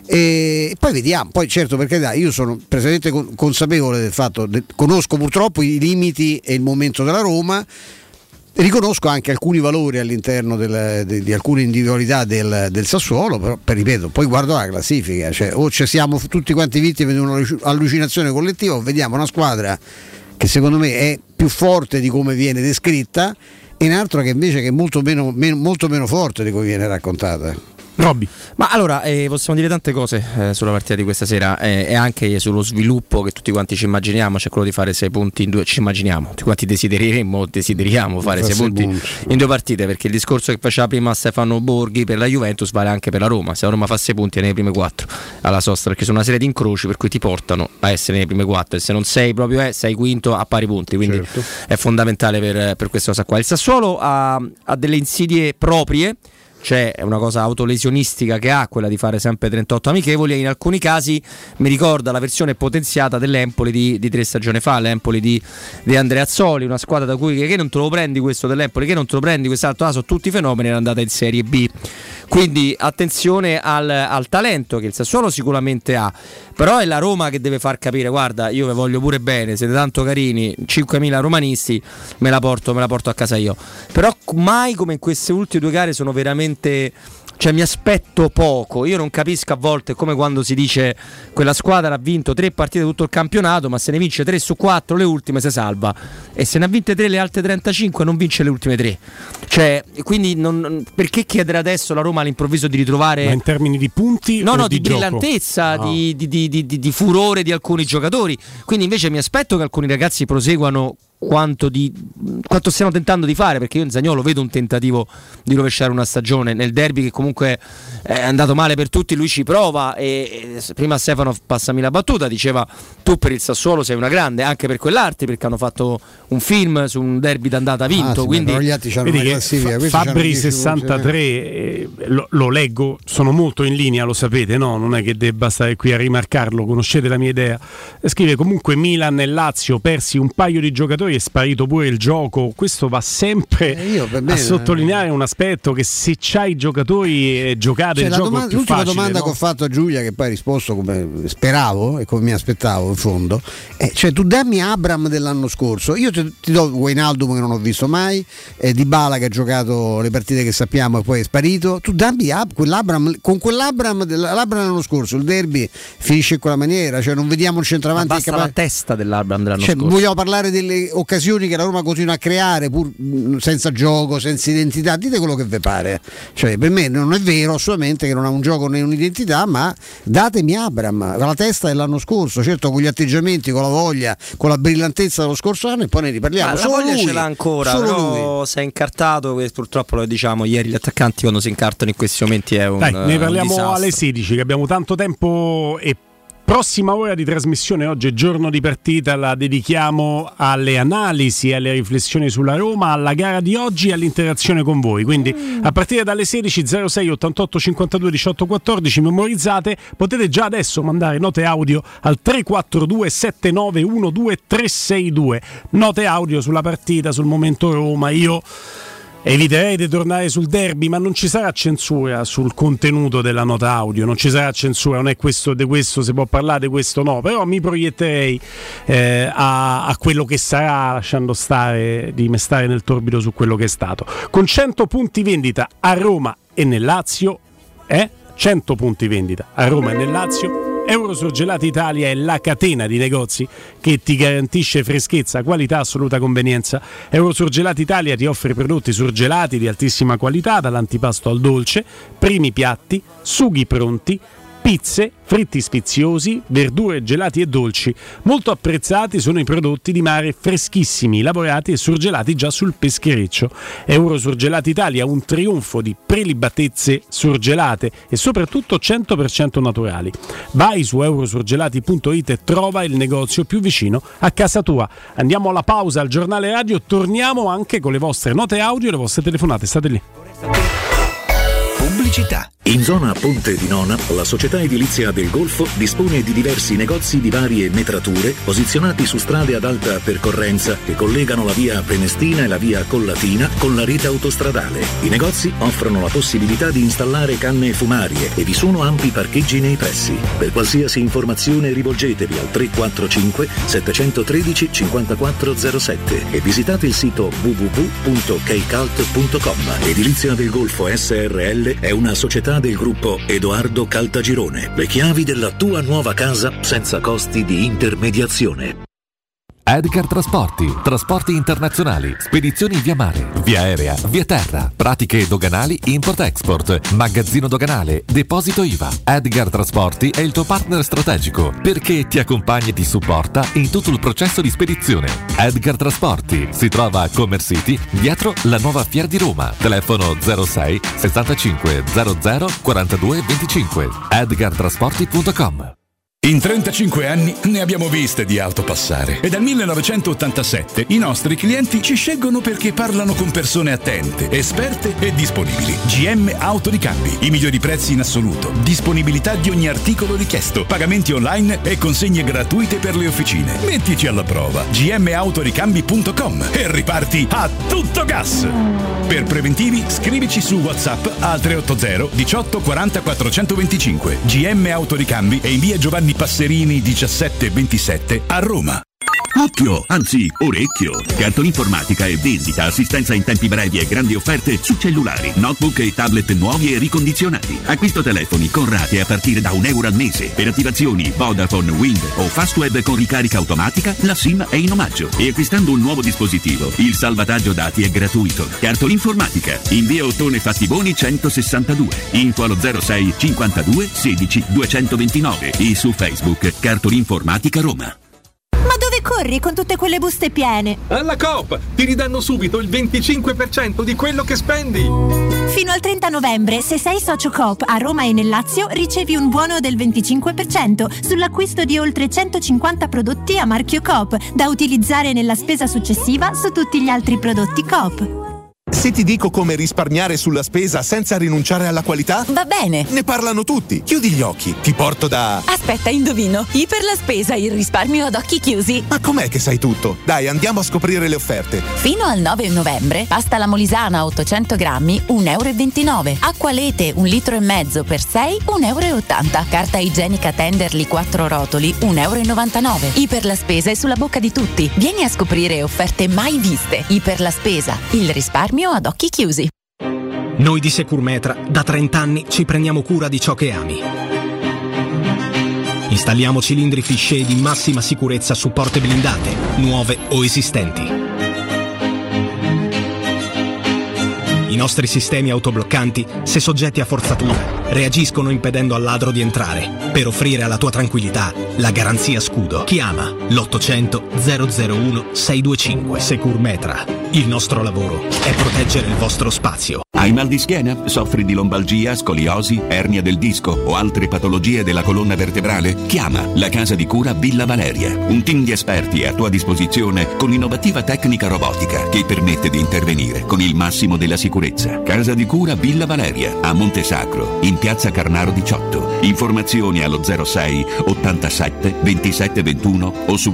e poi vediamo. Poi certo, perché io sono precisamente consapevole del fatto, conosco purtroppo i limiti e il momento della Roma, riconosco anche alcuni valori all'interno di alcune individualità del Sassuolo, però ripeto, poi guardo la classifica, cioè o ci siamo tutti quanti vittime di un'allucinazione collettiva, o vediamo una squadra che secondo me è più forte di come viene descritta e un'altra che invece è molto meno forte di come viene raccontata. Robby. Ma allora possiamo dire tante cose sulla partita di questa sera e anche sullo sviluppo che tutti quanti ci immaginiamo, cioè quello di fare 6 punti in 2, ci immaginiamo, tutti quanti desideriamo fare 6 punti in 2 partite, perché il discorso che faceva prima Stefano Borghi per la Juventus vale anche per la Roma. Se la Roma fa 6 punti è nelle prime 4 alla sosta, perché sono una serie di incroci per cui ti portano a essere nelle prime 4, e se non sei proprio sei quinto a pari punti, quindi certo, è fondamentale per questa cosa qua. Il Sassuolo ha delle insidie proprie, c'è una cosa autolesionistica che ha, quella di fare sempre 38 amichevoli, e in alcuni casi mi ricorda la versione potenziata dell'Empoli di 3 stagioni fa, l'Empoli di Andreazzoli, una squadra da cui che non te lo prendi questo dell'Empoli, che non te lo prendi quest'altro, sono tutti fenomeni, era andata in Serie B. Quindi attenzione al talento che il Sassuolo sicuramente ha, però è la Roma che deve far capire: guarda, io vi voglio pure bene, siete tanto carini, 5.000 romanisti, me la porto a casa io. Però mai come in queste ultime 2 gare sono veramente, cioè mi aspetto poco. Io non capisco a volte, come quando si dice quella squadra ha vinto 3 partite tutto il campionato, ma se ne vince 3 su 4 le ultime si salva, e se ne ha vinte 3 le altre 35 non vince le ultime 3. Cioè, quindi perché chiedere adesso la Roma all'improvviso di ritrovare, ma in termini di punti no, di brillantezza, no, di furore di alcuni giocatori. Quindi invece mi aspetto che alcuni ragazzi proseguano quanto stiamo tentando di fare, perché io in Zaniolo vedo un tentativo di rovesciare una stagione nel derby che comunque è andato male per tutti, lui ci prova, e prima Stefano, passami la battuta, diceva tu per il Sassuolo sei una grande, anche per quell'arte, perché hanno fatto un film su un derby d'andata vinto, sì, quindi gli altri c'hanno una classifica, Fabri 63 lo leggo, sono molto in linea, lo sapete, no? Non è che debba stare qui a rimarcarlo, conoscete la mia idea. Scrive comunque Milan e Lazio persi un paio di giocatori, è sparito pure il gioco. Questo va sempre a sottolineare un aspetto, che se c'hai i giocatori giocate, il gioco è più l'ultima facile, domanda, no? Che ho fatto a Giulia, che poi ha risposto come speravo e come mi aspettavo in fondo, cioè tu dammi Abram dell'anno scorso, io ti do Wijnaldum che non ho visto mai, Dybala che ha giocato le partite che sappiamo e poi è sparito, tu dammi quell'Abram, con quell'Abram dell'anno scorso il derby finisce in quella maniera, cioè non vediamo il centravanti, ma basta la testa dell'Abram dell'anno scorso. Vogliamo parlare delle occasioni che la Roma continua a creare pur senza gioco, senza identità, dite quello che vi pare, cioè per me non è vero assolutamente che non ha un gioco né un'identità, ma datemi Abram con la testa dell'anno scorso, certo con gli atteggiamenti, con la voglia, con la brillantezza dello scorso anno, e poi ne riparliamo. La voglia ce l'ha ancora, però si è incartato, purtroppo lo diciamo ieri, gli attaccanti quando si incartano in questi momenti è un ne parliamo alle 16, che abbiamo tanto tempo, e prossima ora di trasmissione, oggi è giorno di partita, la dedichiamo alle analisi, alle riflessioni sulla Roma, alla gara di oggi e all'interazione con voi. Quindi a partire dalle 16 06 88 52 18 14 memorizzate, potete già adesso mandare note audio al 342 7912 362, note audio sulla partita, sul momento Roma. Io eviterei di tornare sul derby, ma non ci sarà censura sul contenuto della nota audio, non ci sarà censura, non è questo, di questo si può parlare, di questo no, però mi proietterei a quello che sarà, lasciando stare di me stare nel torbido su quello che è stato. Con 100 punti vendita a Roma e nel Lazio, 100 punti vendita a Roma e nel Lazio. Eurosurgelati Italia è la catena di negozi che ti garantisce freschezza, qualità, assoluta convenienza. Eurosurgelati Italia ti offre prodotti surgelati di altissima qualità, dall'antipasto al dolce, primi piatti, sughi pronti, pizze, fritti sfiziosi, verdure, gelati e dolci. Molto apprezzati sono i prodotti di mare freschissimi, lavorati e surgelati già sul peschereccio. Eurosurgelati Italia, un trionfo di prelibatezze surgelate e soprattutto 100% naturali. Vai su eurosurgelati.it e trova il negozio più vicino a casa tua. Andiamo alla pausa al giornale radio, torniamo anche con le vostre note audio e le vostre telefonate. State lì. Pubblicità. In zona Ponte di Nona, la società edilizia del Golfo dispone di diversi negozi di varie metrature posizionati su strade ad alta percorrenza che collegano la via Prenestina e la via Collatina con la rete autostradale. I negozi offrono la possibilità di installare canne fumarie e vi sono ampi parcheggi nei pressi. Per qualsiasi informazione rivolgetevi al 345 713 5407 e visitate il sito www.keicalt.com. Edilizia del Golfo SRL è una società del gruppo Edoardo Caltagirone. Le chiavi della tua nuova casa senza costi di intermediazione. Edgar trasporti internazionali, spedizioni via mare, via aerea, via terra, pratiche doganali import-export, magazzino doganale, deposito IVA. Edgar Trasporti è il tuo partner strategico perché ti accompagna e ti supporta in tutto il processo di spedizione. Edgar Trasporti si trova a Commerce City, dietro la nuova Fiera di Roma. Telefono 06 65 00 42 25. edgartrasporti.com. In 35 anni ne abbiamo viste di auto passare e dal 1987 i nostri clienti ci scelgono perché parlano con persone attente, esperte e disponibili. GM Autoricambi, i migliori prezzi in assoluto, disponibilità di ogni articolo richiesto, pagamenti online e consegne gratuite per le officine. Mettici alla prova. gmautoricambi.com e riparti a tutto gas. Per preventivi scrivici su WhatsApp al 380 18 40 425. GM Autoricambi e in via Giovanni Passerini 1727 a Roma. Occhio, anzi orecchio. Cartolinformatica e vendita, assistenza in tempi brevi e grandi offerte su cellulari, notebook e tablet nuovi e ricondizionati. Acquisto telefoni con rate a partire da €1 al mese. Per attivazioni Vodafone, Wind o Fastweb con ricarica automatica, la SIM è in omaggio. E acquistando un nuovo dispositivo, il salvataggio dati è gratuito. Cartolinformatica, in via Ottone Fattiboni 162. Info allo 06 52 16 229 e su Facebook Cartolinformatica Roma. Ma dove corri con tutte quelle buste piene? Alla Coop! Ti ridanno subito il 25% di quello che spendi! Fino al 30 novembre, se sei socio Coop a Roma e nel Lazio, ricevi un buono del 25% sull'acquisto di oltre 150 prodotti a marchio Coop, da utilizzare nella spesa successiva su tutti gli altri prodotti Coop. Se ti dico come risparmiare sulla spesa senza rinunciare alla qualità? Va bene. Ne parlano tutti. Chiudi gli occhi. Ti porto da... Aspetta, indovino. Iper la spesa, il risparmio ad occhi chiusi. Ma com'è che sai tutto? Dai, andiamo a scoprire le offerte. Fino al 9 novembre, pasta alla Molisana 800 grammi, €1,29. Acqua Lete 1,5 litri per 6, €1,80. Carta igienica Tenderly 4 rotoli, €1,99. Iper la spesa è sulla bocca di tutti. Vieni a scoprire offerte mai viste. Iper la spesa, il risparmio ad occhi chiusi. Noi di Securmetra da 30 anni ci prendiamo cura di ciò che ami. Installiamo cilindri Fichet di massima sicurezza su porte blindate, nuove o esistenti. I nostri sistemi autobloccanti, se soggetti a forzatura, reagiscono impedendo al ladro di entrare, per offrire alla tua tranquillità la garanzia scudo. Chiama l'800 001 625. Securmetra. Il nostro lavoro è proteggere il vostro spazio. Hai mal di schiena? Soffri di lombalgia, scoliosi, ernia del disco o altre patologie della colonna vertebrale? Chiama la Casa di Cura Villa Valeria. Un team di esperti è a tua disposizione con l'innovativa tecnica robotica che permette di intervenire con il massimo della sicurezza. Casa di Cura Villa Valeria a Montesacro, in piazza Carnaro 18. Informazioni allo 06 87 27 21 o su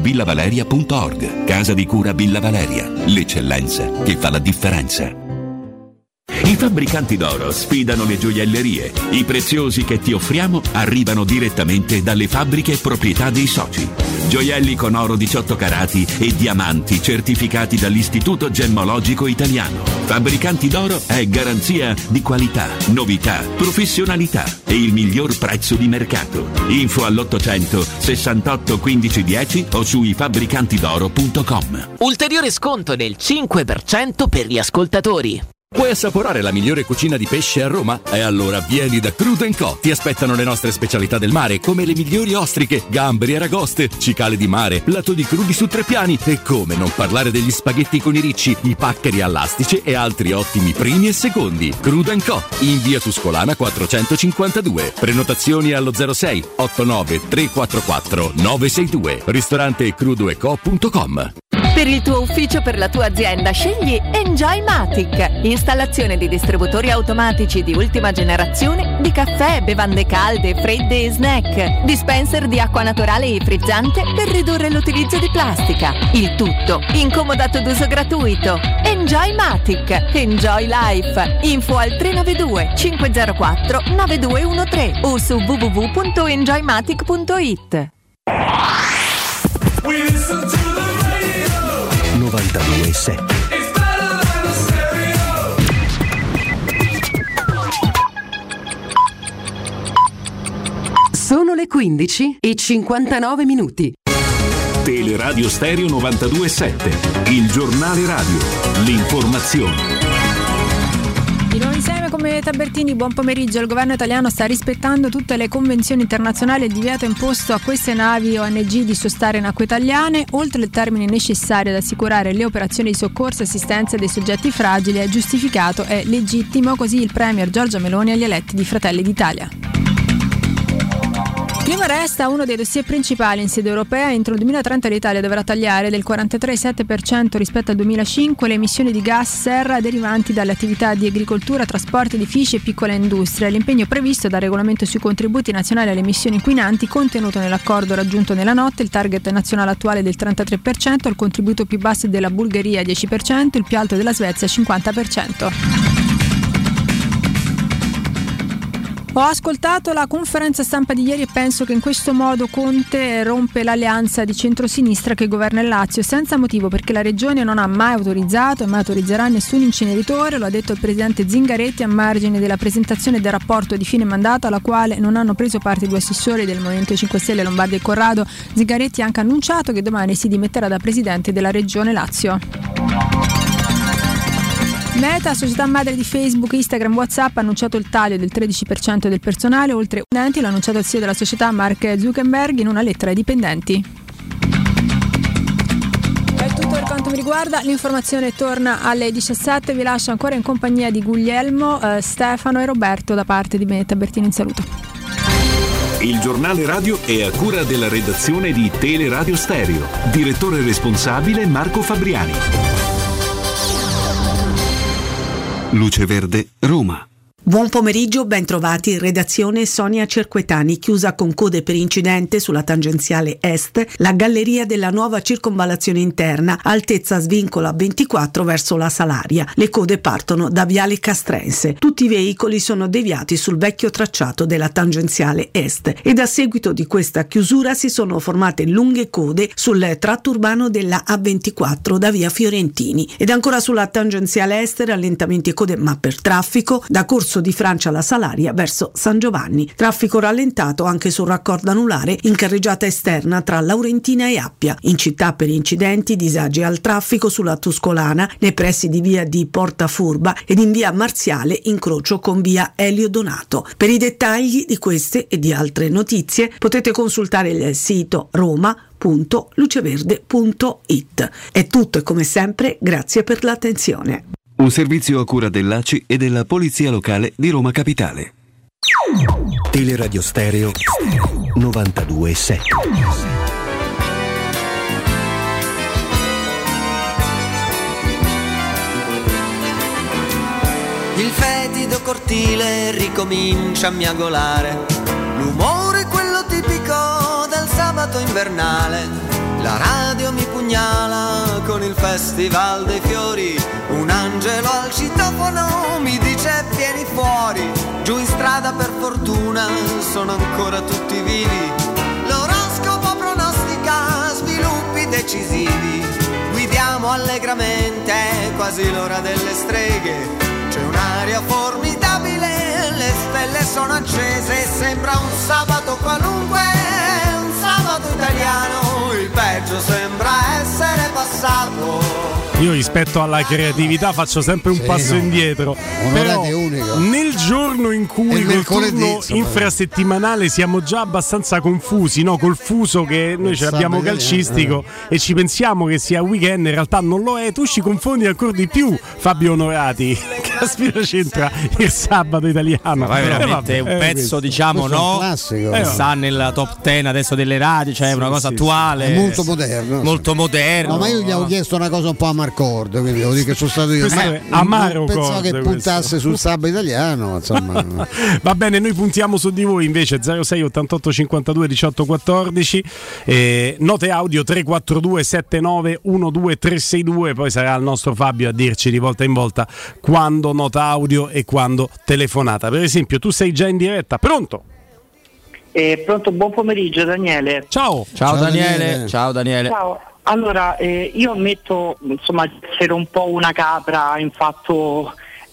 villavaleria.org. Casa di Cura Villa Valeria, l'eccellenza che fa la differenza. I fabbricanti d'oro sfidano le gioiellerie. I preziosi che ti offriamo arrivano direttamente dalle fabbriche proprietà dei soci. Gioielli con oro 18 carati e diamanti certificati dall'Istituto Gemmologico Italiano. Fabbricanti d'oro è garanzia di qualità, novità, professionalità e il miglior prezzo di mercato. Info all'800 68 15 10 o su ifabbricantidoro.com. Ulteriore sconto del 5% per gli ascoltatori. Vuoi assaporare la migliore cucina di pesce a Roma? E allora vieni da Crudo & Co. Ti aspettano le nostre specialità del mare, come le migliori ostriche, gamberi e aragoste, cicale di mare, plato di crudi su 3 piani e come non parlare degli spaghetti con i ricci, i paccheri all'astice e altri ottimi primi e secondi. Crudo & Co. in via Tuscolana 452. Prenotazioni allo 06 89 344 962. Ristorante crudoeco.com. Per il tuo ufficio, per la tua azienda, scegli Enjoymatic. Installazione di distributori automatici di ultima generazione di caffè, bevande calde, fredde e snack. Dispenser di acqua naturale e frizzante per ridurre l'utilizzo di plastica. Il tutto in comodato d'uso gratuito. Enjoymatic. Enjoy Life. Info al 392 504 9213 o su www.enjoymatic.it. 92.7. Sono le 15:59. Teleradio Stereo 92.7, il giornale radio, l'informazione. Di nuovo insieme come Tabertini, buon pomeriggio. Il governo italiano sta rispettando tutte le convenzioni internazionali e il divieto imposto a queste navi ONG di sostare in acque italiane, oltre il termine necessario ad assicurare le operazioni di soccorso e assistenza dei soggetti fragili, è giustificato e legittimo, così il premier Giorgia Meloni agli eletti di Fratelli d'Italia. Il clima resta uno dei dossier principali in sede europea. Entro il 2030 l'Italia dovrà tagliare del 43,7% rispetto al 2005 le emissioni di gas serra derivanti dalle attività di agricoltura, trasporti, edifici e piccola industria. L'impegno previsto dal regolamento sui contributi nazionali alle emissioni inquinanti, contenuto nell'accordo raggiunto nella notte, il target nazionale attuale del 33%, il contributo più basso della Bulgaria 10%, il più alto della Svezia 50%. Ho ascoltato la conferenza stampa di ieri e penso che in questo modo Conte rompe l'alleanza di centrosinistra che governa il Lazio senza motivo, perché la regione non ha mai autorizzato e mai autorizzerà nessun inceneritore. Lo ha detto il presidente Zingaretti a margine della presentazione del rapporto di fine mandato, alla quale non hanno preso parte 2 assessori del Movimento 5 Stelle Lombardi e Corrado. Zingaretti ha anche annunciato che domani si dimetterà da presidente della regione Lazio. Meta, società madre di Facebook, Instagram, WhatsApp, ha annunciato il taglio del 13% del personale, oltre dipendenti. L'ha annunciato il CEO della società Mark Zuckerberg in una lettera ai dipendenti. È tutto per quanto mi riguarda, l'informazione torna alle 17, vi lascio ancora in compagnia di Guglielmo, Stefano e Roberto da parte di me, Tabertini in saluto. Il giornale radio è a cura della redazione di Teleradio Stereo, direttore responsabile Marco Fabriani. Luce Verde, Roma. Buon pomeriggio, ben trovati in redazione. Sonia Cerquetani. Chiusa con code per incidente sulla tangenziale est la galleria della nuova circonvallazione interna, altezza svincolo A24 verso la Salaria. Le code partono da Viale Castrense. Tutti i veicoli sono deviati sul vecchio tracciato della tangenziale est ed a seguito di questa chiusura si sono formate lunghe code sul tratto urbano della A24 da via Fiorentini. Ed ancora sulla tangenziale est rallentamenti e code ma per traffico da Corso di Francia alla Salaria verso San Giovanni. Traffico rallentato anche sul raccordo anulare in carreggiata esterna tra Laurentina e Appia. In città per incidenti, disagi al traffico sulla Tuscolana nei pressi di via di Porta Furba ed in via Marziale, incrocio con via Elio Donato. Per i dettagli di queste e di altre notizie potete consultare il sito roma.luceverde.it. È tutto e come sempre grazie per l'attenzione. Un servizio a cura dell'ACI e della Polizia Locale di Roma Capitale. Teleradio Stereo 92.7. Il fetido cortile ricomincia a miagolare, l'umore quello tipico del sabato invernale. La radio mi pugnala con il festival dei fiori, un angelo al citofono mi dice vieni fuori. Giù in strada per fortuna sono ancora tutti vivi, l'oroscopo pronostica sviluppi decisivi. Guidiamo allegramente, quasi l'ora delle streghe, c'è un'aria formidabile, le stelle sono accese, sembra un sabato qualunque, un sabato italiano, il peggio sembra essere passato. Io rispetto alla creatività faccio sempre un passo indietro. Però nel giorno in cui col turno infrasettimanale siamo già abbastanza confusi, no? Col fuso che noi ce l'abbiamo calcistico e ci pensiamo che sia weekend, in realtà non lo è. Tu ci confondi ancora di più, Fabio Onorati. Caspita c'entra il sabato italiano. Ma veramente è un pezzo, diciamo, no? Sta nella top 10 adesso delle radio, cioè è una cosa attuale. È molto moderno. Molto moderno. No, ma io gli avevo chiesto una cosa un po' a Marcord, quindi devo dire che sono stato io. Amaro pensavo che puntasse sul sabato italiano, insomma. Va bene, noi puntiamo su di voi invece 06 88 52 18 14, note audio 342 79 12 362, poi sarà il nostro Fabio a dirci di volta in volta quando nota audio e quando telefonata. Per esempio, tu sei già in diretta, pronto? Pronto, buon pomeriggio Daniele. Ciao Daniele. Ciao Daniele. Ciao. Allora, io ammetto insomma di essere un po' una capra in fatto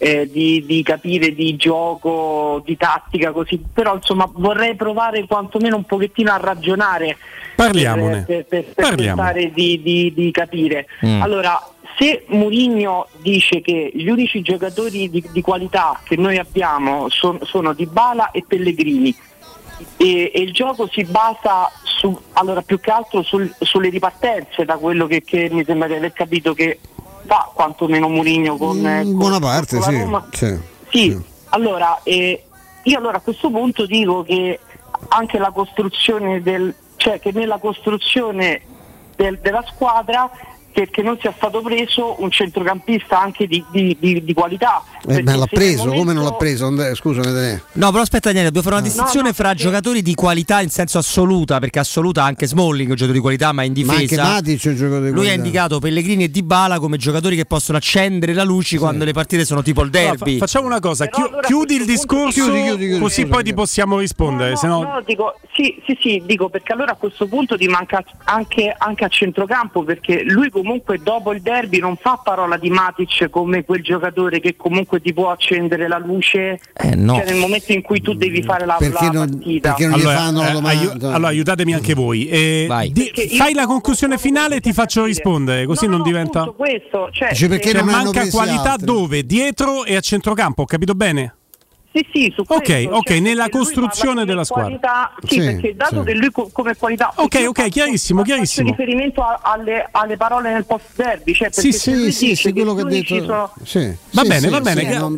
di capire di gioco, di tattica, così, però insomma vorrei provare quantomeno un pochettino a ragionare. Parliamone. Per tentare di capire. Allora, se Mourinho dice che gli unici giocatori di qualità che noi abbiamo sono Dybala e Pellegrini, e il gioco si basa allora più che altro sulle ripartenze, da quello che mi sembra di aver capito che fa quantomeno Mourinho con buona parte, con la Roma. Sì. Allora io a questo punto dico che anche la costruzione che nella costruzione della squadra che non sia stato preso un centrocampista anche di qualità. Ma l'ha preso? Come non l'ha preso? Scusami. No, però aspetta Daniele, dobbiamo fare una distinzione fra giocatori di qualità in senso assoluta, perché assoluta anche Smalling è un giocatore di qualità, ma in difesa. Ma anche Matic è un giocatore di qualità. Lui ha indicato Pellegrini e Dybala come giocatori che possono accendere la luce quando le partite sono tipo il derby. Allora, facciamo una cosa, chiudi il discorso, chiudi, così poi ti possiamo rispondere. Dico, dico perché allora a questo punto ti manca anche a centrocampo, perché lui comunque dopo il derby non fa parola di Matic come quel giocatore che comunque ti può accendere la luce cioè nel momento in cui tu devi fare la partita. Perché non gli fanno la domanda? Allora aiutatemi anche voi. Fai la conclusione finale e ti faccio rispondere, così non diventa. Questo, perché non manca qualità dove? Dietro e a centrocampo, ho capito bene? Sì, su questo, ok, nella costruzione della squadra. Perché dato che lui come qualità. Ok, chiarissimo. Faccio riferimento alle parole nel post derby, cioè perché sì, quello che ha detto. Va bene.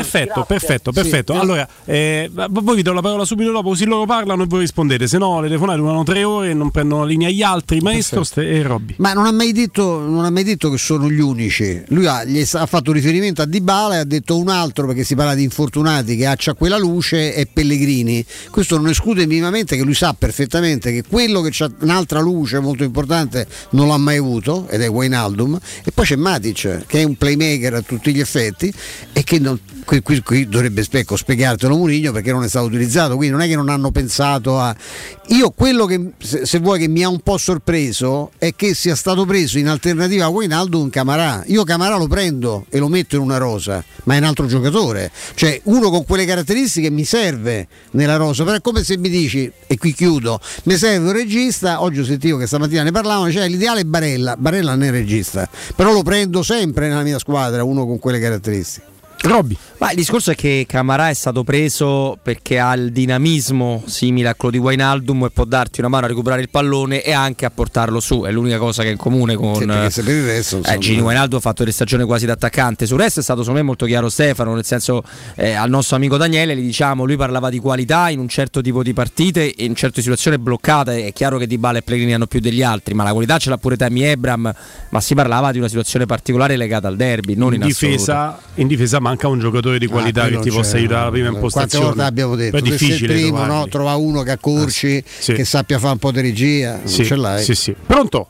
Perfetto. Allora, voi vi do la parola subito dopo, così loro parlano e voi rispondete, se no le telefonate durano 3 ore e non prendono la linea gli altri, Maestro e Robby. Ma non ha mai detto che sono gli unici. Lui gli ha fatto riferimento a Dybala e ha detto un altro, perché si parla di infortunati che accia quella luce, è Pellegrini. Questo non esclude minimamente che lui sa perfettamente che quello che c'ha un'altra luce molto importante non l'ha mai avuto, ed è Wijnaldum, e poi c'è Matic che è un playmaker a tutti gli effetti e che qui dovrebbe spiegartelo Mourinho perché non è stato utilizzato, quindi non è che non hanno pensato a. Io quello che se vuoi che mi ha un po' sorpreso è che sia stato preso in alternativa a Wijnaldum Camarà. Io Camarà lo prendo e lo metto in una rosa, ma è un altro giocatore, cioè uno con quelle caratteristiche mi serve nella rosa, però è come se mi dici, e qui chiudo, mi serve un regista. Oggi ho sentito che stamattina ne parlavano, cioè l'ideale è Barella non è regista, però lo prendo sempre nella mia squadra uno con quelle caratteristiche. Robby. Ma il discorso è che Camarà è stato preso perché ha il dinamismo simile a quello di Wijnaldum e può darti una mano a recuperare il pallone e anche a portarlo su, è l'unica cosa che è in comune con Gini Wijnaldum. Ha fatto le stagioni quasi da attaccante. Sul resto è stato secondo me molto chiaro Stefano, nel senso al nostro amico Daniele gli diciamo, lui parlava di qualità in un certo tipo di partite e in certe situazioni bloccate. È chiaro che Dybala e Pellegrini hanno più degli altri, ma la qualità ce l'ha pure Tammy Abraham, ma si parlava di una situazione particolare legata al derby, non in difesa manca un giocatore di qualità che ti possa aiutare alla prima impostazione. Quante volte abbiamo detto, è difficile il primo, no? Trova uno che accorci, che sappia fare un po' di regia, non ce l'hai. Sì. Pronto?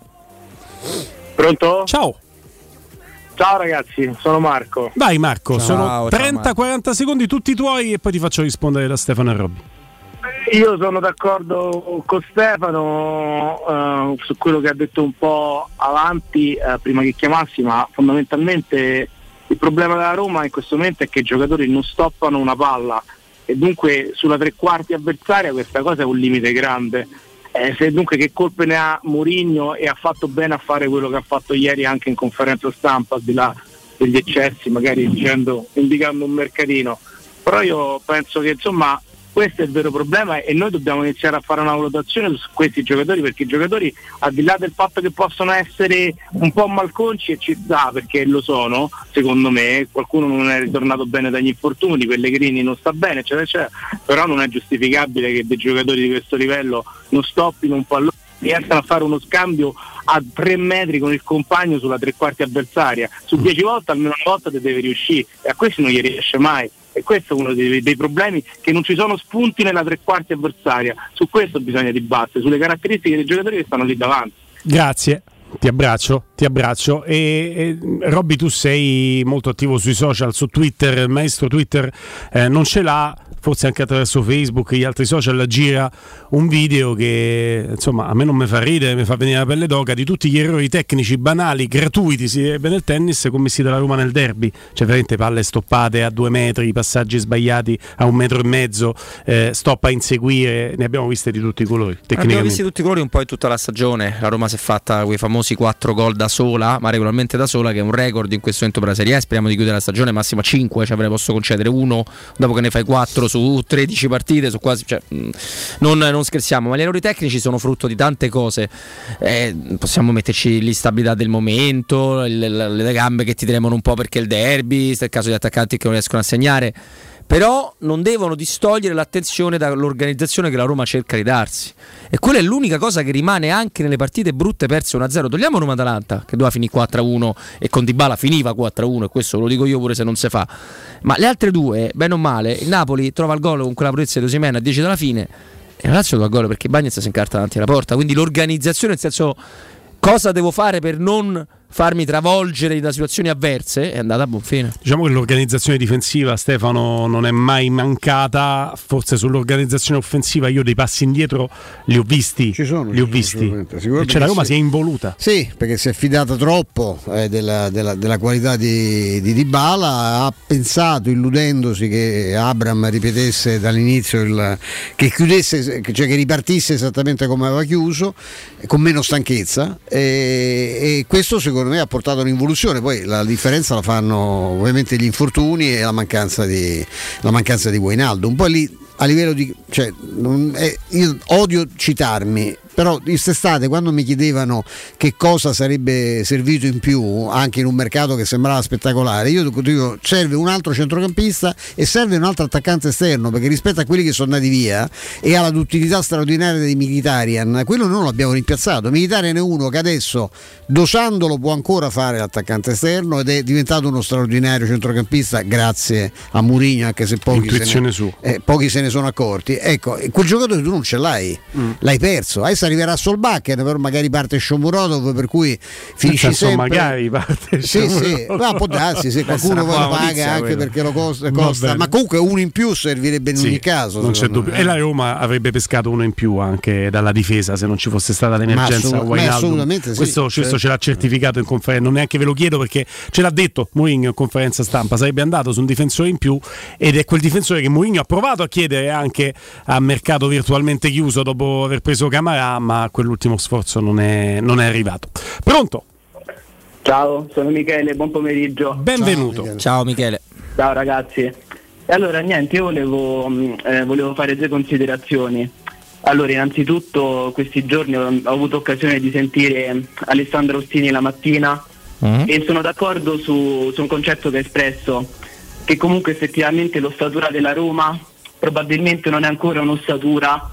Ciao. Ciao ragazzi, sono Marco. Vai Marco, Ciao, sono 30-40 secondi tutti tuoi e poi ti faccio rispondere da Stefano e Robby. Io sono d'accordo con Stefano su quello che ha detto un po' avanti prima che chiamassi, ma fondamentalmente il problema della Roma in questo momento è che i giocatori non stoppano una palla e dunque sulla tre quarti avversaria questa cosa è un limite grande. Se dunque che colpe ne ha Mourinho, e ha fatto bene a fare quello che ha fatto ieri anche in conferenza stampa, al di là degli eccessi, magari indicando un mercatino, però io penso che insomma questo è il vero problema e noi dobbiamo iniziare a fare una valutazione su questi giocatori, perché i giocatori, al di là del fatto che possono essere un po' malconci, e ci sta perché lo sono, secondo me, qualcuno non è ritornato bene dagli infortuni, Pellegrini non sta bene, eccetera, però non è giustificabile che dei giocatori di questo livello non stoppino un pallone, riescano a fare uno scambio a 3 metri con il compagno sulla tre quarti avversaria, su 10 volte almeno una volta te deve riuscire, e a questo non gli riesce mai. E questo è uno dei problemi, che non ci sono spunti nella tre quarti avversaria. Su questo bisogna dibattere, sulle caratteristiche dei giocatori che stanno lì davanti. Grazie, ti abbraccio. E Robby, tu sei molto attivo sui social, su Twitter, il maestro Twitter non ce l'ha, forse anche attraverso Facebook e gli altri social gira un video che insomma a me non mi fa ridere, mi fa venire la pelle d'oca, di tutti gli errori tecnici banali, gratuiti si direbbe nel tennis, commessi dalla Roma nel derby, cioè veramente palle stoppate a 2 metri, passaggi sbagliati a 1,5 metri, stop a inseguire, ne abbiamo viste di tutti i colori. Abbiamo visti tutti i colori un po' in tutta la stagione. La Roma si è fatta quei famosi 4 gol da sola, ma regolarmente da sola, che è un record in questo momento per la Serie A. Speriamo di chiudere la stagione massimo a 5, cioè ve ne posso concedere uno dopo che ne fai 4 su 13 partite, su quasi, cioè, non scherziamo, ma gli errori tecnici sono frutto di tante cose, possiamo metterci l'instabilità del momento, le gambe che ti tremono un po' perché è il derby, è il caso di attaccanti che non riescono a segnare, però non devono distogliere l'attenzione dall'organizzazione che la Roma cerca di darsi, e quella è l'unica cosa che rimane anche nelle partite brutte perse 1-0. Togliamo Roma-Atalanta che doveva finire 4-1 e con Dybala finiva 4-1, e questo lo dico io pure se non si fa, ma le altre due, bene o male, il Napoli trova il gol con quella prodezza di Osimhen a 10 dalla fine e la Lazio trova il gol perché Bagnez si incarta davanti alla porta. Quindi l'organizzazione, nel senso cosa devo fare per non farmi travolgere da situazioni avverse, è andata a buon fine. Diciamo che l'organizzazione difensiva, Stefano, non è mai mancata, forse sull'organizzazione offensiva io dei passi indietro li ho visti. Ci sono. Cioè la Roma si è involuta. Sì, perché si è fidata troppo della qualità di Dybala, ha pensato, illudendosi, che Abraham ripetesse dall'inizio che chiudesse, cioè che ripartisse esattamente come aveva chiuso, con meno stanchezza, e questo secondo me ha portato un'involuzione. Poi la differenza la fanno ovviamente gli infortuni e la mancanza di Wijnaldum. Poi lì a livello di, cioè, io odio citarmi, però quest'estate quando mi chiedevano che cosa sarebbe servito in più anche in un mercato che sembrava spettacolare, io dico serve un altro centrocampista e serve un altro attaccante esterno, perché rispetto a quelli che sono andati via e alla duttilità straordinaria di Mkhitaryan, quello non l'abbiamo rimpiazzato. Mkhitaryan è uno che adesso, dosandolo, può ancora fare l'attaccante esterno ed è diventato uno straordinario centrocampista grazie a Mourinho, anche se pochi se ne sono accorti. Ecco, quel giocatore tu non ce l'hai, l'hai perso. Adesso arriverà Solbakken, però magari parte Shomurodov, per cui finisci sempre. Magari parte ma può darsi, se qualcuno poi lo paga anche perché lo costa, ma comunque uno in più servirebbe in ogni caso. Non c'è dubbio. E la Roma avrebbe pescato uno in più anche dalla difesa se non ci fosse stata l'emergenza assolutamente sì. Questo ce l'ha certificato in conferenza, non neanche ve lo chiedo perché ce l'ha detto Mourinho in conferenza stampa, sarebbe andato su un difensore in più, ed è quel difensore che Mourinho ha provato a chiedere anche a mercato virtualmente chiuso dopo aver preso Camarà, ma quell'ultimo sforzo non è arrivato. Pronto? Ciao, sono Michele, buon pomeriggio. Benvenuto. Ciao Michele. Ciao ragazzi. E allora niente, io volevo fare 2 considerazioni. Allora, innanzitutto questi giorni ho avuto occasione di sentire Alessandro Ostini la mattina e sono d'accordo su un concetto che ha espresso, che comunque effettivamente l'ossatura della Roma probabilmente non è ancora un'ossatura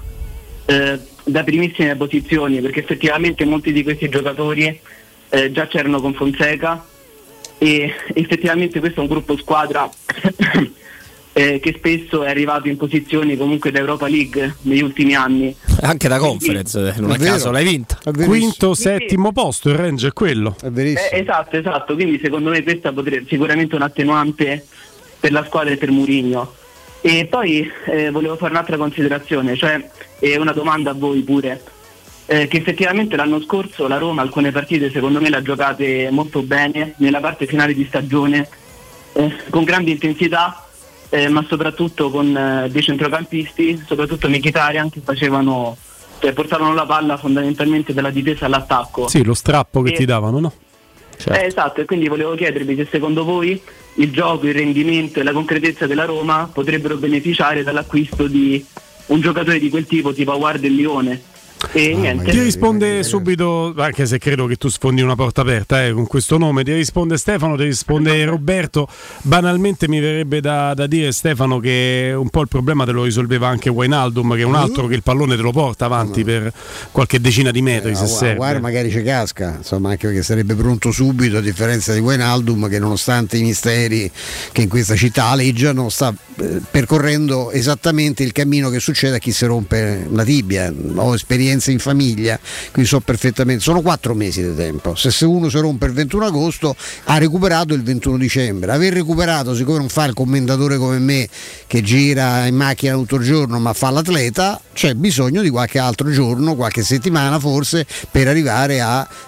da primissime posizioni, perché effettivamente molti di questi giocatori già c'erano con Fonseca e effettivamente questo è un gruppo squadra che spesso è arrivato in posizioni comunque da Europa League negli ultimi anni, anche da Conference, non a caso l'hai vinta, quinto, settimo posto, il range è quello, è verissimo. Esatto, quindi secondo me questa potrebbe sicuramente un attenuante per la squadra e per Mourinho. E poi volevo fare un'altra considerazione, cioè una domanda a voi pure, che effettivamente l'anno scorso la Roma alcune partite secondo me le ha giocate molto bene nella parte finale di stagione, con grande intensità, ma soprattutto con dei centrocampisti, soprattutto Mkhitaryan, che portavano la palla fondamentalmente dalla difesa all'attacco. Sì, lo strappo che ti davano, no? Certo. Esatto, e quindi volevo chiedervi se secondo voi il gioco, il rendimento e la concretezza della Roma potrebbero beneficiare dall'acquisto di un giocatore di quel tipo Aouar del Lione. E niente. Ti risponde subito, anche se credo che tu sfondi una porta aperta con questo nome, ti risponde Stefano, ti risponde Roberto. Banalmente mi verrebbe da dire, Stefano, che un po' il problema te lo risolveva anche Wijnaldum, che è un altro che il pallone te lo porta avanti per qualche decina di metri se serve. Aouar magari ci casca, insomma, anche perché sarebbe pronto subito, a differenza di Wijnaldum, che nonostante i misteri che in questa città aleggiano sta percorrendo esattamente il cammino che succede a chi si rompe la tibia. Ho esperienze in famiglia, quindi so perfettamente, sono 4 mesi di tempo. Se uno si rompe il 21 agosto ha recuperato il 21 dicembre. Aver recuperato, siccome non fa il commendatore come me che gira in macchina tutto il giorno ma fa l'atleta, c'è bisogno di qualche altro giorno, qualche settimana forse, per arrivare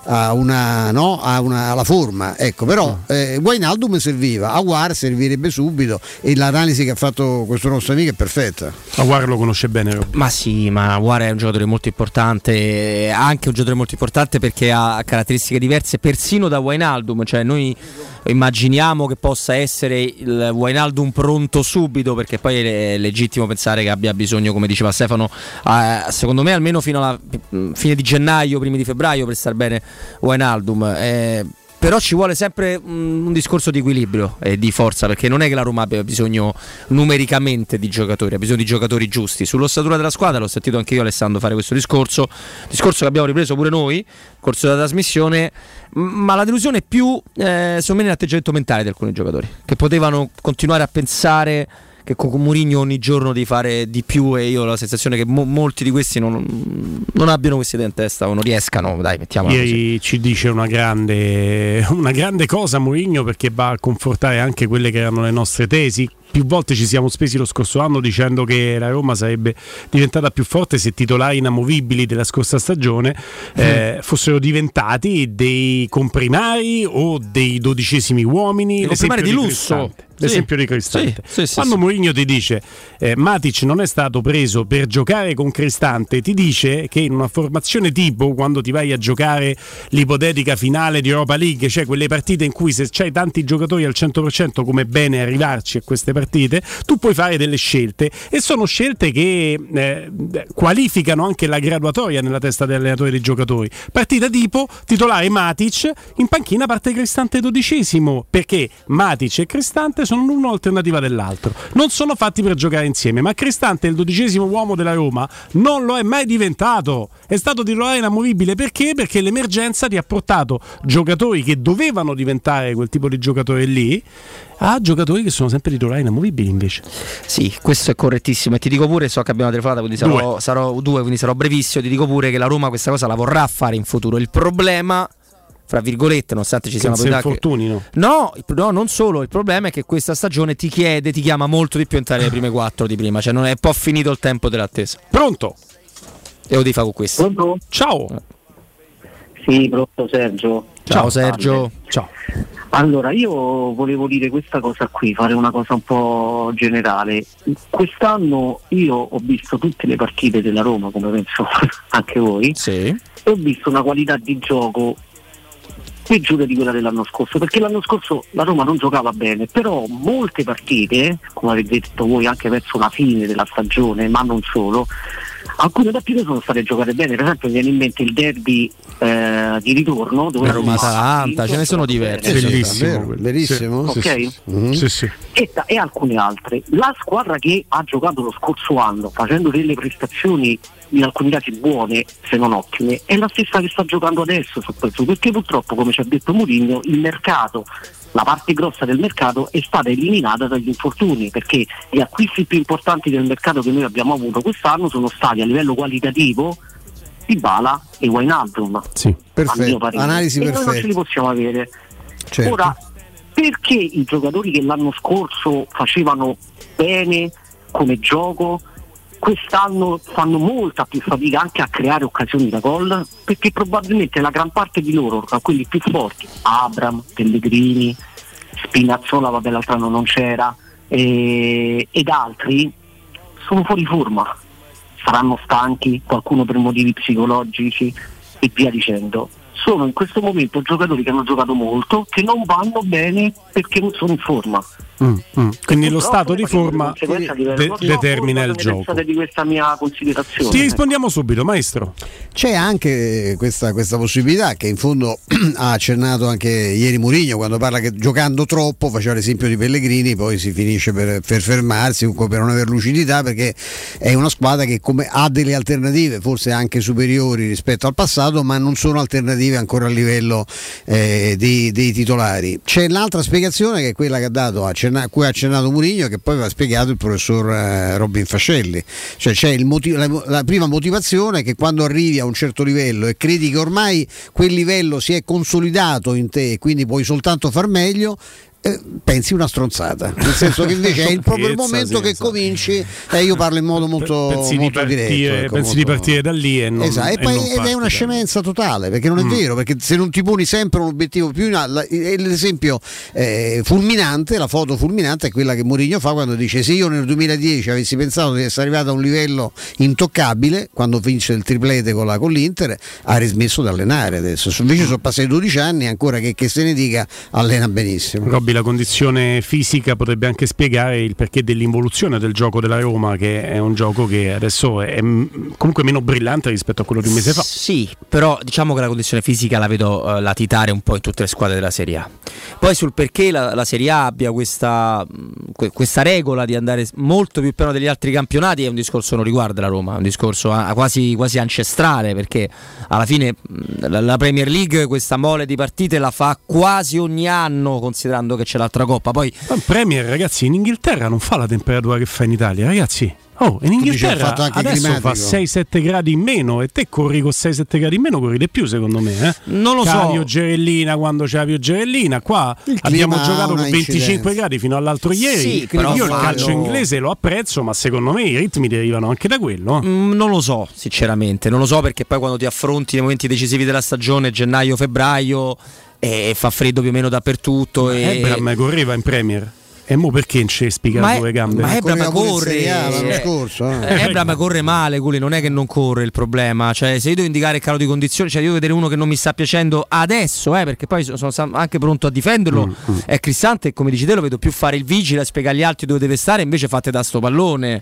alla forma, ecco. Però Wijnaldum serviva, Aouar servirebbe subito, e l'analisi che ha fatto questo nostro amico è perfetta. Aouar lo conosce bene, Rob. Ma sì, ma Aouar è un giocatore molto importante, anche un giocatore molto importante perché ha caratteristiche diverse persino da Wijnaldum, cioè noi immaginiamo che possa essere il Wijnaldum pronto subito, perché poi è legittimo pensare che abbia bisogno, come diceva Stefano, secondo me almeno fino alla fine di gennaio, primi di febbraio, per star bene Wijnaldum. Però ci vuole sempre un discorso di equilibrio e di forza, perché non è che la Roma abbia bisogno numericamente di giocatori, ha bisogno di giocatori giusti. Sull'ossatura della squadra l'ho sentito anche io, Alessandro, fare questo discorso che abbiamo ripreso pure noi nel corso della trasmissione, ma la delusione è più secondo me nell'atteggiamento mentale di alcuni giocatori, che potevano continuare a pensare che con Mourinho ogni giorno di fare di più, e io ho la sensazione che molti di questi non abbiano queste idee in testa o non riescano, dai, mettiamola così. Ci dice una grande cosa Mourinho, perché va a confortare anche quelle che erano le nostre tesi. Più volte ci siamo spesi lo scorso anno dicendo che la Roma sarebbe diventata più forte se titolari inamovibili della scorsa stagione fossero diventati dei comprimari o dei 12esimi uomini, comprimari di lusso. L'esempio di Cristante. Sì, quando Mourinho ti dice Matic non è stato preso per giocare con Cristante, ti dice che in una formazione tipo, quando ti vai a giocare l'ipotetica finale di Europa League, cioè quelle partite in cui se c'hai tanti giocatori al 100%, come bene arrivarci a queste partite, tu puoi fare delle scelte, e sono scelte che qualificano anche la graduatoria nella testa dell'allenatore dei giocatori. Partita tipo titolare Matic, in panchina parte Cristante 12esimo, perché Matic e Cristante sono l'uno alternativa dell'altro, non sono fatti per giocare insieme. Ma Cristante, il 12esimo uomo della Roma, non lo è mai diventato, è stato titolare inamovibile. Perché? Perché l'emergenza ti ha portato giocatori che dovevano diventare quel tipo di giocatore lì a giocatori che sono sempre titolari inamovibili invece. Sì, questo è correttissimo, e ti dico pure, so che abbiamo una telefonata, quindi sarò brevissimo, ti dico pure che la Roma questa cosa la vorrà fare in futuro. Il problema, fra virgolette, nonostante ci sia una probabilità infortuni, no, non solo, il problema è che questa stagione ti chiama molto di più entrare le prime 4 di prima, cioè non è un po' finito il tempo dell'attesa. Pronto? E lo devi fare con questo. Pronto? Ciao. Sì, pronto Sergio. Ciao Sergio. Ciao. Allora, io volevo dire questa cosa qui, fare una cosa un po' generale. Quest'anno io ho visto tutte le partite della Roma, come penso anche voi, sì. E ho visto una qualità di gioco peggiore di quella dell'anno scorso, perché l'anno scorso la Roma non giocava bene, però molte partite, come avete detto voi, anche verso la fine della stagione, ma non solo, alcune partite sono state giocate bene. Per esempio mi viene in mente il derby di ritorno dove Roma-Atalanta, ce ne sono diverse. Bellissimo. Ok? Sì. Sì. E alcune altre. La squadra che ha giocato lo scorso anno facendo delle prestazioni in alcuni casi buone se non ottime, è la stessa che sta giocando adesso su questo, perché purtroppo, come ci ha detto Mourinho, il mercato, la parte grossa del mercato è stata eliminata dagli infortuni, perché gli acquisti più importanti del mercato che noi abbiamo avuto quest'anno sono stati a livello qualitativo Dybala e Wijnaldum. Sì, perfetto, analisi perfetta. E noi non ce li possiamo avere. Certo. Ora, perché i giocatori che l'anno scorso facevano bene come gioco quest'anno fanno molta più fatica anche a creare occasioni da gol? Perché probabilmente la gran parte di loro, quelli più forti, Abraham, Pellegrini, Spinazzola, vabbè l'altro anno non c'era, ed altri, sono fuori forma, saranno stanchi, qualcuno per motivi psicologici e via dicendo. Sono in questo momento giocatori che hanno giocato molto, che non vanno bene perché non sono in forma. Quindi lo stato di forma determina il gioco. Di questa mia considerazione. Ti rispondiamo subito, maestro. C'è anche questa possibilità che in fondo ha accennato anche ieri Mourinho quando parla che giocando troppo, faceva l'esempio di Pellegrini, poi si finisce per fermarsi, comunque per non aver lucidità, perché è una squadra che ha delle alternative forse anche superiori rispetto al passato, ma non sono alternative ancora a livello dei titolari. C'è un'altra spiegazione che è quella che ha dato a cui ha accennato Mourinho, che poi aveva spiegato il professor Robin Fascelli, cioè c'è la prima motivazione che quando arrivi a un certo livello e credi che ormai quel livello si è consolidato in te e quindi puoi soltanto far meglio, pensi una stronzata, nel senso che invece è proprio il momento che cominci, io parlo in modo molto diretto, pensi di partire da lì e non, esatto, ed è una scemenza totale, perché non è vero, perché se non ti poni sempre un obiettivo più in alto, l'esempio fulminante, la foto fulminante è quella che Mourinho fa quando dice: se io nel 2010 avessi pensato di essere arrivato a un livello intoccabile, quando vince il triplete con l'Inter, ha rismesso di allenare. Adesso invece sono passati 12 anni, ancora che se ne dica, allena benissimo. La condizione fisica potrebbe anche spiegare il perché dell'involuzione del gioco della Roma, che è un gioco che adesso è comunque meno brillante rispetto a quello di un mese fa. Sì, però diciamo che la condizione fisica la vedo latitare un po' in tutte le squadre della Serie A. Poi sul perché la Serie A abbia questa regola di andare molto più piano degli altri campionati è un discorso che non riguarda la Roma, è un discorso quasi ancestrale, perché alla fine la Premier League questa mole di partite la fa quasi ogni anno, considerando che c'è l'altra coppa. Poi Premier, ragazzi, in Inghilterra non fa la temperatura che fa in Italia, ragazzi. In Inghilterra adesso fa 6-7 gradi in meno, e te corri con 6-7 gradi in meno, corri di più secondo me, Non lo so. Pioggerellina quando c'è la pioggerellina, qua abbiamo giocato con 25 gradi fino all'altro ieri. Sì, io il calcio inglese lo apprezzo, ma secondo me i ritmi derivano anche da quello. Non lo so, sinceramente, non lo so, perché poi quando ti affronti nei momenti decisivi della stagione, gennaio-febbraio, fa freddo più o meno dappertutto. Ebram correva in Premier. E mo perché non ci spiega due gambe? Ma Ebram corre Ebram corre male, Culi, non è che non corre il problema. Cioè, se io devo indicare il calo di condizioni, cioè io vedere uno che non mi sta piacendo adesso, perché poi sono anche pronto a difenderlo, è Cristante, e come dici te lo vedo più fare il vigile a spiegare agli altri dove deve stare, invece fate da sto pallone.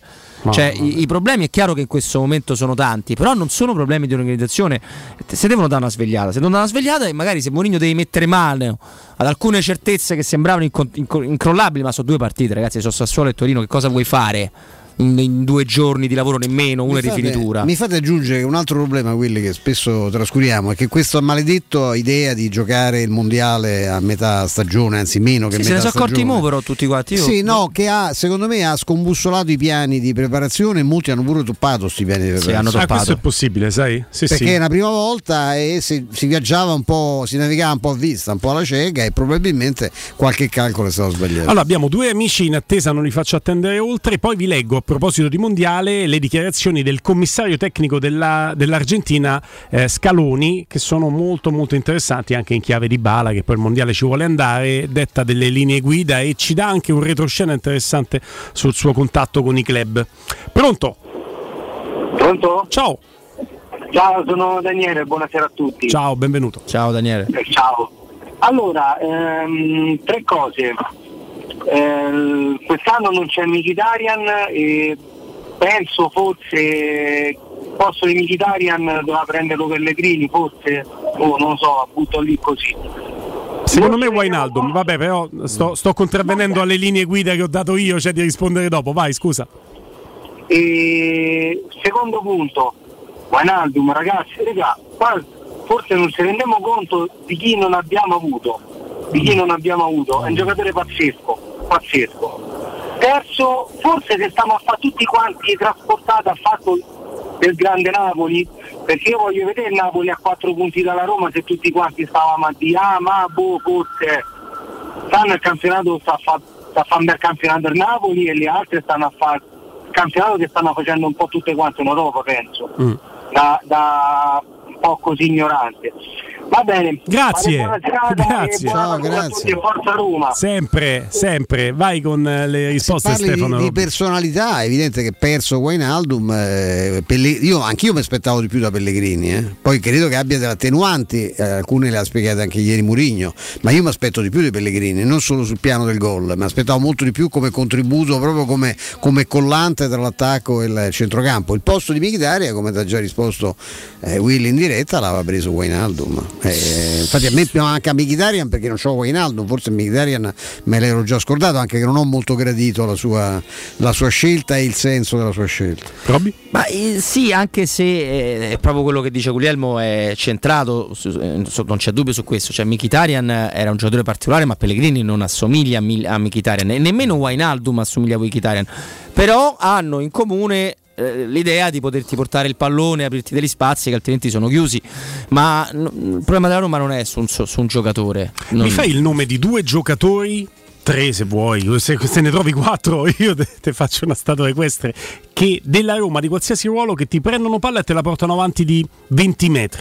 I problemi è chiaro che in questo momento sono tanti, però non sono problemi di organizzazione. Se devono dare una svegliata, e magari se Mourinho deve mettere mano ad alcune certezze che sembravano incrollabili, ma sono 2 partite, ragazzi, sono Sassuolo e Torino, che cosa vuoi fare in 2 giorni di lavoro, nemmeno una rifinitura? Mi fate aggiungere che un altro problema, quelli che spesso trascuriamo, è che questa maledetta idea di giocare il mondiale a metà stagione, anzi meno che metà stagione, se ne sono accorti mo però tutti quanti. Che secondo me ha scombussolato i piani di preparazione, e molti hanno pure toppato sti piani di preparazione. Questo è possibile, sai? Perché è una prima volta e si viaggiava un po', si navigava un po' a vista, un po' alla cieca, e probabilmente qualche calcolo è stato sbagliato. Allora, abbiamo 2 amici in attesa, non li faccio attendere oltre, poi vi leggo a proposito di mondiale le dichiarazioni del commissario tecnico dell'Argentina, Scaloni, che sono molto molto interessanti anche in chiave di Dybala, che poi il mondiale ci vuole andare, detta delle linee guida e ci dà anche un retroscena interessante sul suo contatto con i club. Pronto? Ciao, sono Daniele, buonasera a tutti. Ciao, benvenuto. Ciao Daniele. Ciao. Allora, 3 cose. Quest'anno non c'è Mkhitaryan e penso forse posto di Mkhitaryan doveva prenderlo Pellegrini, forse, non lo so, butto lì così. Secondo me Wijnaldum, vabbè, però sto contravvenendo alle linee guida che ho dato io, cioè di rispondere dopo, vai, scusa. E secondo punto, Wijnaldum, ragazzi, qua forse non ci rendiamo conto di chi non abbiamo avuto, è un giocatore pazzesco. Terzo, forse che stiamo a fare tutti quanti trasportati al fatto del grande Napoli, perché io voglio vedere il Napoli a 4 punti dalla Roma, se tutti quanti stavamo a dire forse stanno il campionato, sta a fare un bel campionato il Napoli e le altre stanno a fare il campionato che stanno facendo un po' tutte quante in Europa, penso, da un po' così ignorante. Va bene, grazie. Ciao, grazie. Forza Roma. Sempre, vai con le risposte. Se parli Stefano. di personalità, è evidente che perso Wijnaldum, anch'io mi aspettavo di più da Pellegrini, poi credo che abbia delle attenuanti, alcune le ha spiegate anche ieri Mourinho, ma io mi aspetto di più di Pellegrini, non solo sul piano del gol, mi aspettavo molto di più come contributo, proprio come collante tra l'attacco e il centrocampo. Il posto di Mkhitaryan, come ti ha già risposto Willy in diretta, l'aveva preso Wijnaldum. Infatti a me manca Mkhitaryan perché non c'ho Wijnaldum, forse Mkhitaryan me l'ero già scordato, anche che non ho molto gradito la sua scelta e il senso della sua scelta. Robby? Ma sì, anche se è proprio quello che dice Guglielmo, è centrato, non c'è dubbio su questo, cioè Mkhitaryan era un giocatore particolare, ma Pellegrini non assomiglia a Mkhitaryan e nemmeno Wijnaldum assomiglia a Mkhitaryan, però hanno in comune l'idea di poterti portare il pallone, aprirti degli spazi che altrimenti sono chiusi, ma il problema della Roma non è su un giocatore. Mi fai il nome di 2 giocatori, 3 se vuoi, se ne trovi 4 io te faccio una statua equestre, che della Roma di qualsiasi ruolo che ti prendono palla e te la portano avanti di 20 metri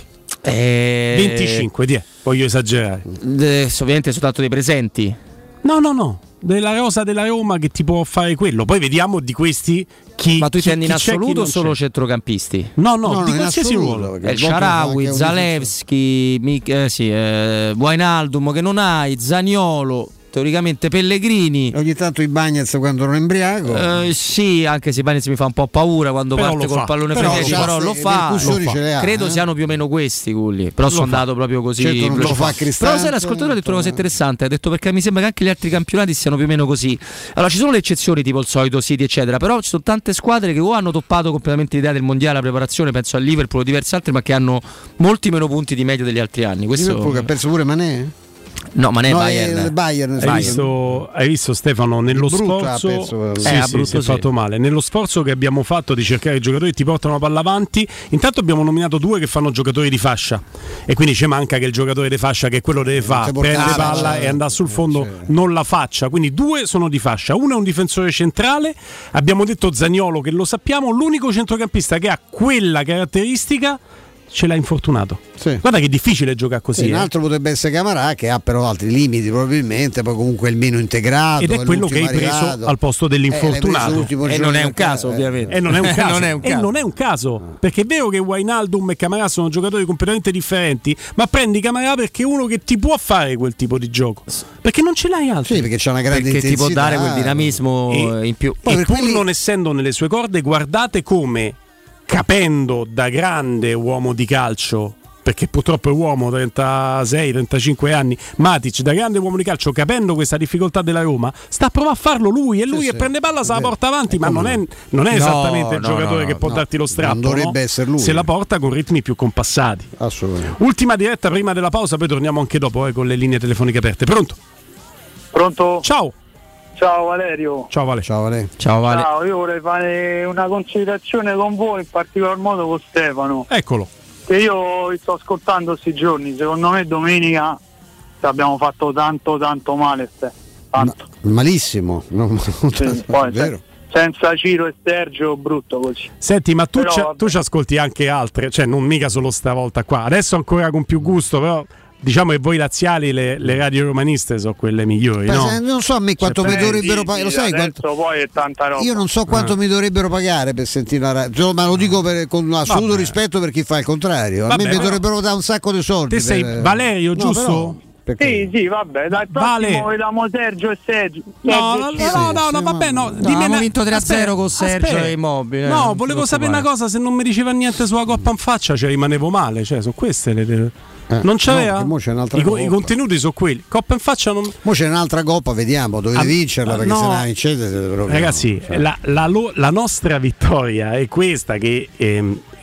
25, voglio esagerare, ovviamente soltanto dei presenti. No, della rosa della Roma che ti può fare quello. Poi vediamo di questi chi. Ma tu intendi in assoluto o solo centrocampisti? No, di qualsiasi ruolo. El Shaarawy, Zalewski, Wijnaldum che non hai, Zaniolo, teoricamente Pellegrini. Ogni tanto i Bagnez quando non è embriaco. Sì, anche se Bagnez mi fa un po' paura quando però parte col pallone frenetico, però lo fa. Credo siano più o meno questi Gulli, però sono andato proprio così. Certo, non lo fa però sai, l'ascoltatore ha detto una cosa interessante, ha detto perché mi sembra che anche gli altri campionati siano più o meno così. Allora ci sono le eccezioni tipo il solito City eccetera, però ci sono tante squadre che o hanno toppato completamente l'idea del mondiale, la preparazione, penso al Liverpool o diverse altre, ma che hanno molti meno punti di media degli altri anni. Questo... Liverpool che ha perso pure Mané? No, ma è Bayern. Hai visto Stefano nello sforzo si è fatto male nello sforzo che abbiamo fatto di cercare i giocatori che ti portano la palla avanti. Intanto abbiamo nominato 2 che fanno giocatori di fascia e quindi ci manca che il giocatore di fascia, che è quello deve fare, prende palla e andare sul fondo, non la faccia. Quindi 2 sono di fascia, uno è un difensore centrale, abbiamo detto Zaniolo che lo sappiamo, l'unico centrocampista che ha quella caratteristica ce l'ha infortunato. Guarda che è difficile giocare così. Un altro potrebbe essere Camarà, che ha però altri limiti probabilmente, poi comunque è il meno integrato ed è quello che hai preso al posto dell'infortunato e non è un caso ovviamente e non è un caso perché è vero che Wijnaldum e Camarà sono giocatori completamente differenti, ma prendi Camarà perché è uno che ti può fare quel tipo di gioco, perché non ce l'hai altri, perché c'è una grande intensità, ti può dare quel dinamismo in più e pur non essendo nelle sue corde, guardate come, capendo da grande uomo di calcio, perché purtroppo è uomo, 36-35 anni, Matic, da grande uomo di calcio, capendo questa difficoltà della Roma, sta a provare a farlo lui, e lui che prende palla se la porta avanti, ma non è esattamente il giocatore che può darti lo strappo, non dovrebbe essere lui, se la porta con ritmi più compassati. Assolutamente. Ultima diretta prima della pausa, poi torniamo anche dopo con le linee telefoniche aperte. Pronto? Ciao Valerio. Ciao Vale. Ciao, io vorrei fare una considerazione con voi, in particolar modo con Stefano. Eccolo. Che io sto ascoltando questi giorni, secondo me domenica abbiamo fatto tanto male, tanto. Malissimo. Poi, vero. Senza Ciro e Sergio, brutto così. Senti, ma tu ci ascolti anche altre, cioè non mica solo stavolta qua, adesso ancora con più gusto, però diciamo che voi laziali le radio romaniste sono quelle migliori, no? Non so a me quanto mi dovrebbero pagare, lo sai quanto? Poi è tanta roba. Io non so quanto mi dovrebbero pagare per sentire la radio, ma lo dico con assoluto rispetto per chi fa il contrario. A me mi dovrebbero dare un sacco di soldi. Te sei Valerio, giusto? Perché? Sì, vabbè, dai, prossimo vediamo Sergio e Sergio. No, vabbè, no. Abbiamo vinto 3-0 con Sergio e Immobile. No, volevo sapere una cosa, se non mi diceva niente sulla Coppa in faccia, cioè rimanevo male, cioè sono queste le non c'aveva? No, c'è I contenuti sono quelli. Coppa in faccia non. Mo c'è un'altra coppa, vediamo, dovete vincerla perché se la vincete. Ragazzi, la nostra vittoria è questa, che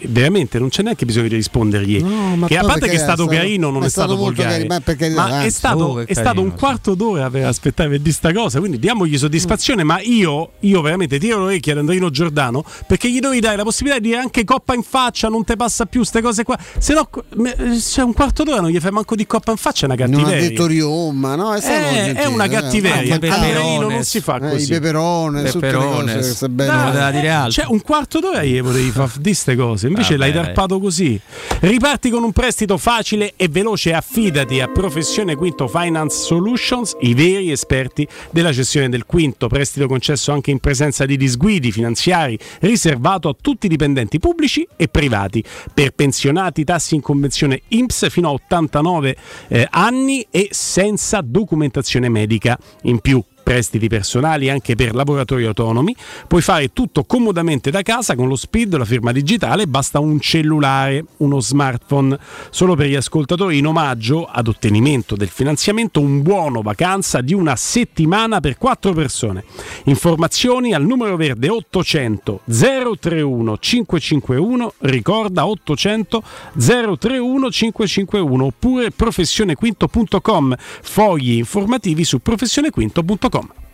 veramente non c'è neanche bisogno di rispondergli. No, che a parte che è stato carino, non è stato volgare, ma è stato un quarto d'ora per aspettare per dire sta cosa, quindi diamogli soddisfazione. Ma io veramente tiro l'orecchia ad Andrino Giordano, perché gli devi dare la possibilità di dire anche coppa in faccia, non te passa più ste cose qua, se no c'è un quarto d'ora non gli fai manco di coppa in faccia, è una cattiveria. Non ha detto Riomma, no? È una cattiveria. Andrino non si fa così. I peperone, tutte le cose bene. C'è un quarto d'ora gli potevi fare di queste cose, invece l'hai tarpato così. Riparti con un prestito facile e veloce, affidati a Professione Quinto Finance Solutions, i veri esperti della cessione del quinto. Prestito concesso anche in presenza di disguidi finanziari, riservato a tutti i dipendenti pubblici e privati, per pensionati, tassi in convenzione INPS fino a 89 anni e senza documentazione medica. In più, prestiti personali anche per lavoratori autonomi, puoi fare tutto comodamente da casa con lo SPID, la firma digitale, basta un cellulare, uno smartphone. Solo per gli ascoltatori, in omaggio ad ottenimento del finanziamento, un buono vacanza di una settimana per 4 persone. Informazioni al numero verde 800 031 551, ricorda 800 031 551, oppure professionequinto.com, fogli informativi su professionequinto.com.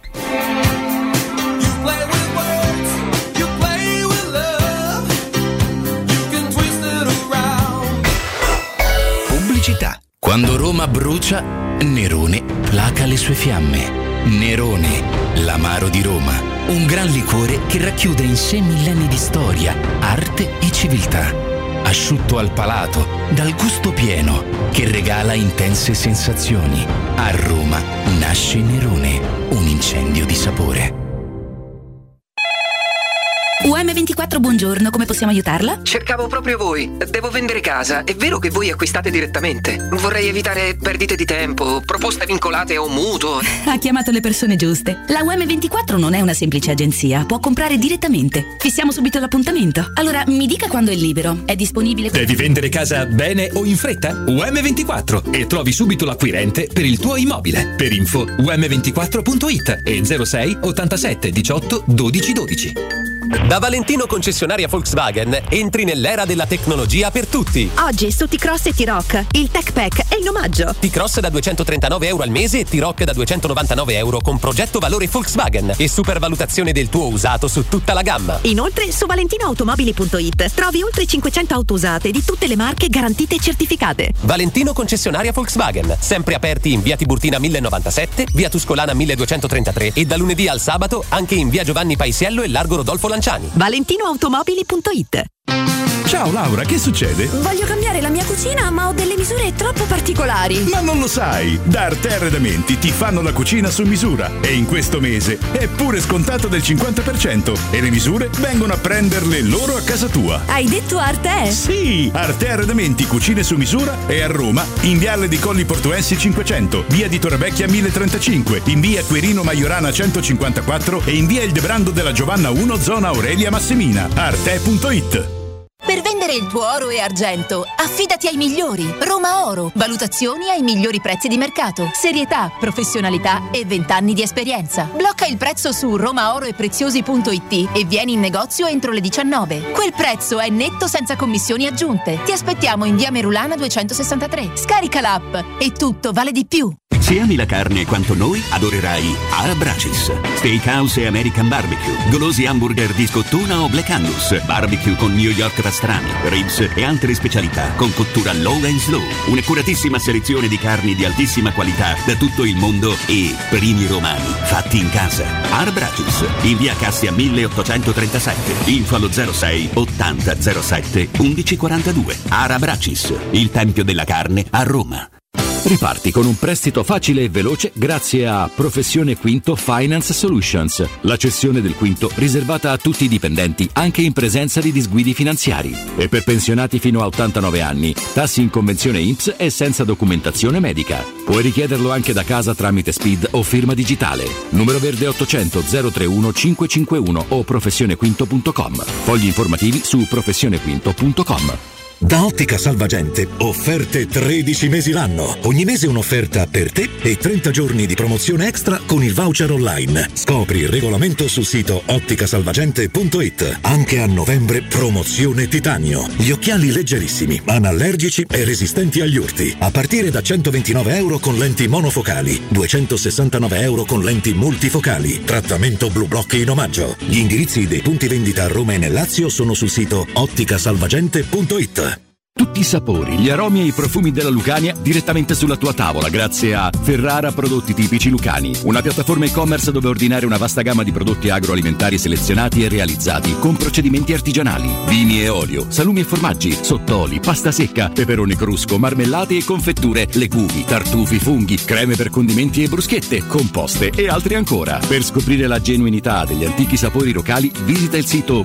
Pubblicità. Quando Roma brucia, Nerone placa le sue fiamme. Nerone, l'amaro di Roma, un gran liquore che racchiude in sé millenni di storia, arte e civiltà. Asciutto al palato, dal gusto pieno, che regala intense sensazioni. A Roma nasce Nerone, un incendio di sapore. UM24, buongiorno, come possiamo aiutarla? Cercavo proprio voi. Devo vendere casa. È vero che voi acquistate direttamente? Vorrei evitare perdite di tempo, proposte vincolate o mutuo. Ha chiamato le persone giuste. La UM24 non è una semplice agenzia, può comprare direttamente. Fissiamo subito l'appuntamento. Allora, mi dica quando è libero. È disponibile? Devi vendere casa bene o in fretta? UM24 e trovi subito l'acquirente per il tuo immobile. Per info um24.it e 06 87 18 12 12. Da Valentino concessionaria Volkswagen entri nell'era della tecnologia per tutti. Oggi su T-Cross e T-Rock il Tech Pack è in omaggio. T-Cross da €239 al mese e T-Rock da €299 con progetto valore Volkswagen e supervalutazione del tuo usato su tutta la gamma. Inoltre su valentinoautomobili.it trovi oltre 500 auto usate di tutte le marche garantite e certificate. Valentino concessionaria Volkswagen, sempre aperti in via Tiburtina 1097, via Tuscolana 1233 e da lunedì al sabato anche in via Giovanni Paisiello e largo Rodolfo Lanciani. valentinoautomobili.it. Ciao Laura, che succede? Voglio cambiare la mia cucina, ma ho delle misure troppo particolari. Ma non lo sai! Da Arte Arredamenti ti fanno la cucina su misura e in questo mese è pure scontato del 50% e le misure vengono a prenderle loro a casa tua. Hai detto Arte? Sì! Arte Arredamenti Cucine su misura è a Roma, in Viale di Colli Portuensi 500, via di Torrevecchia 1035, in via Quirino Maiorana 154 e in via Il Debrando della Giovanna 1, zona Aurelia Massimina. Arte.it. Per vendere il tuo oro e argento, affidati ai migliori. Roma Oro. Valutazioni ai migliori prezzi di mercato. Serietà, professionalità e 20 anni di esperienza. Blocca il prezzo su romaoroepreziosi.it e vieni in negozio entro le 19. Quel prezzo è netto senza commissioni aggiunte. Ti aspettiamo in via Merulana 263. Scarica l'app e tutto vale di più. Se ami la carne quanto noi, adorerai Arabracis. Steakhouse e American Barbecue, golosi hamburger di scottuna o Black Angus, barbecue con New York pastrami, ribs e altre specialità con cottura low and slow. Un'accuratissima selezione di carni di altissima qualità da tutto il mondo e primi romani fatti in casa. Arabracis, in via Cassia 1837, info allo 06 80 07 1142. Arabracis, il tempio della carne a Roma. Riparti con un prestito facile e veloce grazie a Professione Quinto Finance Solutions. La cessione del quinto riservata a tutti i dipendenti, anche in presenza di disguidi finanziari. E per pensionati fino a 89 anni, tassi in convenzione INPS e senza documentazione medica. Puoi richiederlo anche da casa tramite SPID o firma digitale. Numero verde 800 031 551 o professionequinto.com. Fogli informativi su professionequinto.com. Da Ottica Salvagente, offerte 13 mesi l'anno. Ogni mese un'offerta per te e 30 giorni di promozione extra con il voucher online. Scopri il regolamento sul sito otticasalvagente.it. Anche a novembre promozione titanio. Gli occhiali leggerissimi, anallergici e resistenti agli urti. A partire da €129 con lenti monofocali, €269 con lenti multifocali. Trattamento Blue Block in omaggio. Gli indirizzi dei punti vendita a Roma e nel Lazio sono sul sito otticasalvagente.it. Tutti i sapori, gli aromi e i profumi della Lucania direttamente sulla tua tavola grazie a Ferrara Prodotti Tipici Lucani, una piattaforma e-commerce dove ordinare una vasta gamma di prodotti agroalimentari selezionati e realizzati con procedimenti artigianali, vini e olio, salumi e formaggi, sottoli, pasta secca, peperone crusco, marmellate e confetture, legumi, tartufi, funghi, creme per condimenti e bruschette, composte e altri ancora. Per scoprire la genuinità degli antichi sapori locali visita il sito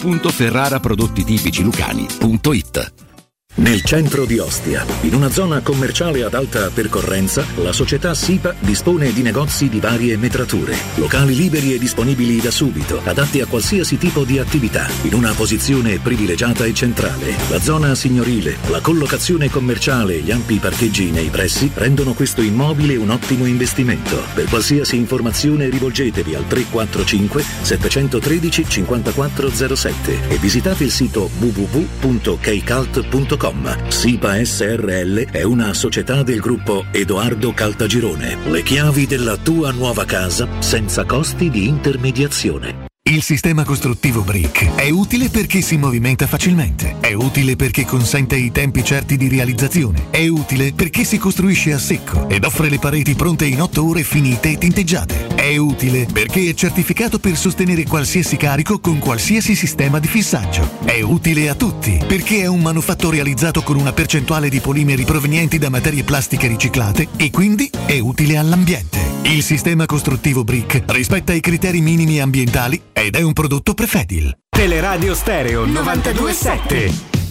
www.ferraraprodottitipicilucani.it. Nel centro di Ostia, in una zona commerciale ad alta percorrenza, la società SIPA dispone di negozi di varie metrature, locali liberi e disponibili da subito, adatti a qualsiasi tipo di attività, in una posizione privilegiata e centrale. La zona signorile, la collocazione commerciale e gli ampi parcheggi nei pressi rendono questo immobile un ottimo investimento. Per qualsiasi informazione rivolgetevi al 345 713 5407 e visitate il sito www.keicalt.com. SIPA SRL è una società del gruppo Edoardo Caltagirone. Le chiavi della tua nuova casa senza costi di intermediazione. Il sistema costruttivo Brick è utile perché si movimenta facilmente, è utile perché consente i tempi certi di realizzazione, è utile perché si costruisce a secco ed offre le pareti pronte in 8 ore finite e tinteggiate, è utile perché è certificato per sostenere qualsiasi carico con qualsiasi sistema di fissaggio, è utile a tutti perché è un manufatto realizzato con una percentuale di polimeri provenienti da materie plastiche riciclate e quindi è utile all'ambiente. Il sistema costruttivo Brick rispetta i criteri minimi ambientali ed è un prodotto Prefedil. Teleradio Stereo 92.7.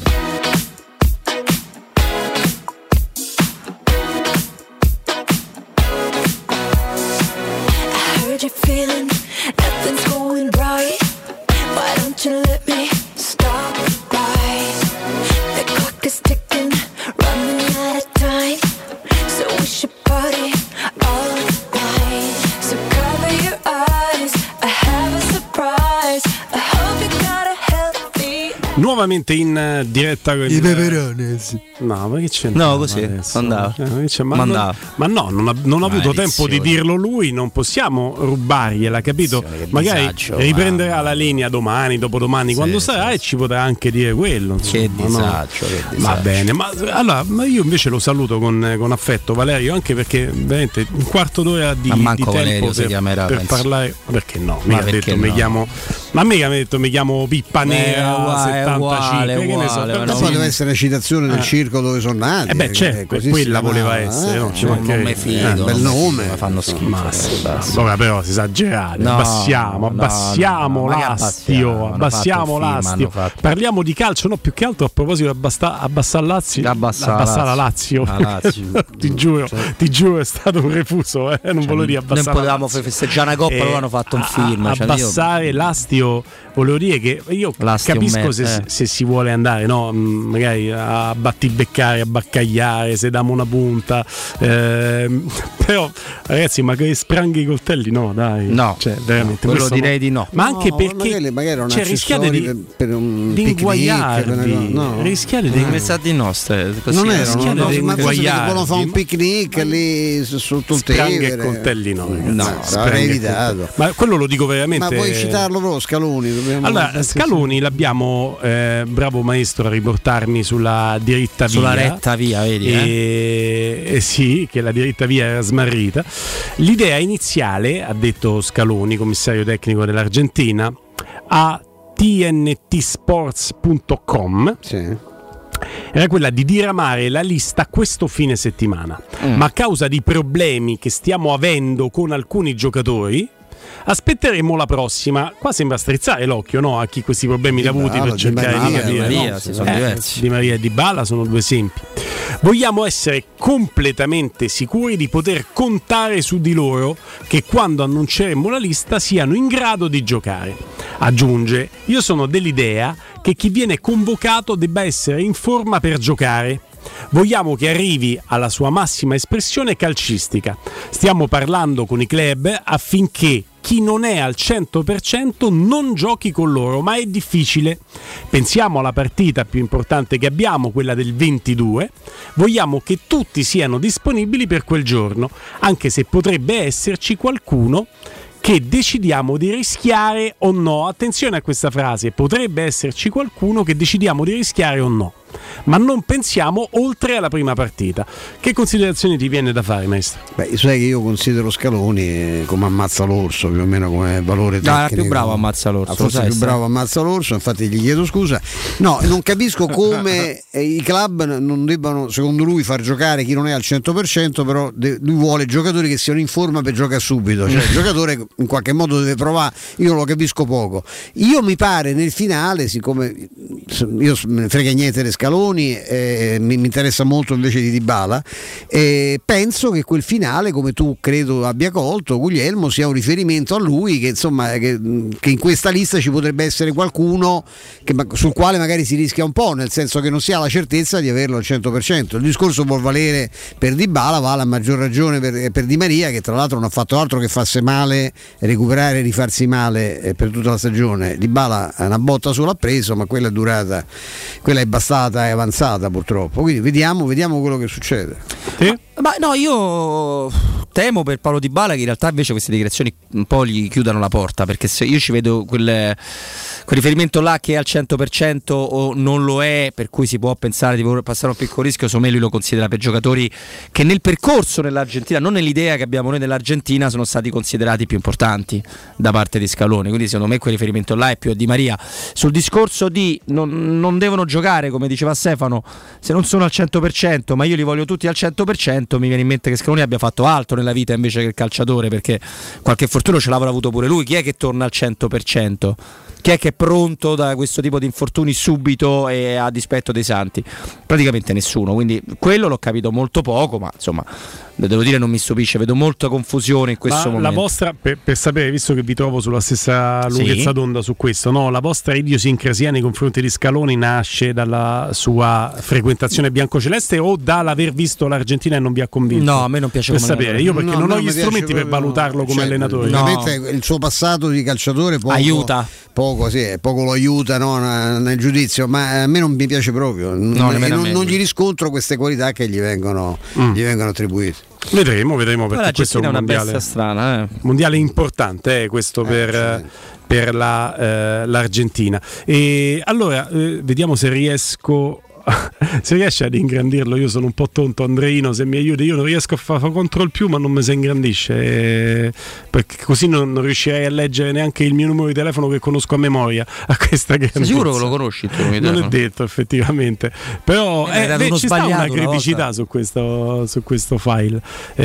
Nuovamente in diretta con i peperones. No, ma che c'è? No, così andava. Ma no, non ha avuto tempo di dirlo lui, non possiamo rubargliela, capito? Magari riprenderà la linea domani, dopodomani, quando sarà, e ci potrà anche dire quello. Insomma, che disagio. Va bene, ma io invece lo saluto con affetto, Valerio, anche perché veramente un quarto d'ora di tempo Valerio per parlare. Perché no? Mi ha detto mi chiamo. Ma a me mi ha detto mi chiamo Pippa Nera 75. Che ne so. Poi deve essere la citazione del circo dove sono nati. Certo, quella voleva essere. Non mi fido. Bel nome. Fanno schifo. Ora però si esagerate. Abbassiamo l'astio. Parliamo di calcio, no, più che altro a proposito di abbassare la Lazio. Ti giuro, è stato un refuso. Non volevo dire abbassare. Non potevamo festeggiare una coppa, loro hanno fatto un film. Abbassare l'astio. Volevo dire che io capisco se si vuole andare, no? Magari a battibeccare, a baccagliare, se diamo una punta, però ragazzi, ma che spranghi i coltelli, no, dai, no, cioè, veramente, quello direi di no. Ma anche perché magari rischiate per un inguagliarvi, rischiate di pensate nostre, non erano, ma volevano fare un picnic lì sotto il Tevere, e coltelli no, avrei evitato. Ma quello lo dico veramente. Ma vuoi citarlo però Scaloni? Allora, Scaloni l'abbiamo bravo maestro a riportarmi sulla diritta via. Sulla retta via, vedi? Sì, che la diritta via era smarrita. L'idea iniziale, ha detto Scaloni, commissario tecnico dell'Argentina, a tntsports.com, era quella di diramare la lista questo fine settimana. Ma a causa di problemi che stiamo avendo con alcuni giocatori, aspetteremo la prossima. Qua sembra strizzare l'occhio, no, a chi questi problemi li ha avuti, per cercare di capire. Sono diversi. Di Maria e Di Bala sono due esempi. Vogliamo essere completamente sicuri di poter contare su di loro, che quando annunceremo la lista siano in grado di giocare. Aggiunge: io sono dell'idea che chi viene convocato debba essere in forma per giocare. Vogliamo che arrivi alla sua massima espressione calcistica. Stiamo parlando con i club affinché chi non è al 100% non giochi con loro, ma è difficile. Pensiamo alla partita più importante che abbiamo, quella del 22. Vogliamo che tutti siano disponibili per quel giorno, anche se potrebbe esserci qualcuno che decidiamo di rischiare o no. Attenzione a questa frase, potrebbe esserci qualcuno che decidiamo di rischiare o no, ma non pensiamo oltre alla prima partita. Che considerazioni ti viene da fare, maestro? Beh, sai che io considero Scaloni come ammazza l'orso, più o meno come valore tecnico. No, era più bravo ammazza l'orso. Forse più bravo ammazza l'orso, infatti gli chiedo scusa. No, non capisco come i club non debbano, secondo lui, far giocare chi non è al 100%, però lui vuole giocatori che siano in forma per giocare subito, cioè il giocatore in qualche modo deve provare. Io lo capisco poco. Io mi pare nel finale, siccome io me ne frega niente di Scaloni, mi interessa molto invece di Dybala, penso che quel finale, come tu credo abbia colto, Guglielmo, sia un riferimento a lui, che insomma che in questa lista ci potrebbe essere qualcuno sul quale magari si rischia un po', nel senso che non si ha la certezza di averlo al 100%. Il discorso può valere per Dybala, vale a maggior ragione per Di Maria, che tra l'altro non ha fatto altro che farsi male, recuperare e rifarsi male per tutta la stagione. Dybala una botta sola ha preso, ma quella è durata, quella è bastata, è avanzata purtroppo, quindi vediamo quello che succede. Ma no, io temo per Paolo Dybala che in realtà invece queste dichiarazioni un po' gli chiudano la porta, perché se io ci vedo quel riferimento là che è al 100% o non lo è, per cui si può pensare di voler passare un piccolo rischio, secondo me lui lo considera per giocatori che nel percorso nell'Argentina, non nell'idea che abbiamo noi dell'Argentina, sono stati considerati più importanti da parte di Scaloni, quindi secondo me quel riferimento là è più a Di Maria. Sul discorso di non devono giocare, come diceva Stefano, se non sono al 100%, ma io li voglio tutti al 100%, mi viene in mente che Scaloni abbia fatto altro nella vita invece che il calciatore, perché qualche fortuna ce l'avrà avuto pure lui. Chi è che torna al 100%? Chi è che è pronto da questo tipo di infortuni subito e a dispetto dei santi? Praticamente nessuno, quindi quello l'ho capito molto poco, ma insomma devo dire non mi stupisce, vedo molta confusione in questo momento. La vostra, per sapere, visto che vi trovo sulla stessa lunghezza d'onda su questo, no? La vostra idiosincrasia nei confronti di Scaloni nasce dalla sua frequentazione biancoceleste o dall'aver visto l'Argentina e non vi ha convinto? No, a me non piace. Per sapere, io perché non ho gli strumenti per valutarlo come allenatore. Ovviamente il suo passato di calciatore aiuta. Poco lo aiuta, no, nel giudizio, ma a me non mi piace proprio. Non gli riscontro queste qualità che gli vengono attribuite. Vedremo perché questo è un mondiale, bestia strana, mondiale importante, questo per l'Argentina. E allora vediamo se riesco. Se riesce ad ingrandirlo, io sono un po' tonto, Andreino, se mi aiuti. Io non riesco a fare control più, ma non mi si ingrandisce, perché così non riuscirei a leggere neanche il mio numero di telefono che conosco a memoria a questa grandezza. Sei sicuro che lo conosci tu? Non è detto effettivamente, però ci sta una criticità su questo file,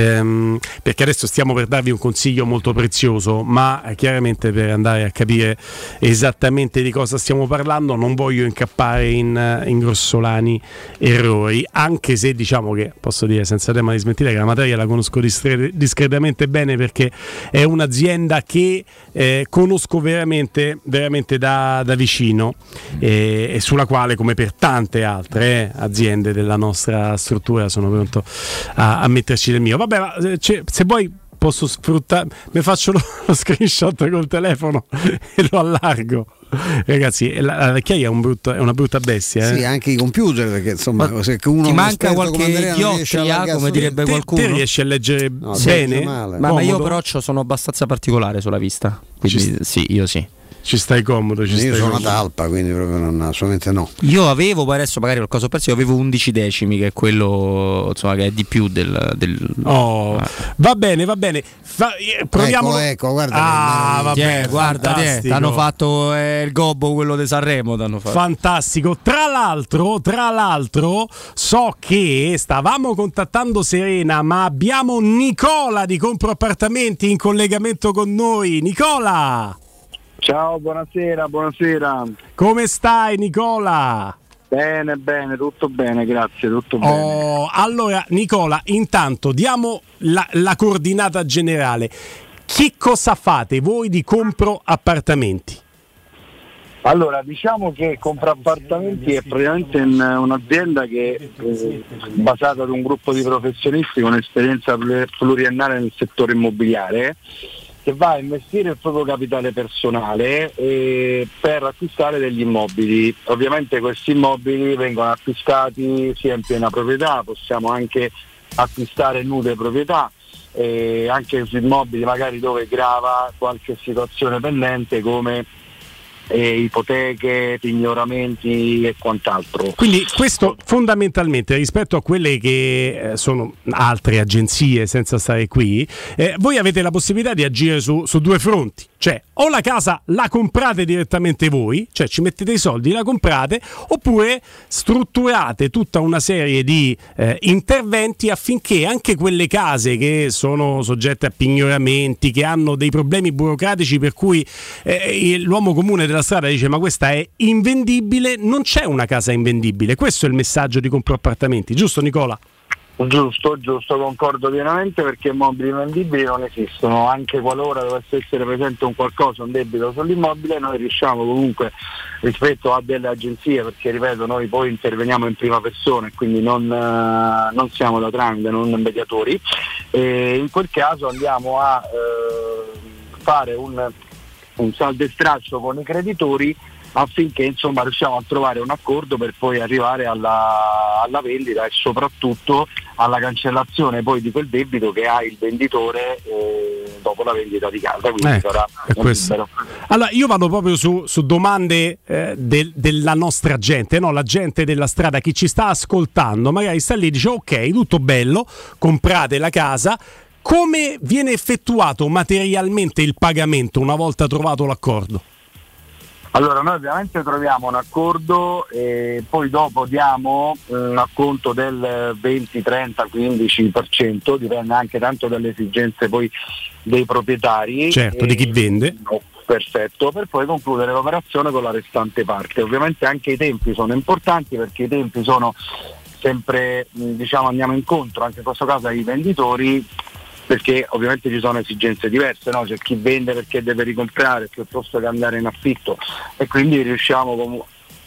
perché adesso stiamo per darvi un consiglio molto prezioso, ma chiaramente per andare a capire esattamente di cosa stiamo parlando non voglio incappare in grossolani errori, anche se diciamo che posso dire senza tema di smentire che la materia la conosco discretamente bene, perché è un'azienda che conosco veramente da vicino, e sulla quale, come per tante altre aziende della nostra struttura, sono pronto a metterci del mio. Vabbè, ma se vuoi posso sfruttare, mi faccio lo screenshot col telefono e lo allargo. Ragazzi, la vecchiaia è una brutta bestia. Sì, anche i computer, perché insomma, se uno ti manca qualche ghiottia, come direbbe qualcuno. Te riesci a leggere bene? Ma io però sono abbastanza particolare sulla vista, quindi io sì. Ci stai comodo? Io sono una talpa, quindi proprio assolutamente no. Io avevo, poi adesso magari qualcosa ho perso, io avevo 11 decimi, che è quello, insomma, che è di più del Va bene. Proviamo. Ecco, guarda. Guarda, hanno fatto il gobbo, quello di Sanremo, t'hanno fatto. Fantastico. Tra l'altro so che stavamo contattando Serena, ma abbiamo Nicola di Compro Appartamenti in collegamento con noi. Nicola! Ciao, buonasera. Come stai, Nicola? Bene, tutto bene, grazie, tutto bene. Allora, Nicola, intanto diamo la coordinata generale. Che cosa fate voi di Compro Appartamenti? Allora, diciamo che Compraappartamenti è praticamente un'azienda che è basata su un gruppo di professionisti con esperienza pluriennale nel settore immobiliare, che va a investire il proprio capitale personale per acquistare degli immobili. Ovviamente questi immobili vengono acquistati sia in piena proprietà, possiamo anche acquistare nude proprietà, anche su immobili magari dove grava qualche situazione pendente come ipoteche, pignoramenti e quant'altro. Quindi questo fondamentalmente rispetto a quelle che sono altre agenzie, senza stare qui, voi avete la possibilità di agire su due fronti, cioè o la casa la comprate direttamente voi, cioè ci mettete i soldi, la comprate, oppure strutturate tutta una serie di interventi affinché anche quelle case che sono soggette a pignoramenti, che hanno dei problemi burocratici per cui l'uomo comune della strada dice ma questa è invendibile, non c'è una casa invendibile. Questo è il messaggio di Compraappartamenti, giusto Nicola? Giusto, concordo pienamente, perché immobili invendibili non esistono. Anche qualora dovesse essere presente un debito sull'immobile, noi riusciamo comunque, rispetto a delle agenzie, perché ripeto, noi poi interveniamo in prima persona e quindi non siamo da tramite, non mediatori, e in quel caso andiamo a fare un saldo e stralcio con i creditori affinché insomma riusciamo a trovare un accordo per poi arrivare alla vendita e soprattutto alla cancellazione poi di quel debito che ha il venditore dopo la vendita di casa, quindi sarà libero. Allora io vado proprio su domande della nostra gente, no? La gente della strada, chi ci sta ascoltando magari sta lì e dice ok, tutto bello, comprate la casa. Come viene effettuato materialmente il pagamento una volta trovato l'accordo? Allora noi ovviamente troviamo un accordo e poi dopo diamo un acconto del 20, 30, 15%, dipende anche tanto dalle esigenze poi dei proprietari. Certo, di chi vende. Perfetto, per poi concludere l'operazione con la restante parte. Ovviamente anche i tempi sono importanti, perché i tempi sono sempre, andiamo incontro anche in questo caso ai venditori, perché ovviamente ci sono esigenze diverse, no? C'è chi vende perché deve ricomprare piuttosto che andare in affitto, e quindi riusciamo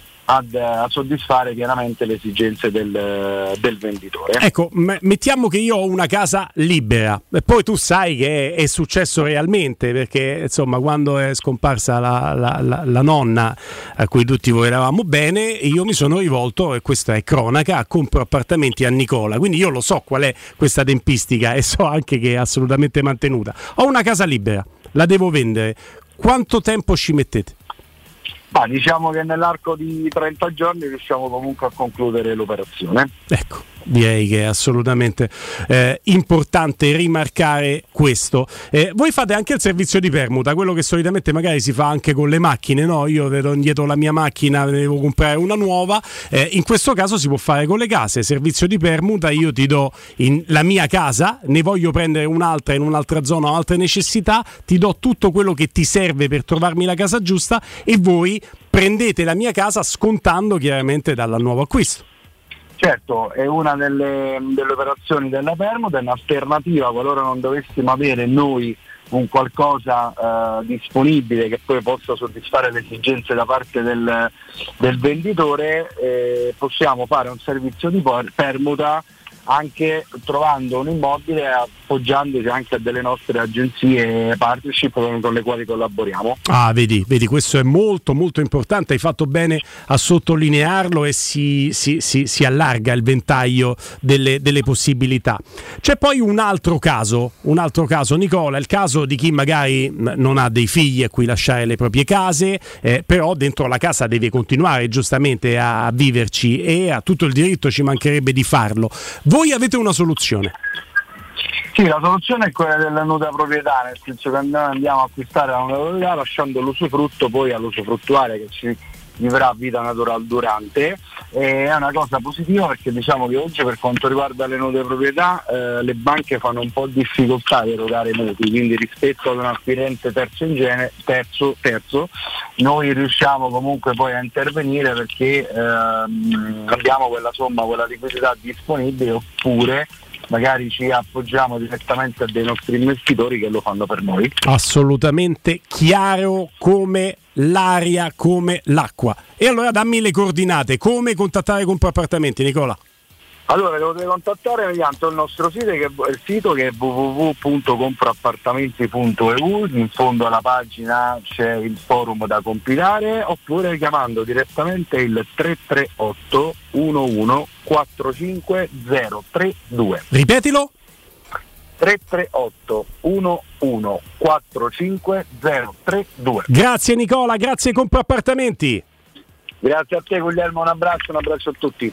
a soddisfare pienamente le esigenze del venditore. Ecco, mettiamo che io ho una casa libera e poi tu sai che è successo realmente, perché insomma quando è scomparsa la nonna a cui tutti volevamo bene, io mi sono rivolto, e questa è cronaca, a Compraappartamenti a Nicola, quindi io lo so qual è questa tempistica e so anche che è assolutamente mantenuta. Ho una casa libera, la devo vendere, quanto tempo ci mettete? Diciamo che nell'arco di 30 giorni riusciamo comunque a concludere l'operazione. Ecco, direi che è assolutamente importante rimarcare questo. Voi fate anche il servizio di permuta, quello che solitamente magari si fa anche con le macchine, no? Io vedo indietro la mia macchina, devo comprare una nuova, in questo caso si può fare con le case, servizio di permuta, io ti do la mia casa, ne voglio prendere un'altra in un'altra zona, ho altre necessità, ti do tutto quello che ti serve per trovarmi la casa giusta e voi prendete la mia casa scontando chiaramente dal nuovo acquisto. Certo, è una delle operazioni della permuta, è un'alternativa qualora non dovessimo avere noi un qualcosa disponibile che poi possa soddisfare le esigenze da parte del venditore, possiamo fare un servizio di permuta anche trovando un immobile, appoggiandoci anche a delle nostre agenzie partnership con le quali collaboriamo. Vedi, questo è molto molto importante, hai fatto bene a sottolinearlo e si allarga il ventaglio delle possibilità. C'è poi un altro caso Nicola, il caso di chi magari non ha dei figli a cui lasciare le proprie case, però dentro la casa deve continuare giustamente a viverci e ha tutto il diritto, ci mancherebbe di farlo. Voi avete una soluzione? Sì, la soluzione è quella della nuda proprietà, nel senso che andiamo a acquistare la nuda proprietà lasciando l'usufrutto poi all'usufruttuario che ci vivrà vita naturale durante. È una cosa positiva, perché diciamo che oggi per quanto riguarda le nude proprietà le banche fanno un po' difficoltà ad erogare mutui, quindi rispetto ad un acquirente terzo noi riusciamo comunque poi a intervenire, perché abbiamo quella liquidità disponibile, oppure magari ci appoggiamo direttamente a dei nostri investitori che lo fanno per noi. Assolutamente chiaro come l'aria, come l'acqua. E allora dammi le coordinate, come contattare Compraappartamenti, Nicola? Allora, lo potete contattare mediante il nostro sito che è www.compraappartamenti.eu. In fondo alla pagina c'è il forum da compilare, oppure chiamando direttamente il 338 11 45 032. Ripetilo. 338 11 45 032. Grazie Nicola, grazie Compraappartamenti. Grazie a te Guglielmo, un abbraccio a tutti.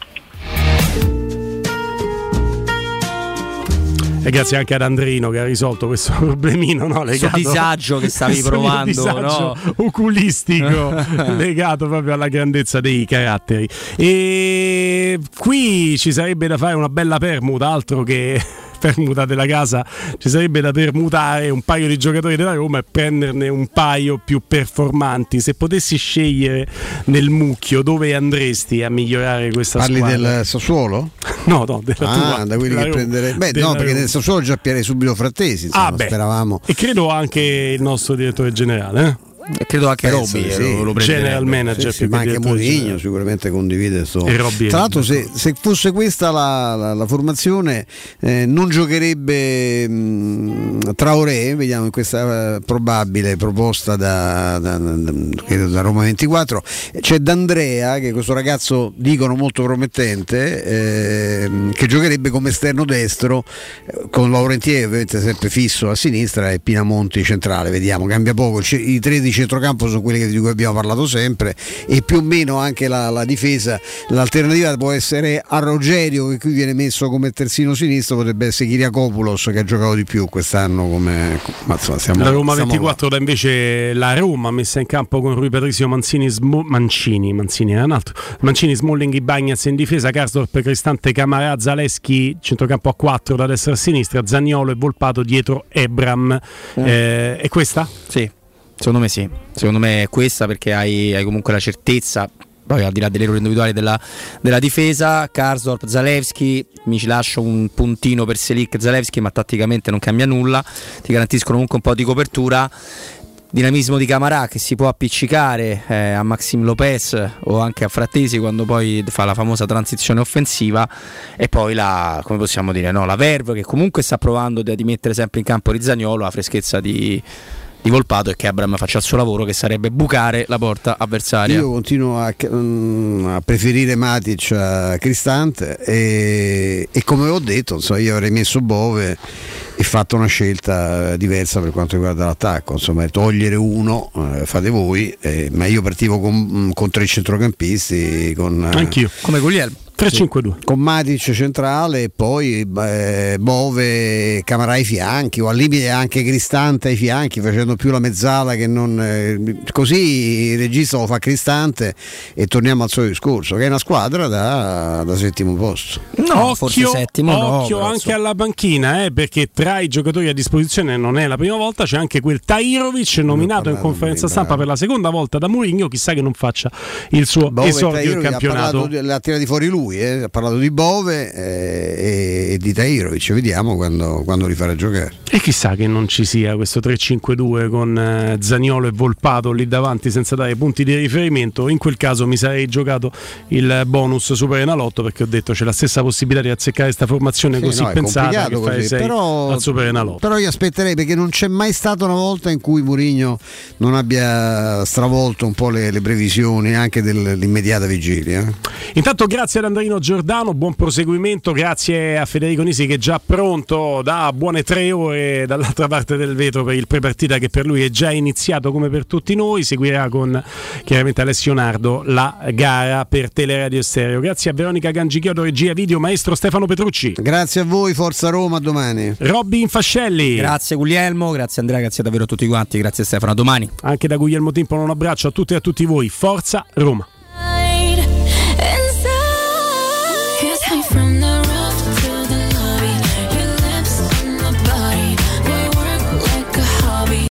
E grazie anche ad Andrino che ha risolto questo problemino, no, legato, questo disagio che stavi provando, disagio, no? Oculistico legato proprio alla grandezza dei caratteri. E qui ci sarebbe da fare una bella permuta, altro che permuta della casa, ci sarebbe da permutare un paio di giocatori della Roma e prenderne un paio più performanti. Se potessi scegliere nel mucchio, dove andresti a migliorare questa squadra? Parli del Sassuolo? No, della tua, da quelli che prendere. Beh, no, perché nel Sassuolo già piarei subito Frattesi, insomma, speravamo. E credo anche il nostro direttore generale, E credo anche Robby lo general manager, ma anche Mourinho sicuramente condivide sto. Tra l'altro se fosse questa la formazione non giocherebbe Traoré, vediamo in questa probabile proposta da Roma 24, c'è D'Andrea, che è questo ragazzo dicono molto promettente, che giocherebbe come esterno destro con Laurentier ovviamente sempre fisso a sinistra e Pinamonti centrale. Vediamo, cambia poco, i 13 centrocampo sono quelli di cui abbiamo parlato sempre, e più o meno anche la difesa. L'alternativa può essere a Rogerio, che qui viene messo come terzino sinistro, potrebbe essere Kyriakopoulos, che ha giocato di più quest'anno come la Roma 24 da invece la Roma messa in campo con Rui Patricio, Mancini, Smalling, Ibañez in difesa, Karsdorp, Cristante, Camarà, Zalewski, centrocampo a 4 da destra a sinistra, Zaniolo e Volpato dietro Ebram. E questa? Sì. Secondo me sì, secondo me è questa, perché hai comunque la certezza, poi al di là dell'errore individuale della difesa. Karsdorp, Zalewski, mi ci lascio un puntino per Selic, Zalewski, ma tatticamente non cambia nulla, ti garantiscono comunque un po' di copertura. Dinamismo di Camarà che si può appiccicare a Maxime Lopez o anche a Frattesi quando poi fa la famosa transizione offensiva, e poi la verve che comunque sta provando di mettere sempre in campo Zaniolo, la freschezza di Volpato, e che Abraham faccia il suo lavoro, che sarebbe bucare la porta avversaria. Io continuo a preferire Matic a Cristante e come ho detto, io avrei messo Bove e fatto una scelta diversa per quanto riguarda l'attacco, insomma togliere uno, fate voi, ma io partivo con 3 centrocampisti, anch'io come Guglielmo 3-5-2 con Matic centrale e poi Bove, Camarà ai fianchi, o al limite anche Cristante ai fianchi, facendo più la mezzala che non così il regista lo fa Cristante e torniamo al solito discorso, che è una squadra da settimo posto. Forse settimo, occhio anche alla panchina, perché tra i giocatori a disposizione non è la prima volta, c'è anche quel Tahirovic nominato in conferenza stampa per la seconda volta da Mourinho, chissà che non faccia il suo esordio in campionato. L'ha tirati fuori lui, ha parlato di Bove e di Tahirovic, vediamo quando li farà giocare. E chissà che non ci sia questo 3-5-2 con Zaniolo e Volpato lì davanti senza dare punti di riferimento. In quel caso mi sarei giocato il bonus Superenalotto, perché ho detto c'è la stessa possibilità di azzeccare questa formazione così pensata che fare 6 al Superenalotto. Però io aspetterei, perché non c'è mai stata una volta in cui Mourinho non abbia stravolto un po' le previsioni anche dell'immediata vigilia. Intanto grazie ad Andrino Giordano, buon proseguimento, grazie a Federico Nisi che è già pronto da buone 3 ore dall'altra parte del vetro per il prepartita che per lui è già iniziato come per tutti noi. Seguirà con chiaramente Alessio Nardo la gara per Teleradio Stereo. Grazie a Veronica Gangichiodo, regia video, maestro Stefano Petrucci. Grazie a voi, forza Roma, a domani. Robby Infascelli. Grazie Guglielmo, grazie Andrea, grazie davvero a tutti quanti, grazie Stefano, a domani. Anche da Guglielmo Timpano un abbraccio a tutte e a tutti voi, forza Roma.